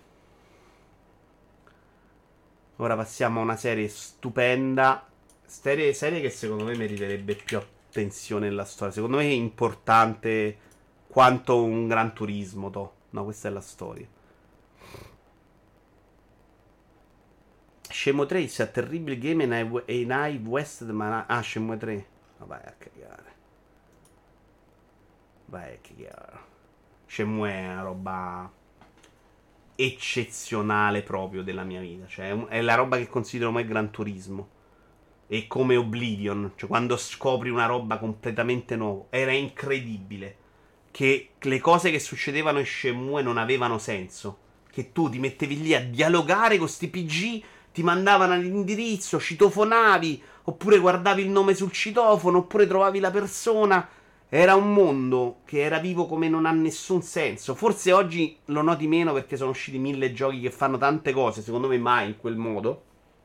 Ora passiamo a una serie stupenda. Serie che secondo me meriterebbe più attenzione nella storia. Secondo me è importante quanto un Gran Turismo, No, questa è la storia. Shenmue 3 is a terrible game and I've wasted my... Ah, Shenmue 3. Vai a cagare. Vai a cagare. Shenmue è una roba eccezionale proprio della mia vita. Cioè è la roba che considero mai Gran Turismo. E come Oblivion. Cioè quando scopri una roba completamente nuova. Era incredibile. Che le cose che succedevano in Shenmue non avevano senso. Che tu ti mettevi lì a dialogare con sti PG, ti mandavano all'indirizzo, citofonavi, oppure guardavi il nome sul citofono, oppure trovavi la persona. Era un mondo che era vivo come non ha nessun senso. Forse oggi lo noti meno perché sono usciti 1000 giochi che fanno tante cose, secondo me mai in quel modo.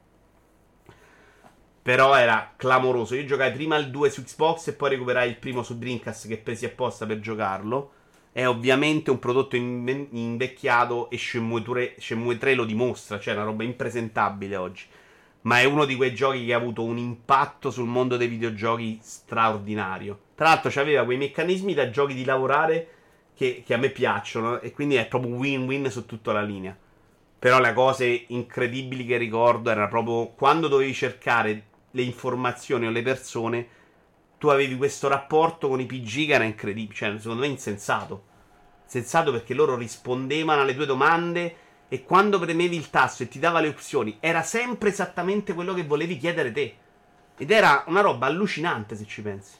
Però era clamoroso. Io giocai prima il 2 su Xbox e poi recuperai il primo su Dreamcast che presi apposta per giocarlo. È ovviamente un prodotto invecchiato e Shenmue 3 lo dimostra. Cioè è una roba impresentabile oggi. Ma è uno di quei giochi che ha avuto un impatto sul mondo dei videogiochi straordinario. Tra l'altro c'aveva quei meccanismi da giochi di lavorare che a me piacciono, e quindi è proprio win-win su tutta la linea. Però le cose incredibili che ricordo era proprio quando dovevi cercare le informazioni o le persone, tu avevi questo rapporto con i PG che era incredibile, cioè secondo me insensato. Sensato perché loro rispondevano alle tue domande e quando premevi il tasto e ti dava le opzioni era sempre esattamente quello che volevi chiedere te. Ed era una roba allucinante se ci pensi.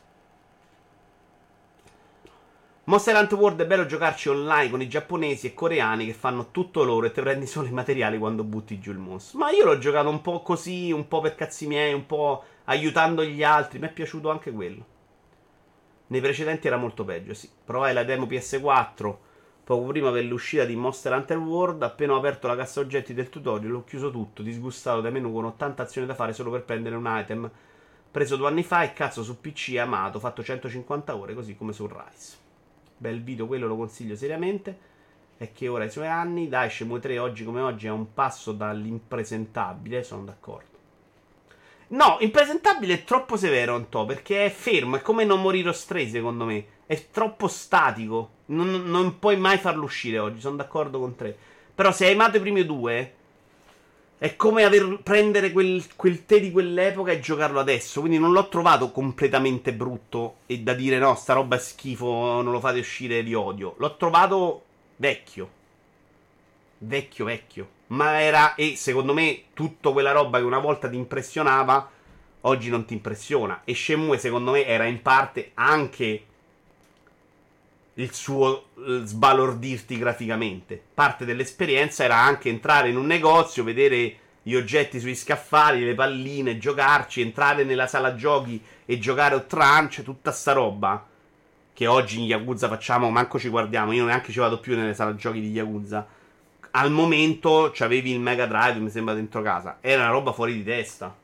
Monster Hunter World è bello giocarci online con i giapponesi e coreani che fanno tutto loro e te prendi solo i materiali quando butti giù il mostro. Ma io l'ho giocato un po' così, un po' per cazzi miei, un po' aiutando gli altri. Mi è piaciuto anche quello. Nei precedenti era molto peggio, sì. Provai la demo PS4 poco prima dell'uscita di Monster Hunter World. Appena ho aperto la cassa oggetti del tutorial, l'ho chiuso tutto, disgustato dai menu con 80 azioni da fare solo per prendere un item. Preso 2 anni fa e cazzo su PC amato, fatto 150 ore così come su Rise. Bel video, quello lo consiglio seriamente. È che ora ai suoi anni, dai, Shenmue 3 oggi come oggi è un passo dall'impresentabile, sono d'accordo. No, impresentabile è troppo severo un to', perché è fermo, è come non morire Stray secondo me. È troppo statico, non puoi mai farlo uscire oggi, sono d'accordo con te. Però se hai amato i primi due, è come prendere quel tè di quell'epoca e giocarlo adesso. Quindi non l'ho trovato completamente brutto e da dire no, sta roba è schifo, non lo fate uscire, vi odio. L'ho trovato vecchio. Vecchio, vecchio. Ma era, e secondo me, tutta quella roba che una volta ti impressionava, oggi non ti impressiona. E Shenmue, secondo me, era in parte anche il suo sbalordirti graficamente. Parte dell'esperienza era anche entrare in un negozio, vedere gli oggetti sui scaffali, le palline, giocarci, entrare nella sala giochi e giocare Outrun, tutta sta roba che oggi in Yakuza facciamo, manco ci guardiamo. Io neanche ci vado più nelle sale giochi di Yakuza. Al momento c'avevi il Mega Drive, mi sembra, dentro casa. Era una roba fuori di testa.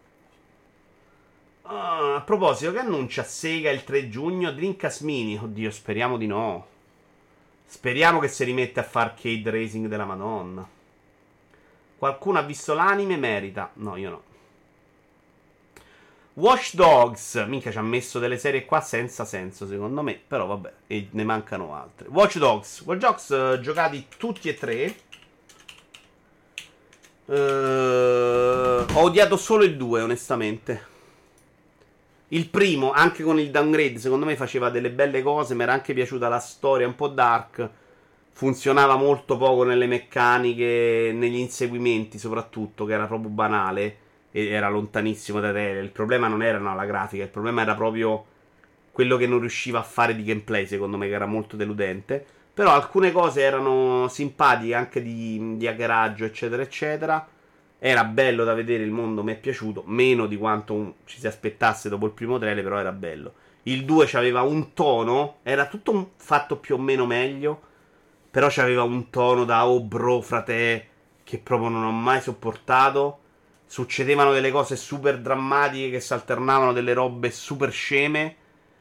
A proposito, che annuncia Sega il 3 giugno? Dreamcast Mini. Oddio, speriamo di no. Speriamo che si rimette a fare arcade racing della Madonna. Qualcuno ha visto l'anime? Merita. No, io no. Watch Dogs. Minchia, ci ha messo delle serie qua senza senso, secondo me. Però vabbè, e ne mancano altre. Watch Dogs. Watch Dogs giocati tutti e tre. Ho odiato solo il 2, onestamente. Il primo, anche con il downgrade, secondo me faceva delle belle cose. Mi era anche piaciuta la storia, un po' dark. Funzionava molto poco nelle meccaniche, negli inseguimenti soprattutto, che era proprio banale e era lontanissimo da te. Il problema non era la grafica, il problema era proprio quello che non riusciva a fare di gameplay, secondo me, che era molto deludente. Però alcune cose erano simpatiche, anche di hackeraggio, eccetera, eccetera. Era bello da vedere, il mondo mi è piaciuto, meno di quanto ci si aspettasse dopo il primo trailer, però era bello. Il 2 c'aveva un tono, era tutto fatto più o meno meglio, però c'aveva un tono da oh bro, frate, che proprio non ho mai sopportato. Succedevano delle cose super drammatiche che si alternavano delle robe super sceme.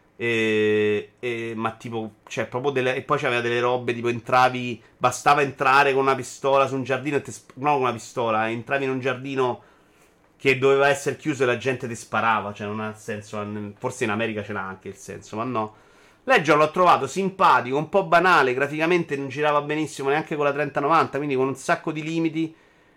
Ma tipo, cioè, proprio delle. E poi c'aveva delle robe tipo entravi. Bastava entrare con una pistola su un giardino e no, con una pistola. Entravi in un giardino che doveva essere chiuso e la gente ti sparava. Cioè, non ha senso. Forse in America ce l'ha anche il senso, ma no. Legion l'ho trovato simpatico, un po' banale. Graficamente non girava benissimo neanche con la 3090. Quindi con un sacco di limiti.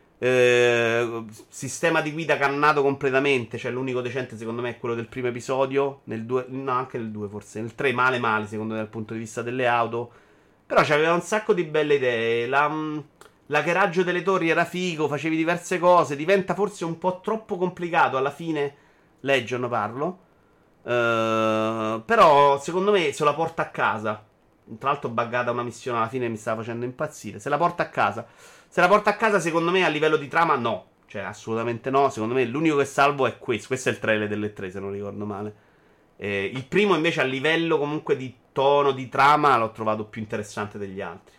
Sistema di guida cannato completamente. Cioè l'unico decente secondo me è quello del primo episodio. Nel 2, no, anche nel 2 forse. Nel 3 male male secondo me dal punto di vista delle auto. Però c'aveva un sacco di belle idee. L'hackeraggio delle torri era figo. Facevi diverse cose. Diventa forse un po' troppo complicato alla fine. Legion parlo. Però secondo me se la porta a casa. Tra l'altro buggata una missione alla fine mi stava facendo impazzire. Se la porta a casa. Se la porta a casa, secondo me, a livello di trama, no. Cioè, assolutamente no. Secondo me, l'unico che salvo è questo. Questo è il trailer delle 3, se non ricordo male. Il primo, invece, a livello comunque di tono, di trama, l'ho trovato più interessante degli altri.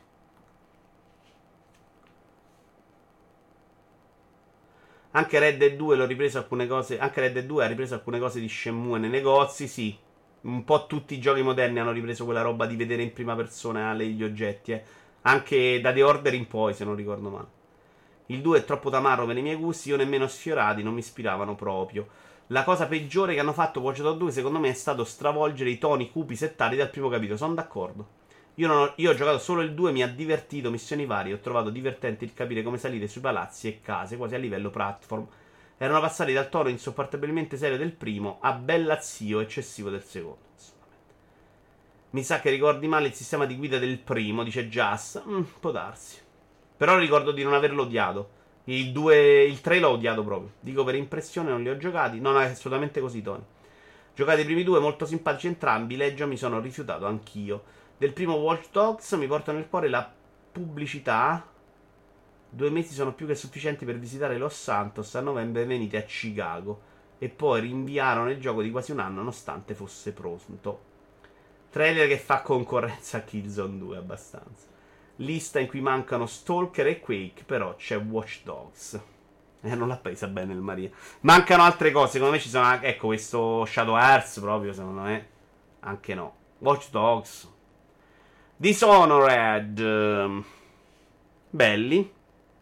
Anche Red Dead 2 l'ho ripreso alcune cose. Anche Red Dead 2 ha ripreso alcune cose di Shenmue nei negozi, sì. Un po' tutti i giochi moderni hanno ripreso quella roba di vedere in prima persona gli oggetti, Anche da The Order in poi, se non ricordo male. Il 2 è troppo tamarro per i miei gusti, io nemmeno sfiorati, non mi ispiravano proprio. La cosa peggiore che hanno fatto Watch Dogs 2 secondo me è stato stravolgere i toni cupi settati dal primo capitolo, sono d'accordo. Io ho giocato solo il 2, mi ha divertito, missioni varie, ho trovato divertente il capire come salire sui palazzi e case, quasi a livello platform. Erano passati dal tono insopportabilmente serio del primo a bell'azzio eccessivo del secondo. Mi sa che ricordi male il sistema di guida del primo, dice Just. Può darsi. Però ricordo di non averlo odiato. Il 3 l'ho odiato proprio. Dico per impressione, non li ho giocati. Non è assolutamente così, Tony. Giocati i primi due, molto simpatici entrambi. Leggio mi sono rifiutato anch'io. Del primo Watch Dogs mi porta nel cuore la pubblicità. 2 mesi sono più che sufficienti per visitare Los Santos. A novembre venite a Chicago. E poi rinviarono il gioco di quasi un anno, nonostante fosse pronto. Trailer che fa concorrenza a Killzone 2 abbastanza. Lista in cui mancano Stalker e Quake, però c'è Watch Dogs. Non l'ha presa bene il Maria. Mancano altre cose, secondo me ci sono anche, ecco, questo Shadow Hearts proprio, secondo me. Anche no. Watch Dogs. Dishonored. Belli.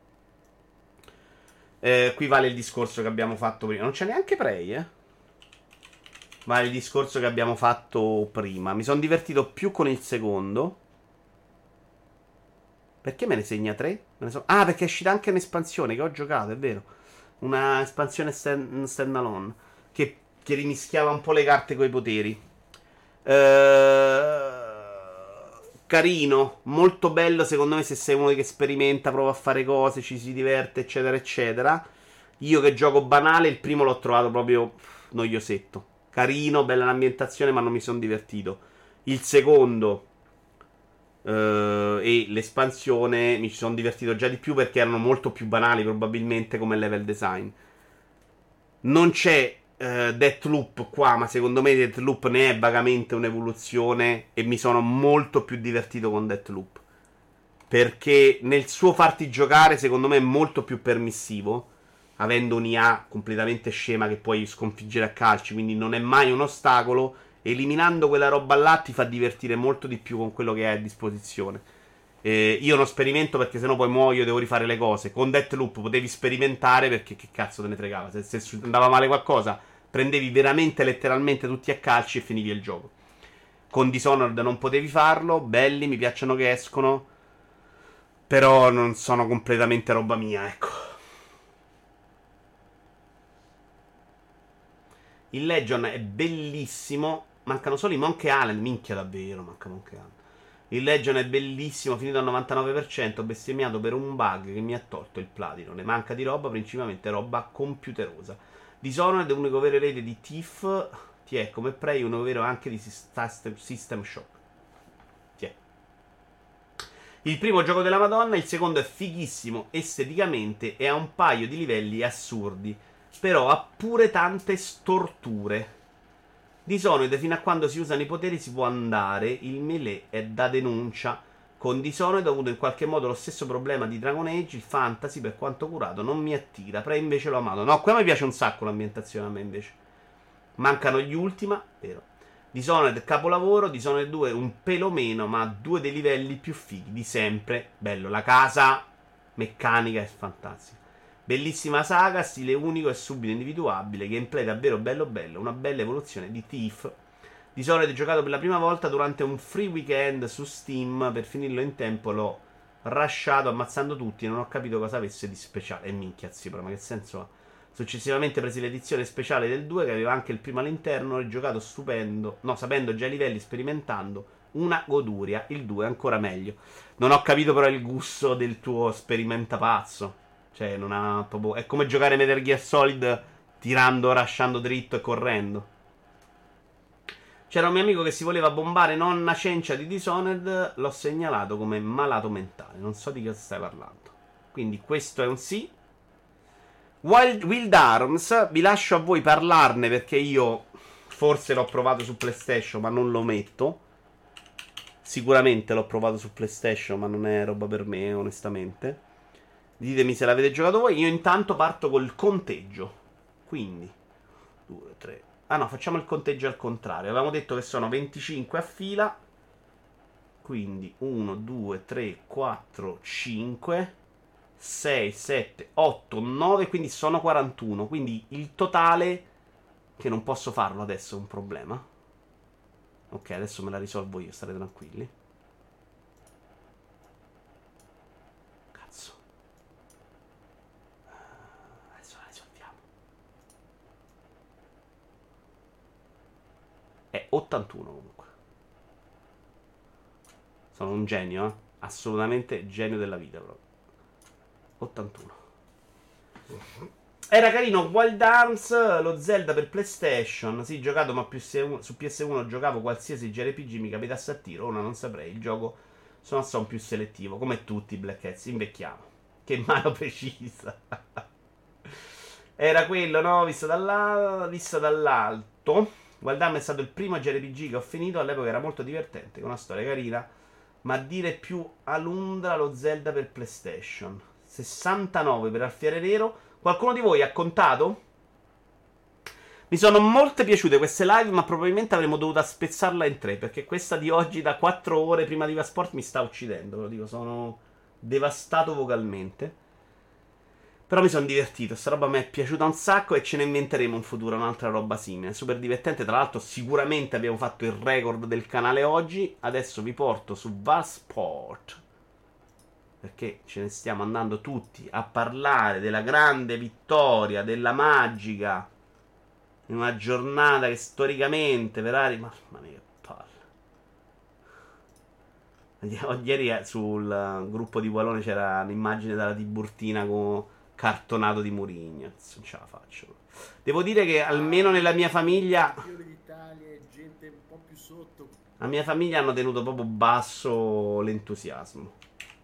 Qui vale il discorso che abbiamo fatto prima. Non c'è neanche Prey, Vale il discorso che abbiamo fatto prima. Mi sono divertito più con il secondo. Perché me ne segna 3? Ah, perché è uscita anche un'espansione che ho giocato, è vero. Una espansione standalone. Che rimischiava un po' le carte coi poteri. Carino, molto bello secondo me se sei uno che sperimenta, prova a fare cose, ci si diverte, eccetera, eccetera. Io che gioco banale, il primo l'ho trovato proprio noiosetto. Carino, bella l'ambientazione, ma non mi sono divertito. Il secondo e l'espansione mi ci sono divertito già di più perché erano molto più banali probabilmente come level design. Non c'è Deathloop qua, ma secondo me Deathloop ne è vagamente un'evoluzione e mi sono molto più divertito con Deathloop. Perché nel suo farti giocare secondo me è molto più permissivo, avendo un'IA completamente scema che puoi sconfiggere a calci, quindi non è mai un ostacolo. Eliminando quella roba là ti fa divertire molto di più con quello che hai a disposizione. Io non sperimento perché sennò poi muoio, devo rifare le cose. Con Deathloop potevi sperimentare perché che cazzo te ne fregava. Se andava male qualcosa, prendevi veramente letteralmente tutti a calci e finivi il gioco. Con Dishonored non potevi farlo. Belli, mi piacciono che escono, però non sono completamente roba mia, ecco. Il Legion è bellissimo. Mancano solo i Monkey Island. Minchia, davvero, manca Monkey Island. Il Legion è bellissimo, finito al 99%, bestemmiato per un bug che mi ha tolto il platino. Ne manca di roba, principalmente roba computerosa. Dishonored è l'unico vero erede di Thief. Ti è come Prey, uno vero anche di System Shock. Ti è. Il primo gioco della Madonna, il secondo è fighissimo esteticamente e ha un paio di livelli assurdi. Però ha pure tante storture. Dishonored, fino a quando si usano i poteri si può andare. Il melee è da denuncia. Con Dishonored ho avuto in qualche modo lo stesso problema di Dragon Age. Il fantasy, per quanto curato, non mi attira. Prey invece l'ho amato. No, qua mi piace un sacco l'ambientazione a me invece. Mancano gli Ultima, vero. Dishonored capolavoro. Dishonored 2 un pelo meno, ma ha due dei livelli più fighi di sempre. Bello, la casa meccanica è fantastica. Bellissima saga, stile unico e subito individuabile, gameplay davvero bello bello, una bella evoluzione di Thief. Dishonored giocato per la prima volta durante un free weekend su Steam, per finirlo in tempo l'ho rushato ammazzando tutti e non ho capito cosa avesse di speciale. E minchia zipra, ma che senso ha? Successivamente presi l'edizione speciale del 2 che aveva anche il primo all'interno, ho giocato stupendo, no, sapendo già i livelli, sperimentando, una goduria, il 2 è ancora meglio. Non ho capito però il gusto del tuo sperimentapazzo. Cioè, non ha proprio. È come giocare Metal Gear Solid tirando, rushando dritto e correndo. C'era un mio amico che si voleva bombare nonna Cencia di Dishonored. L'ho segnalato come malato mentale. Non so di cosa stai parlando. Quindi questo è un sì. Wild Arms, vi lascio a voi parlarne perché io forse l'ho provato su PlayStation, ma non lo metto. Sicuramente l'ho provato su PlayStation, ma non è roba per me, onestamente. Ditemi se l'avete giocato voi. Io intanto parto col conteggio. Quindi 2, 3. Ah no, facciamo il conteggio al contrario. Avevamo detto che sono 25 a fila. Quindi 1, 2, 3, 4, 5, 6, 7, 8, 9, quindi sono 41. Quindi il totale, che non posso farlo adesso, è un problema. Ok, adesso me la risolvo io, state tranquilli. Cazzo. Adesso la risolviamo. È 81 comunque. Sono un genio, eh. Assolutamente genio della vita, proprio. 81. Era carino Wild Arms, lo Zelda per PlayStation. Sì, giocato, ma su PS1 giocavo qualsiasi JRPG mi capitasse a tiro. Ora non saprei. Il gioco sono più selettivo. Come tutti i Black Hats. Invecchiamo. Che mano precisa. Era quello, no? Visto dall'alto. Wild Arms è stato il primo JRPG che ho finito. All'epoca era molto divertente, con una storia carina. Ma dire più a Lundra lo Zelda per PlayStation. 69 per Alfiere Nero. Qualcuno di voi ha contato? Mi sono molte piaciute queste live, ma probabilmente avremmo dovuto spezzarla in tre, perché questa di oggi da 4 ore prima di Vasport mi sta uccidendo, ve lo dico, sono devastato vocalmente. Però mi sono divertito, sta roba mi è piaciuta un sacco e ce ne inventeremo in futuro un'altra roba simile. Super divertente, tra l'altro sicuramente abbiamo fatto il record del canale oggi. Adesso vi porto su Vasport, perché ce ne stiamo andando tutti a parlare della grande vittoria della Magica in una giornata che storicamente Ferrari, mamma mia che palle. Ieri sul gruppo di Wallone c'era un'immagine della Tiburtina con cartonato di Mourinho. Non ce la faccio. Devo dire che almeno nella mia famiglia, la mia famiglia hanno tenuto proprio basso l'entusiasmo.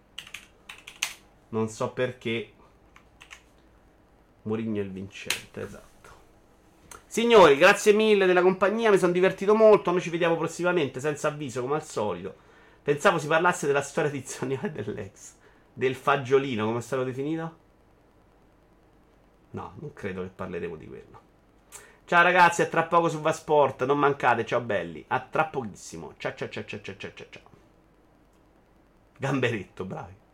Non so perché. Mourinho è il vincente, esatto. Signori, grazie mille della compagnia, mi sono divertito molto. Noi ci vediamo prossimamente, senza avviso, come al solito. Pensavo si parlasse della storia edizione dell'ex. Del fagiolino, come è stato definito? No, non credo che parleremo di quello. Ciao ragazzi, a tra poco su Vasport. Non mancate, ciao belli. A tra pochissimo. Ciao ciao ciao ciao ciao ciao ciao. Gamberetto, bravi.